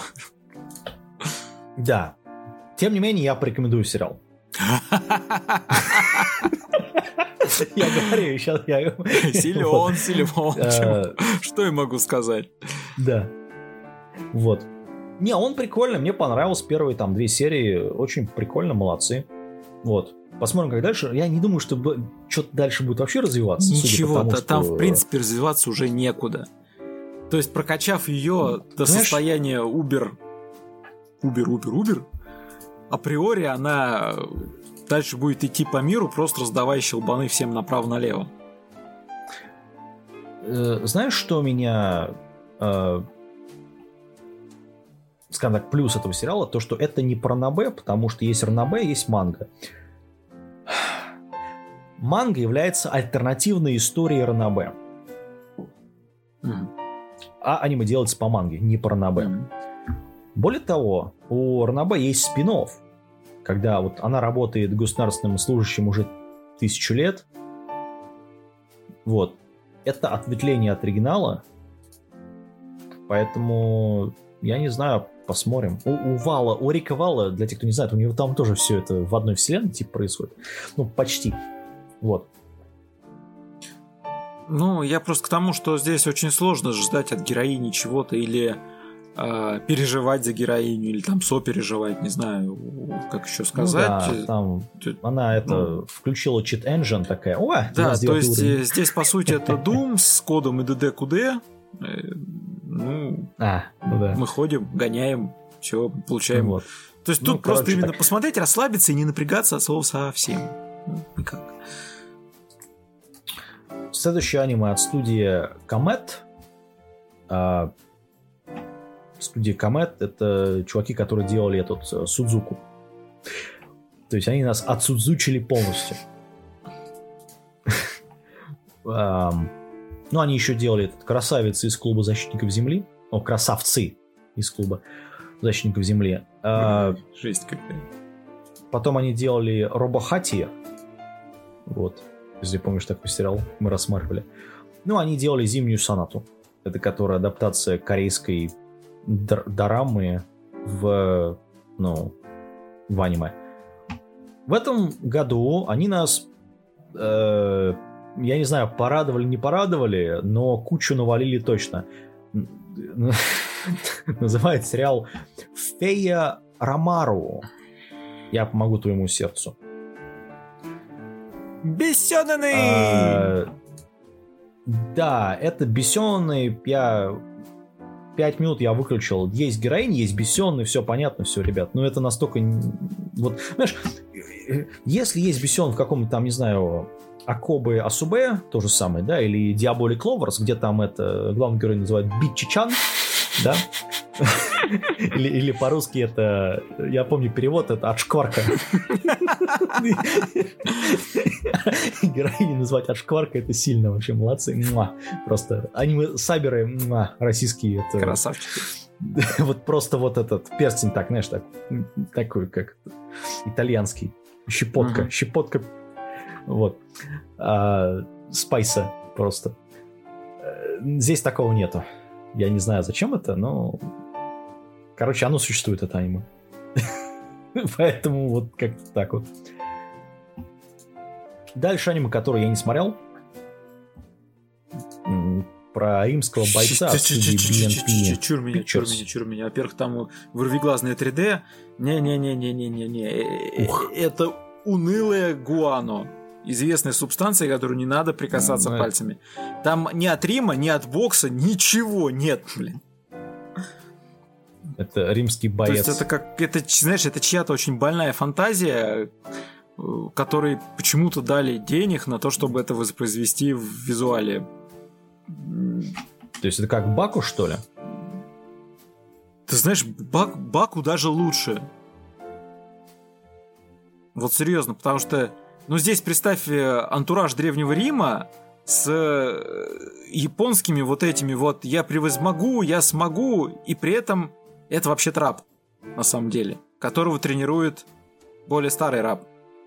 Да. Тем не менее, я порекомендую сериал. Я говорю, сейчас я... Силен. Что я могу сказать? Да. Вот. Не, он прикольный, мне понравилось первые там 2 серии, очень прикольно, молодцы. Вот. Посмотрим, как дальше. Я не думаю, что что-то дальше будет вообще развиваться. Ничего, там в принципе развиваться уже некуда. То есть, прокачав ее до состояния Убер, априори она дальше будет идти по миру, просто раздавая щелбаны всем направо-налево. Знаешь, что меня, скажем так, плюс этого сериала, то, что это не про ранобэ, потому что есть ранобэ, есть манга. Манга является альтернативной историей ранобэ. А аниме делается по манге, не по ранобэ. Более того, у ранобэ есть спин-офф, когда вот она работает государственным служащим уже 1000 лет. Вот. Это ответвление от оригинала. Поэтому, я не знаю, посмотрим. У Рика Валла, для тех, кто не знает, у него там тоже все это в одной вселенной типа происходит. Ну, почти. Вот. Ну, я просто к тому, что здесь очень сложно ждать от героини чего-то или переживать за героиню, или там сопереживать, не знаю, как еще сказать. Ну, да, там она включила cheat engine такая. О, да, то есть здесь, по сути, это Doom с кодом IDD-QD. Мы ходим, гоняем, все, получаем. Вот. То есть тут просто именно посмотреть, расслабиться и не напрягаться от слова совсем. Никак. Следующее аниме от студии Comet. Студия Comet — это чуваки, которые делали этот Судзуку. То есть они нас отсудзучили полностью. Ну, они еще делали этот «Красавицы» из клуба защитников Земли. О, «Красавцы» из клуба защитников Земли. Жесть какая. Потом они делали «Робохати». Вот. Если помнишь такой сериал, мы рассматривали. Ну, они делали «Зимнюю сонату». Это которая адаптация корейской дорамы в аниме. В этом году они нас, я не знаю, порадовали, не порадовали, но кучу навалили точно. Называется сериал «Фея Ромару». Я помогу твоему сердцу. Бессённый! Да, это бессённый. 5 минут я выключил. Есть героинь, есть бессённый, все понятно, все, ребят. Но это настолько... Вот, знаешь, если есть бессён в каком-то там, не знаю, Акобе Асубе, то же самое, да, или Diabolic Lovers, где там это главный герой называют Бичичан, да? Или по-русски это, я помню перевод, это от шкварка. Героини называть от шкварка, это сильно вообще, молодцы. Просто аниме-саберы российские. Красавчики. Вот просто вот этот перстень, так, знаешь, такой, как итальянский. Щепотка. Вот. Спайса просто. Здесь такого нету. Я не знаю, зачем это, но... Короче, оно существует, это аниме. Поэтому вот как-то так вот. Дальше аниме, которое я не смотрел. Про римского бойца от студии BNP. Чур меня. Во-первых, там вырвиглазное 3D. Не. Это унылое гуано. Известная субстанция, которую не надо прикасаться пальцами. Там ни от Рима, ни от бокса ничего нет, блин. Это римский боец. То есть это, знаешь, это чья-то очень больная фантазия, которой почему-то дали денег на то, чтобы это воспроизвести в визуале. То есть это как Баку, что ли? Ты знаешь, Баку даже лучше. Вот серьезно, потому что здесь представь антураж Древнего Рима с японскими вот этими вот «я превозмогу, я смогу», и при этом это вообще раб, на самом деле, которого тренирует более старый раб.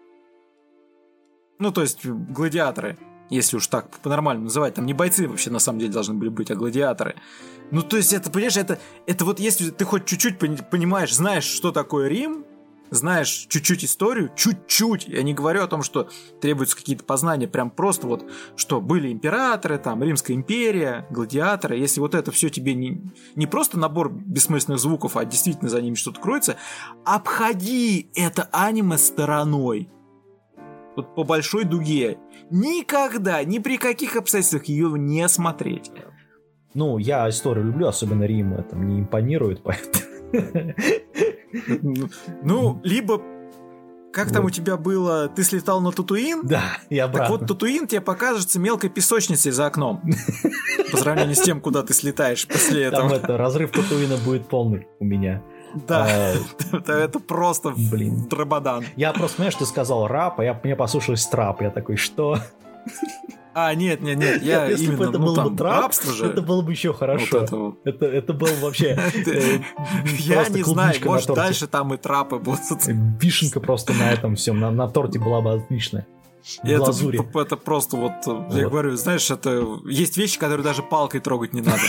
Ну, то есть гладиаторы, если уж так по-нормальному называть. Там не бойцы вообще на самом деле должны были быть, а гладиаторы. Ну, то есть это, понимаешь, это вот если ты хоть чуть-чуть понимаешь, знаешь, что такое Рим, знаешь чуть-чуть историю, чуть-чуть, я не говорю о том, что требуются какие-то познания, прям просто вот, что были императоры, там, Римская империя, гладиаторы, если вот это все тебе не просто набор бессмысленных звуков, а действительно за ними что-то кроется, обходи это аниме стороной. Вот по большой дуге. Никогда, ни при каких обстоятельствах ее не смотреть. Ну, я историю люблю, особенно Рим, это мне импонирует, поэтому... Ну, либо как там у тебя было? Ты слетал на Татуин? Да, и обратно. Так вот, Татуин тебе покажется мелкой песочницей за окном. По сравнению с тем, куда ты слетаешь после этого. Там разрыв Татуина будет полный у меня. Да, это просто дрободан. Я просто, понимаешь, ты сказал рап, а мне послушалось трап. Я такой, что? Нет, я если именно, бы это было бы трап, рабство же. это было бы еще хорошо. Это было вообще... Я не знаю, может дальше там и трапы будут. Вишенка просто на этом всем, на торте была бы отличная. Это просто вот, я говорю, знаешь, это есть вещи, которые даже палкой трогать не надо.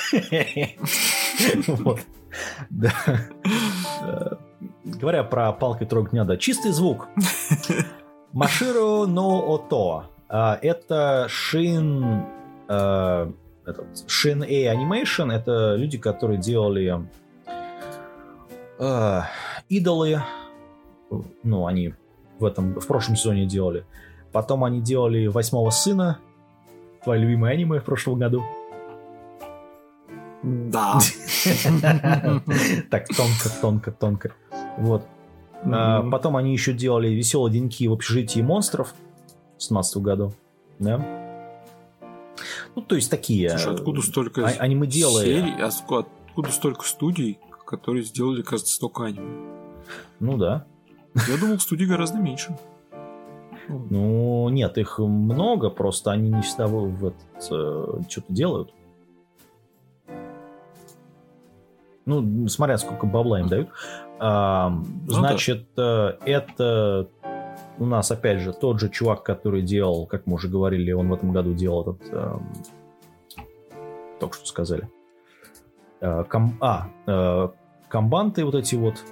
Вот. Да. Говоря про палкой трогать не надо, чистый звук. Маширо но Ото. Это Shin A Animation. Это люди, которые делали идолы. Ну, они в прошлом сезоне делали. Потом они делали «Восьмого сына». Твое любимое аниме в прошлом году. Да. Так, тонко. Вот. Потом они еще делали «Веселые деньки в общежитии монстров» в 2017 году. Да? Ну, то есть такие... Слушай, откуда столько аниме-делы? Откуда столько студий, которые сделали, кажется, столько аниме? Ну да. Я думал, студий гораздо меньше. Ну, нет, их много, просто они не всегда что-то делают. Ну, смотря сколько бабла им дают. Значит, это у нас, опять же, тот же чувак, который делал, как мы уже говорили, он в этом году делал этот... только что сказали. Комбанты вот эти вот.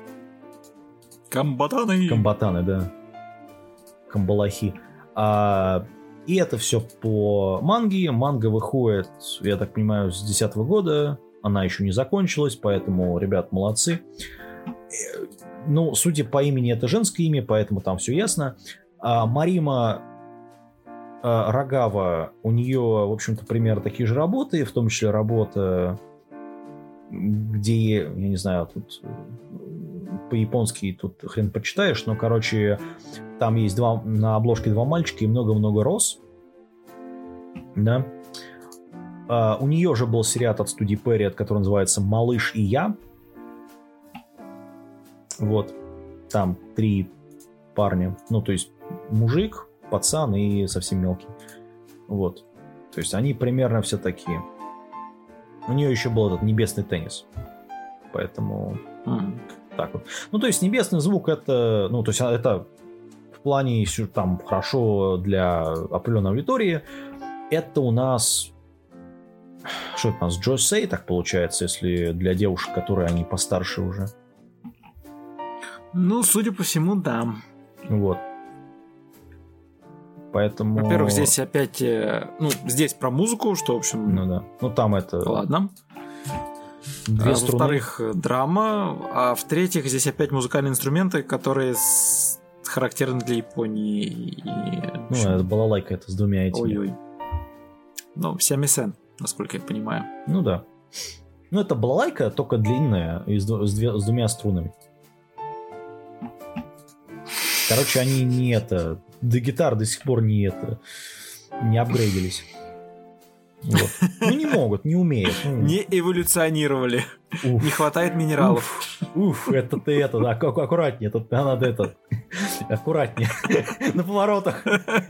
Комбатаны, да. Камбалахи. И это все по манге. Манга выходит, я так понимаю, с 2010 года. Она еще не закончилась, поэтому, ребят, молодцы. Ну, судя по имени, это женское имя, поэтому там все ясно. Марима Рогава, у нее, в общем-то, примерно такие же работы, в том числе работа, где, я не знаю, тут по-японски тут хрен почитаешь, но, короче, там есть на обложке два мальчика и много-много роз. Да. У нее же был сериал от студии Перри, который называется «Малыш и я». Вот. Там 3 парня. Ну, то есть мужик, пацан и совсем мелкий. Вот. То есть они примерно все такие. У нее еще был этот небесный теннис. Поэтому так вот. Ну, то есть небесный звук это... Ну, то есть это в плане там хорошо для определенной аудитории. Это у нас... Что это у нас? Джосей, так получается, если для девушек, которые они постарше уже. Ну, судя по всему, да. Вот. Поэтому... Во-первых, здесь опять... Ну, здесь про музыку, что, в общем... Ну да. Ну, там это... Ладно. Две струны. Во-вторых, драма. А в-третьих, здесь опять музыкальные инструменты, которые характерны для Японии. И, ну, это балалайка, это с двумя этими. Ой-ой. Ну, сямисен, насколько я понимаю. Ну да. Ну, это балалайка, только длинная, и с двумя струнами. Короче, они не это... До гитар до сих пор не апгрейдились. Вот. Ну, не могут, не умеют. Не эволюционировали. Не хватает минералов. Это ты это, да, аккуратнее. Тут надо это... Аккуратнее. На поворотах.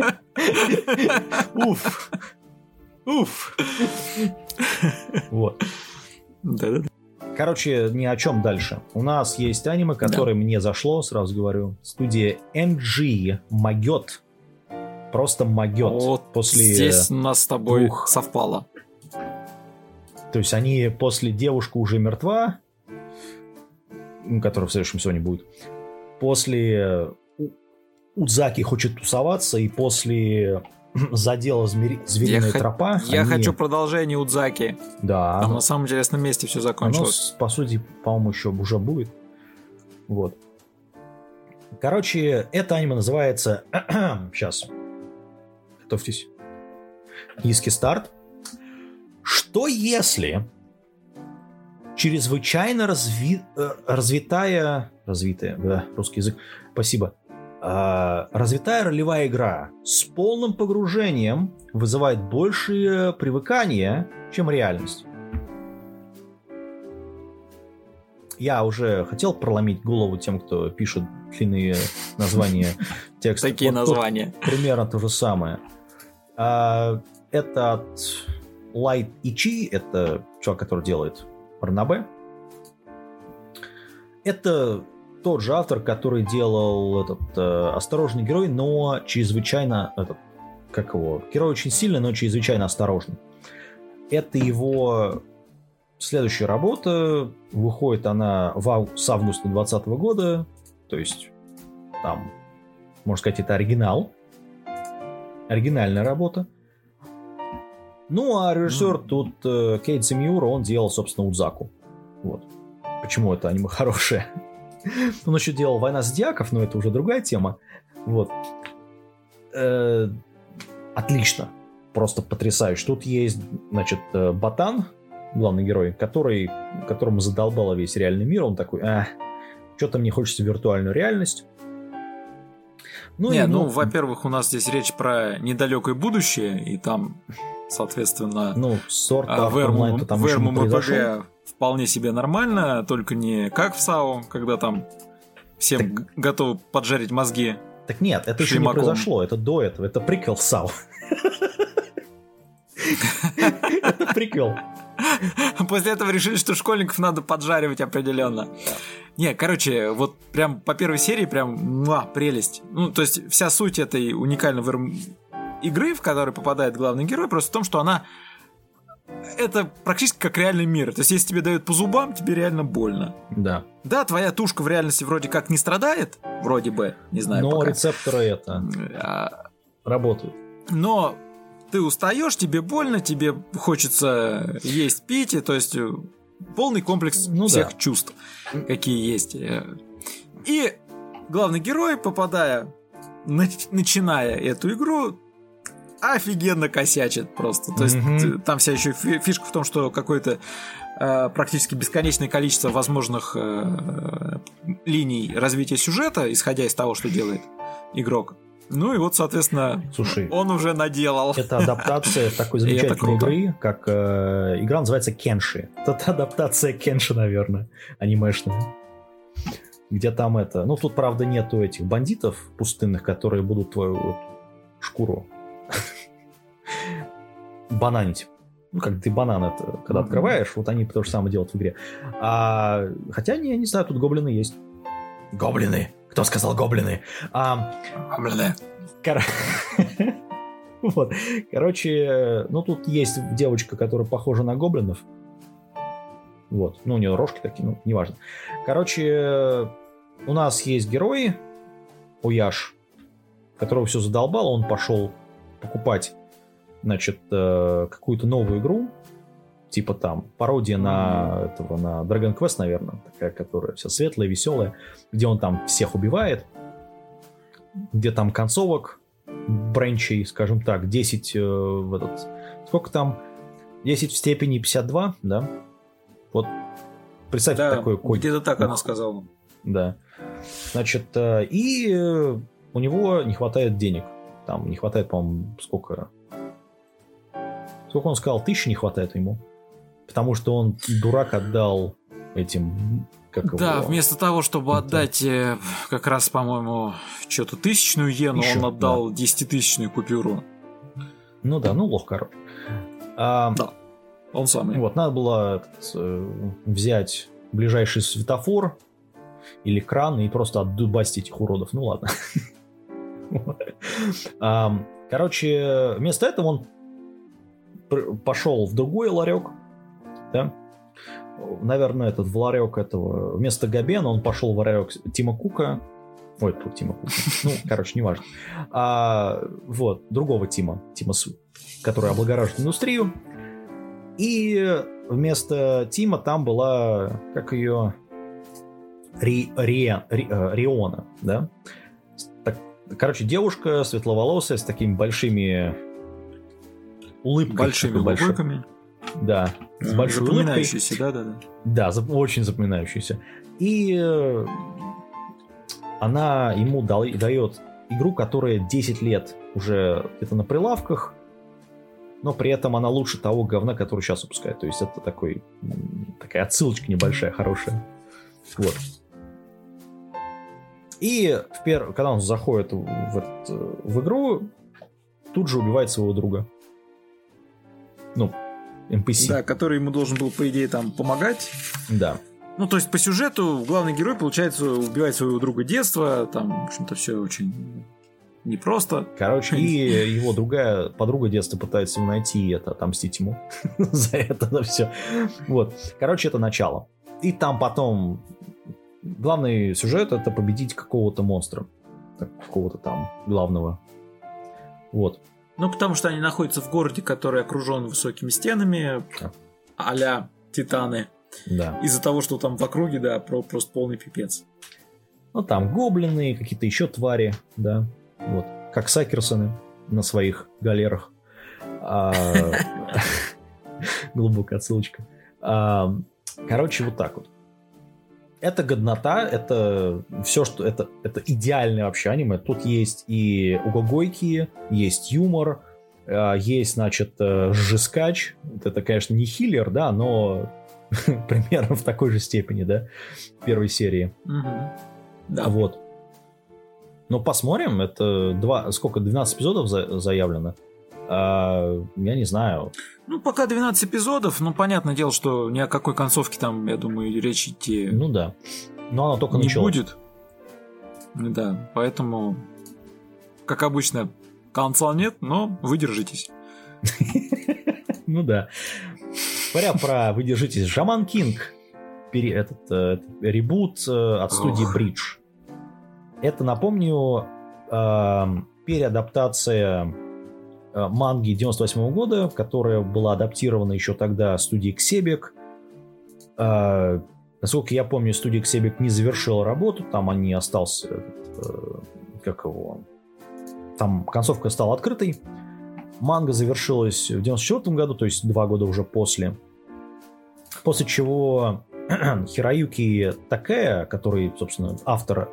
Вот. Да-да-да. Короче, ни о чем дальше. У нас есть аниме, которое мне зашло, сразу говорю. Студия NG Магет. Просто Магет. Вот здесь у нас с тобой совпало. То есть они после «Девушка уже мертва», которая в следующем сезоне будет, после «Удзаки хочет тусоваться» и после «Задела звериная тропа». Я хочу продолжение Удзаки. Да. Там на самом интересном месте все закончилось. Оно, по сути, по-моему, еще уже будет. Вот. Короче, это аниме называется... Сейчас. Готовьтесь. Низкий старт. Что если чрезвычайно развитая... Да, русский язык. Спасибо. Развитая ролевая игра с полным погружением вызывает большее привыкание, чем реальность. Я уже хотел проломить голову тем, кто пишет длинные названия текста. Такие названия. Примерно то же самое. Это от Light Ichi, это чувак, который делает Ранобэ. Это тот же автор, который делал этот «Осторожный герой», но чрезвычайно... Герой очень сильный, но чрезвычайно осторожный. Это его следующая работа. Выходит она с августа 2020 года. То есть там, можно сказать, это оригинал. Оригинальная работа. Ну, а режиссер тут Кейдзи Миура, он делал, собственно, Удзаку. Вот. Почему это аниме хорошее? Он еще делал «Война зодиаков», но это уже другая тема. Вот. Отлично. Просто потрясающе. Тут есть, значит, Ботан, главный герой, которому задолбало весь реальный мир. Он такой, что-то мне хочется виртуальную реальность. Во-первых, у нас здесь речь про недалекое будущее, и там, соответственно, в РММПГ вполне себе нормально, только не как в САО, когда там всем готовы поджарить мозги. Так нет, это еще не произошло, это до этого, это приквел САО. Это приквел. После этого решили, что школьников надо поджаривать определенно. Не, короче, вот прям по первой серии прям прелесть. Ну, то есть вся суть этой уникальной игры, в которой попадает главный герой, просто в том, что она... Это практически как реальный мир. То есть если тебе дают по зубам, тебе реально больно. Да. Да, твоя тушка в реальности вроде как не страдает, вроде бы, не знаю. Но пока. Рецепторы работают. Но ты устаешь, тебе больно, тебе хочется есть, пить, то есть полный комплекс всех чувств, какие есть. И главный герой, начиная эту игру, офигенно косячит просто. То есть там вся еще фишка в том, что какое-то практически бесконечное количество возможных линий развития сюжета, исходя из того, что делает игрок. Ну и вот, соответственно, он уже наделал. Это адаптация такой замечательной игры, как игра называется Кенши. Это адаптация Кенши, наверное, анимешная. Где там тут, правда, нету этих бандитов пустынных, которые будут твою шкуру бананить. Ну, как ты банан это, когда открываешь, вот они то же самое делают в игре. Хотя, не знаю, тут гоблины есть. Гоблины! Кто сказал гоблины? Гоблины. Вот. Короче, тут есть девочка, которая похожа на гоблинов. Вот. У нее рожки такие, неважно. Короче, у нас есть герой, Ояш, которого все задолбало, он пошел покупать, значит, какую-то новую игру, типа там пародия на Dragon Quest, наверное, такая, которая вся светлая, веселая, где он там всех убивает, где там концовок, бренчей, скажем так, 10 сколько там? 10 в степени 52, да? Вот представьте такой код. Где-то так она сказала. Да. Значит, и у него не хватает денег. Там не хватает, по-моему, сколько он сказал, 1000 не хватает ему. Потому что он, дурак, отдал этим... вместо того, чтобы отдать как раз, по-моему, что-то 1000 йену, он отдал 10-тысячную купюру. Лох, короче. Он самый. Вот, надо было взять ближайший светофор или кран и просто отдубасить этих уродов. Ну ладно. Короче, вместо этого он пошел в другой ларек, да? Наверное, в ларек этого... Вместо Габена он пошел в ларек Тима Кука. Ой, Тима Кука. Неважно. Вот, другого Тима Су, который облагораживает индустрию. И вместо Тима там была, как ее... Риона, да? Короче, девушка светловолосая с такими большими улыбками. Большими улыбками. Да, с большой запоминающейся, улыбкой. Да, очень запоминающейся. И она ему дает игру, которая 10 лет уже где-то на прилавках, но при этом она лучше того говна, который сейчас выпускает. То есть это такая отсылочка небольшая, хорошая. Вот. И когда он заходит в игру, тут же убивает своего друга. Ну, NPC. Да, который ему должен был, по идее, там помогать. Да. Ну, то есть по сюжету главный герой, получается, убивает своего друга детства. Там, в общем-то, все очень непросто. Короче, и его другая подруга детства пытается его найти и отомстить ему за это все. Вот. Короче, это начало. И там потом главный сюжет — это победить какого-то монстра. Какого-то там главного. Вот. Ну, потому что они находятся в городе, который окружен высокими стенами, а-ля Титаны. Да. Из-за того, что там в округе, да, просто полный пипец. Ну, там гоблины, какие-то еще твари, да. Вот. Как Сакерсоны на своих галерах. Глубокая отсылочка. Короче, вот так вот. Это годнота, это все, что... Это идеальное вообще аниме. Тут есть и угогойки, есть юмор, есть, значит, жескач. Это, конечно, не хиллер, да, но примерно в такой же степени, да, в первой серии. Да. Вот. Но посмотрим, это 12 эпизодов заявлено. Я не знаю. Ну, пока 12 эпизодов, ну, понятное дело, что ни о какой концовке там, я думаю, речь идти... Ну да. Но она только не началась. будет. Да, поэтому, как обычно, конца нет, но вы держитесь. Ну да. Говоря про «Вы держитесь», Shaman King, этот ребут от студии Bridge. Это, напомню, переадаптация манги 98 года, которая была адаптирована еще тогда студией Ксебек. Насколько я помню, студия Ксебек не завершила работу, там они остался, там концовка стала открытой. Манга завершилась в 94 году, то есть 2 года уже после. После чего Хироюки Такея, который, собственно, автор,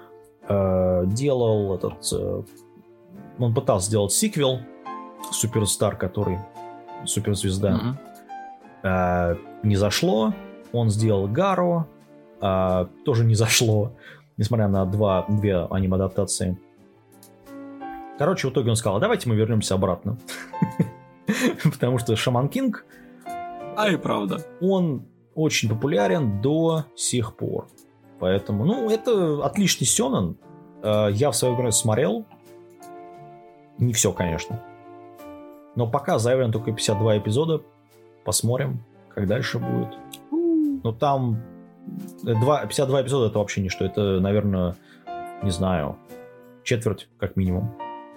делал он пытался сделать сиквел Суперстар, который суперзвезда. Не зашло. Он сделал Гаро, тоже не зашло, несмотря на две аниме-адаптации. Короче, в итоге он сказал: давайте мы вернемся обратно. Потому что Shaman King, и правда, он очень популярен до сих пор. Поэтому, ну, это отличный сёнэн. Я в свое время смотрел. Не все, конечно. Но пока заявлено только 52 эпизода. Посмотрим, как дальше будет. Ну, там 52 эпизода — это вообще ничто. Это, наверное, не знаю, четверть, как минимум.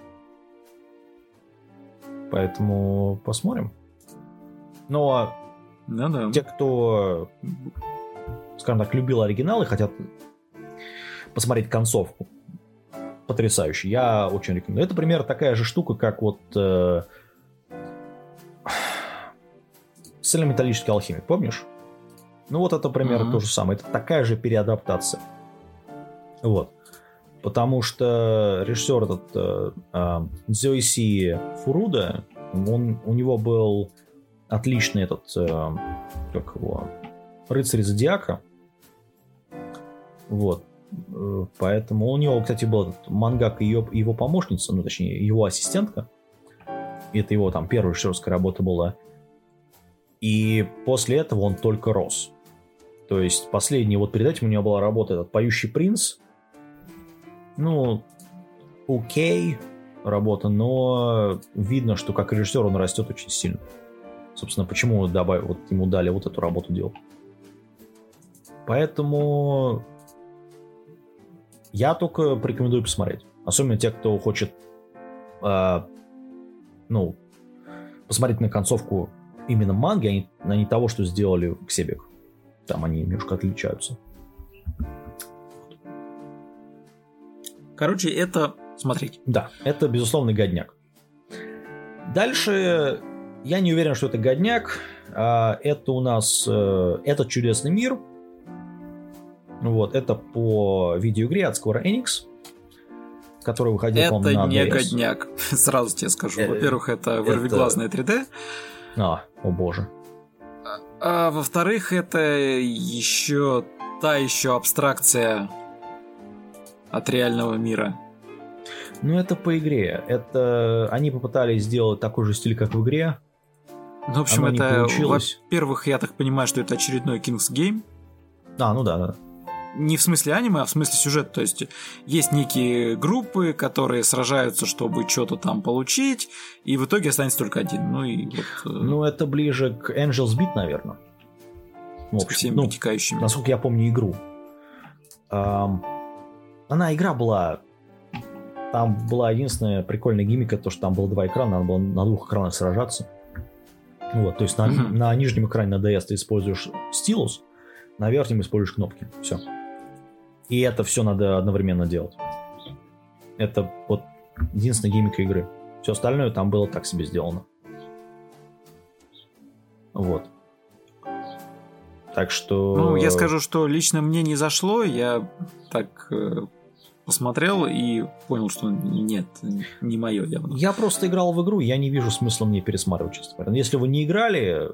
Поэтому посмотрим. Но те, кто, скажем так, любил оригинал и хотят посмотреть концовку, потрясающе. Я очень рекомендую. Это, примерно, такая же штука, как вот «Цельнометаллический алхимик», помнишь? Ну, вот это примерно то же самое. Это такая же переадаптация. Вот. Потому что режиссер этот Дзёйси Фуруда, у него был отличный этот, как его, «Рыцарь Зодиака». Вот. Поэтому у него, кстати, был этот мангака и его помощница, ну, точнее, его ассистентка. Это его там первая режиссерская работа была. И после этого он только рос. То есть последний, вот перед этим у него была работа этот «Поющий принц». Ну, окей работа, но видно, что как режиссер он растет очень сильно. Собственно, почему ему дали вот эту работу делать. Поэтому я только порекомендую посмотреть. Особенно те, кто хочет посмотреть на концовку именно манги, а не того, что сделали Ксебек. Там они немножко отличаются. Короче, это смотреть. Да, это, безусловно, годняк. Дальше я не уверен, что это годняк. Это у нас «Этот чудесный мир». Вот, это по видеоигре от Square Enix, который выходил, по-моему, на DS. Это не годняк, сразу тебе скажу. Во-первых, это вырвиглазное 3D. О боже. А во-вторых, это еще та абстракция от реального мира. Ну, это по игре. Это они попытались сделать такой же стиль, как в игре. Ну, в общем, это, во-первых, я так понимаю, что это очередной King's Game. Ну да. Не в смысле аниме, а в смысле сюжета. То есть есть некие группы, которые сражаются, чтобы что-то там получить, и в итоге останется только один. Ну, это ближе к Angel's Beat, наверное. С всеми вытекающими. Насколько я помню игру. Игра была... Там была единственная прикольная гиммика, то, что там было 2 экрана, надо было на 2 экранах сражаться. Вот, то есть на нижнем экране на DS ты используешь стилус, на верхнем используешь кнопки. Все. И это все надо одновременно делать. Это вот единственная гиммика игры. Все остальное там было так себе сделано. Вот. Так что... Ну, я скажу, что лично мне не зашло. Я так посмотрел и понял, что нет, не мое явно. Я просто играл в игру, я не вижу смысла мне пересматривать, честно говоря. Если вы не играли,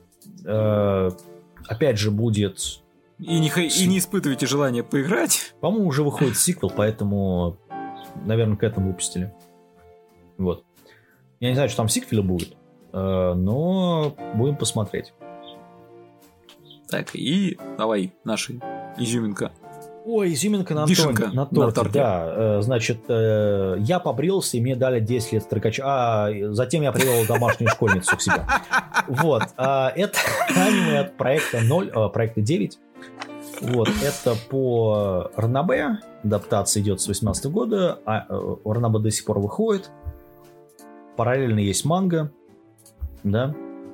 опять же будет... И не испытываете желания поиграть. По-моему, уже выходит сиквел, поэтому, наверное, к этому выпустили. Вот. Я не знаю, что там в сиквеле будет, но будем посмотреть. Так, и давай, наша изюминка. Ой, изюминка на торте. Да, значит, я побрился, и мне дали 10 лет строкача. Затем я привел домашнюю школьницу к себе. Вот. Это аниме от проекта 0, проекта 9. Вот. Это по Ранобэ. Адаптация идет с 2018 года. Ранобэ до сих пор выходит. Параллельно есть манга. Да.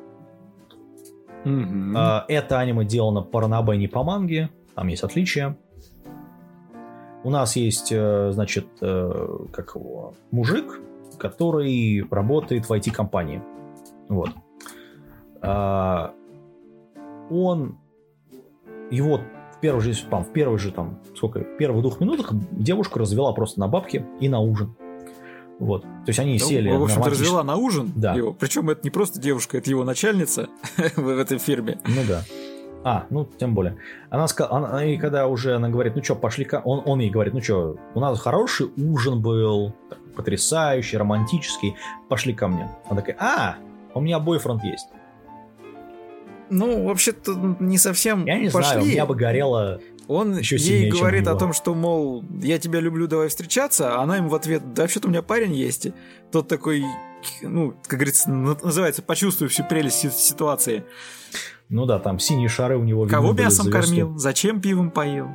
Это аниме сделано по Ранобэ, не по манге. Там есть отличия. У нас есть, значит, мужик, который работает в IT-компании. Вот. Его в первых 2 минутах девушка развела просто на бабки и на ужин. Вот. То есть они сели... В общем-то, развела на ужин да. его. Причем это не просто девушка, это его начальница в этой фирме. Ну да. Тем более. И когда уже она говорит, ну что, пошли... Он ей говорит, ну что, у нас хороший ужин был, потрясающий, романтический, пошли ко мне. Она такая, у меня бойфренд есть. Ну, вообще-то не совсем я не пошли. Знаю, у меня бы горело он еще сильнее, ей говорит о том, что, мол, я тебя люблю, давай встречаться, а она ему в ответ, да вообще-то у меня парень есть. Тот такой, ну, как говорится, называется, почувствуй всю прелесть ситуации. Ну да, там синие шары у него. Кого мясом кормил? Зачем пивом поил?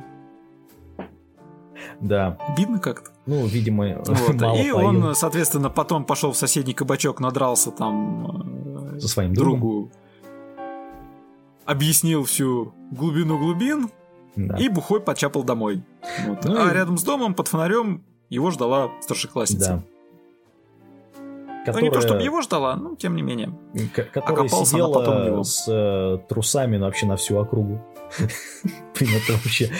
Да. Обидно как-то. Ну, видимо, вот. мало И поил. он, соответственно, потом пошел в соседний кабачок, надрался там со своим другу. Объяснил всю глубину глубин. Да. И бухой подчапал домой. Вот. Ну, рядом с домом под фонарем его ждала старшеклассница. Да. Которая... Ну, не то, чтобы его ждала, но тем не менее. Которая сидела с трусами вообще на всю округу. Блин, это вообще...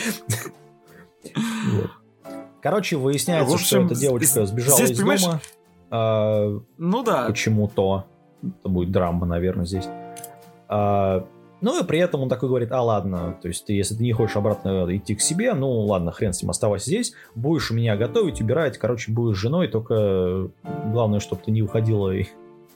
Короче, выясняется, что эта девочка сбежала из дома. Ну да. Почему-то. Это будет драма, наверное, здесь. Ну и при этом он такой говорит, ладно, то есть если ты не хочешь обратно идти к себе, ну ладно, хрен с ним, оставайся здесь, будешь у меня готовить, убирать, короче, будешь женой, только главное, чтобы ты не уходила и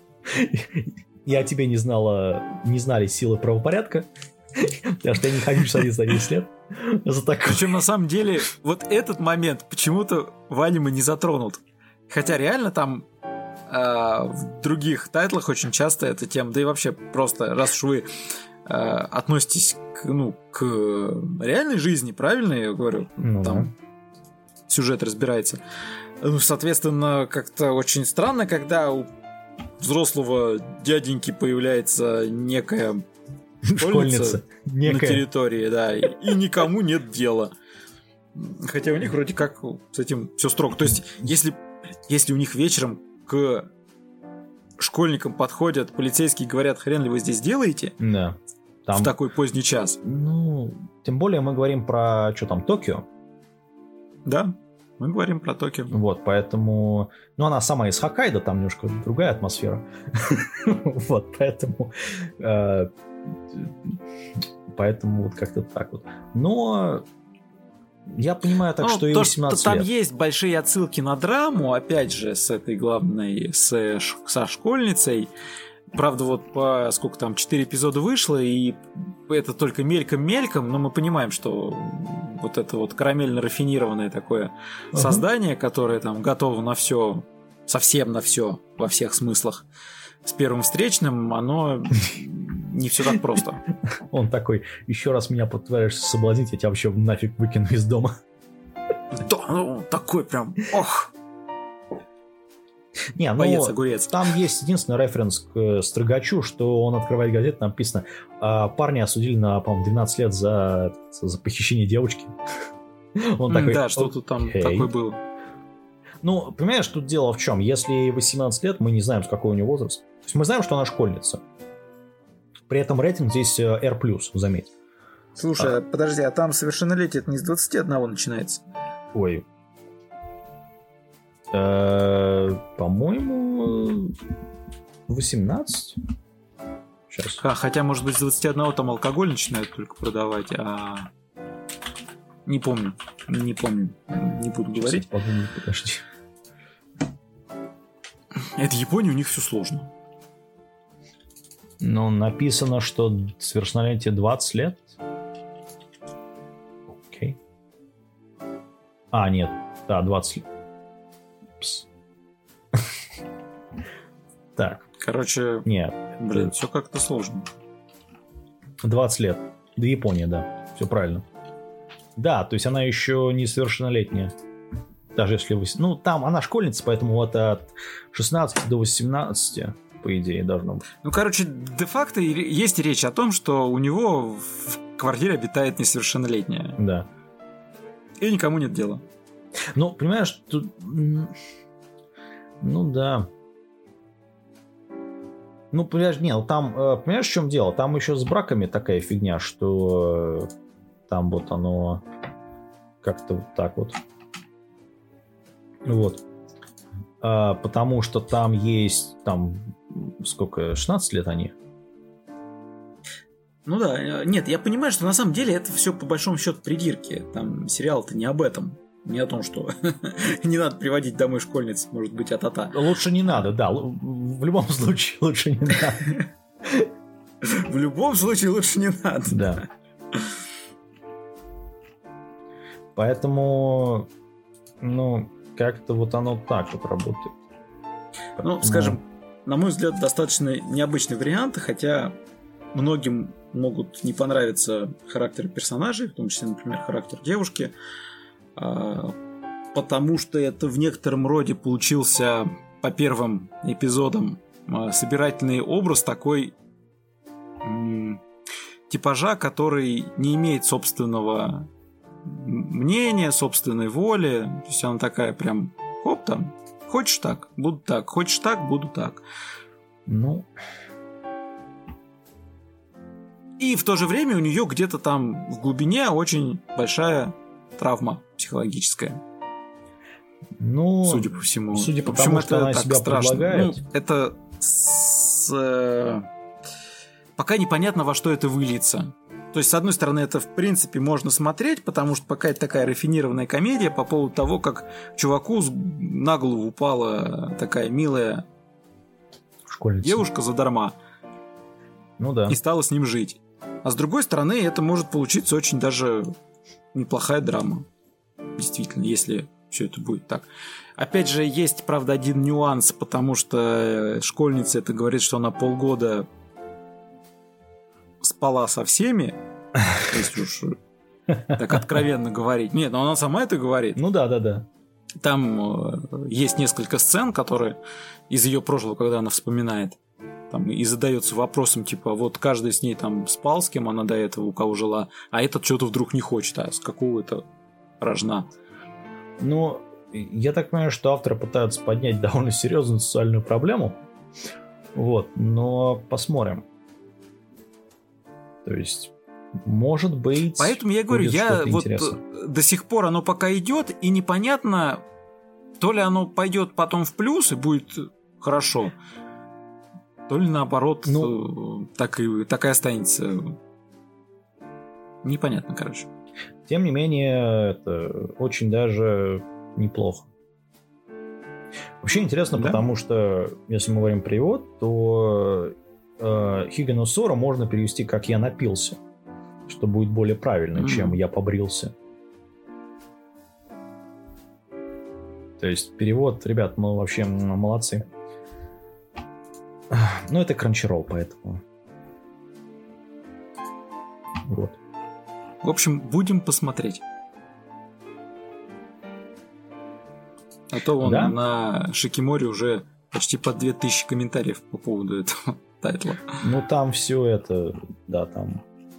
о тебе не знали силы правопорядка, потому что я не хочу садиться на 10 лет. Причем на самом деле вот этот момент почему-то в аниме не затронут, хотя реально там в других тайтлах очень часто эта тема, да и вообще просто, раз уж вы относитесь к реальной жизни, правильно я говорю? Ну, там сюжет разбирается. Ну, соответственно, как-то очень странно, когда у взрослого дяденьки появляется некая школьница на территории, да, и никому нет дела. Хотя у них вроде как с этим все строго. То есть, если у них вечером к школьникам подходят полицейские и говорят, хрен ли вы здесь делаете, да. Там, в такой поздний час. Ну, тем более мы говорим про, что там, Токио. Да, мы говорим про Токио. Вот, поэтому... Ну, она сама из Хоккайдо, там немножко другая атмосфера. Вот, поэтому... Поэтому вот как-то так вот. Но... Я понимаю так, что и 18 там лет. есть большие отсылки на драму, опять же, с этой главной, со школьницей. Правда, вот по сколько там, 4 эпизода вышло, и это только мельком-мельком, но мы понимаем, что вот это вот карамельно-рафинированное такое создание, которое там готово на все, совсем на все, во всех смыслах, с первым встречным, оно не все так просто. Он такой: еще раз меня попытаешься соблазнить, я тебя вообще нафиг выкину из дома. Да, ну такой прям, ох. Не, боец, огурец. Там есть единственный референс к Строгачу, что он открывает газету, там написано: парня осудили на, по-моему, 12 лет за похищение девочки. Он такой: да, что-то там такое было. Ну, понимаешь, тут дело в чем? Если 18 лет, мы не знаем, с какой у нее возраст. То есть мы знаем, что она школьница. При этом рейтинг здесь R+, заметь. Слушай, подожди, а там совершеннолетие это не с 21 начинается? Ой. По-моему, 18. Сейчас. Хотя, может быть, с 21 там алкоголь начинают только продавать, а... Не помню. Не буду говорить. Подумай, подожди. Это Япония, у них все сложно. Ну, написано, что совершеннолетие 20 лет. Окей. А, нет. Да, 20 лет. Так. Короче, нет. Блин, все как-то сложно. 20 лет. Да, Япония, да. Все правильно. Да, то есть она еще не совершеннолетняя. Даже если вы... Ну, там она школьница, поэтому вот от 16 до 18, по идее, должно быть. Ну, короче, де-факто есть речь о том, что у него в квартире обитает несовершеннолетняя. Да. И никому нет дела. Ну, понимаешь, тут... Ну, да. Ну, понимаешь, нет, там... Понимаешь, в чем дело? Там еще с браками такая фигня, что... Там вот оно как-то вот так вот. Вот. Потому что там есть, там, сколько, 16 лет они? Ну да, нет, я понимаю, что на самом деле это все по большому счету придирки. Там сериал-то не об этом. Не о том, что не надо приводить домой школьниц, может быть, а-та-та. Лучше не надо, да. В любом случае лучше не надо. В любом случае лучше не надо. Да. Поэтому, ну, как-то вот оно так вот работает. Ну, скажем, на мой взгляд, достаточно необычный вариант, хотя многим могут не понравиться характеры персонажей, в том числе, например, характер девушки, потому что это в некотором роде получился по первым эпизодам собирательный образ такой типажа, который не имеет собственного мнения, собственной воли. То есть она такая прям, хоп, там, хочешь так, буду так, хочешь так, буду так. Ну... И в то же время у нее где-то там в глубине очень большая травма психологическая. Ну, судя по всему. Судя по тому, что она себя предлагает. Ну, это пока непонятно, во что это выльется. То есть, с одной стороны, это, в принципе, можно смотреть, потому что пока это такая рафинированная комедия по поводу того, как чуваку на голову упала такая милая школьница. Девушка задарма. Ну да. И стала с ним жить. А с другой стороны, это может получиться очень даже неплохая драма. Действительно, если все это будет так. Опять же, есть, правда, один нюанс, потому что школьница это говорит, что она полгода спала со всеми, если уж так откровенно говорить. Нет, но она сама это говорит. Ну да. Там есть несколько сцен, которые из ее прошлого, когда она вспоминает, там, и задается вопросом, типа, вот каждый с ней там спал, с кем она до этого, у кого жила, а этот что-то вдруг не хочет, а с какого это рожна. Ну, я так понимаю, что авторы пытаются поднять довольно серьезную социальную проблему. Вот, но посмотрим. То есть, может быть... Поэтому я говорю, я вот интересное. До сих пор оно пока идет, и непонятно, то ли оно пойдет потом в плюс и будет хорошо, то ли наоборот, так и останется. Непонятно, короче. Тем не менее, это очень даже неплохо. Вообще интересно, да? Потому что, если мы говорим перевод, то Хига Сора можно перевести как «я напился», что будет более правильно, чем «я побрился». То есть перевод, ребят, мы вообще молодцы. Ну, это Crunchyroll, поэтому... Вот. В общем, будем посмотреть. А то вон на Шикиморе уже почти по 2000 комментариев по поводу этого тайтла. Ну, там все это... Да, там...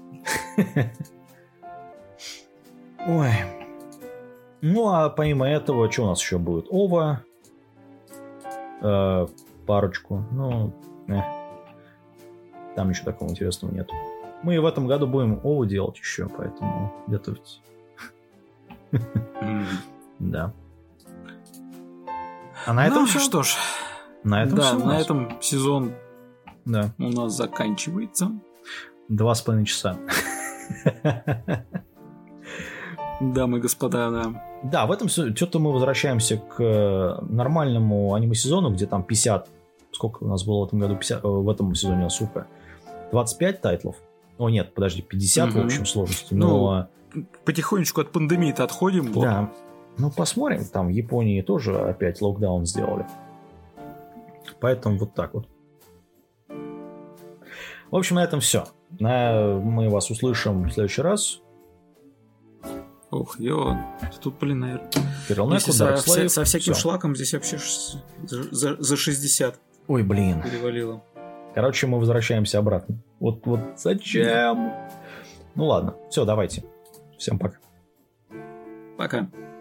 Ой. Ну, а помимо этого, что у нас еще будет? Ова. Парочку. Ну, там ничего такого интересного нет. Мы в этом году будем Ову делать еще, поэтому готовьтесь. Да. А на этом все? Что ж. На этом все. Да, на этом сезон у нас заканчивается. 2,5 часа. Дамы и господа, да. Да, в этом что-то мы возвращаемся к нормальному аниме-сезону, где там 50... Сколько у нас было в этом году? 50, в этом сезоне, сука. 25 тайтлов. О, нет, подожди, 50 в общем сложности. Но... Ну, потихонечку от пандемии-то отходим. Да. Ну, посмотрим. Там в Японии тоже опять локдаун сделали. Поэтому вот так вот. В общем, на этом все. Мы вас услышим в следующий раз. Ох, тут, блин, наверное... Если со всяким шлаком здесь вообще за 60. Ой, блин. Перевалило. Короче, мы возвращаемся обратно. Вот зачем? Ну ладно. Все, давайте. Всем пока. Пока.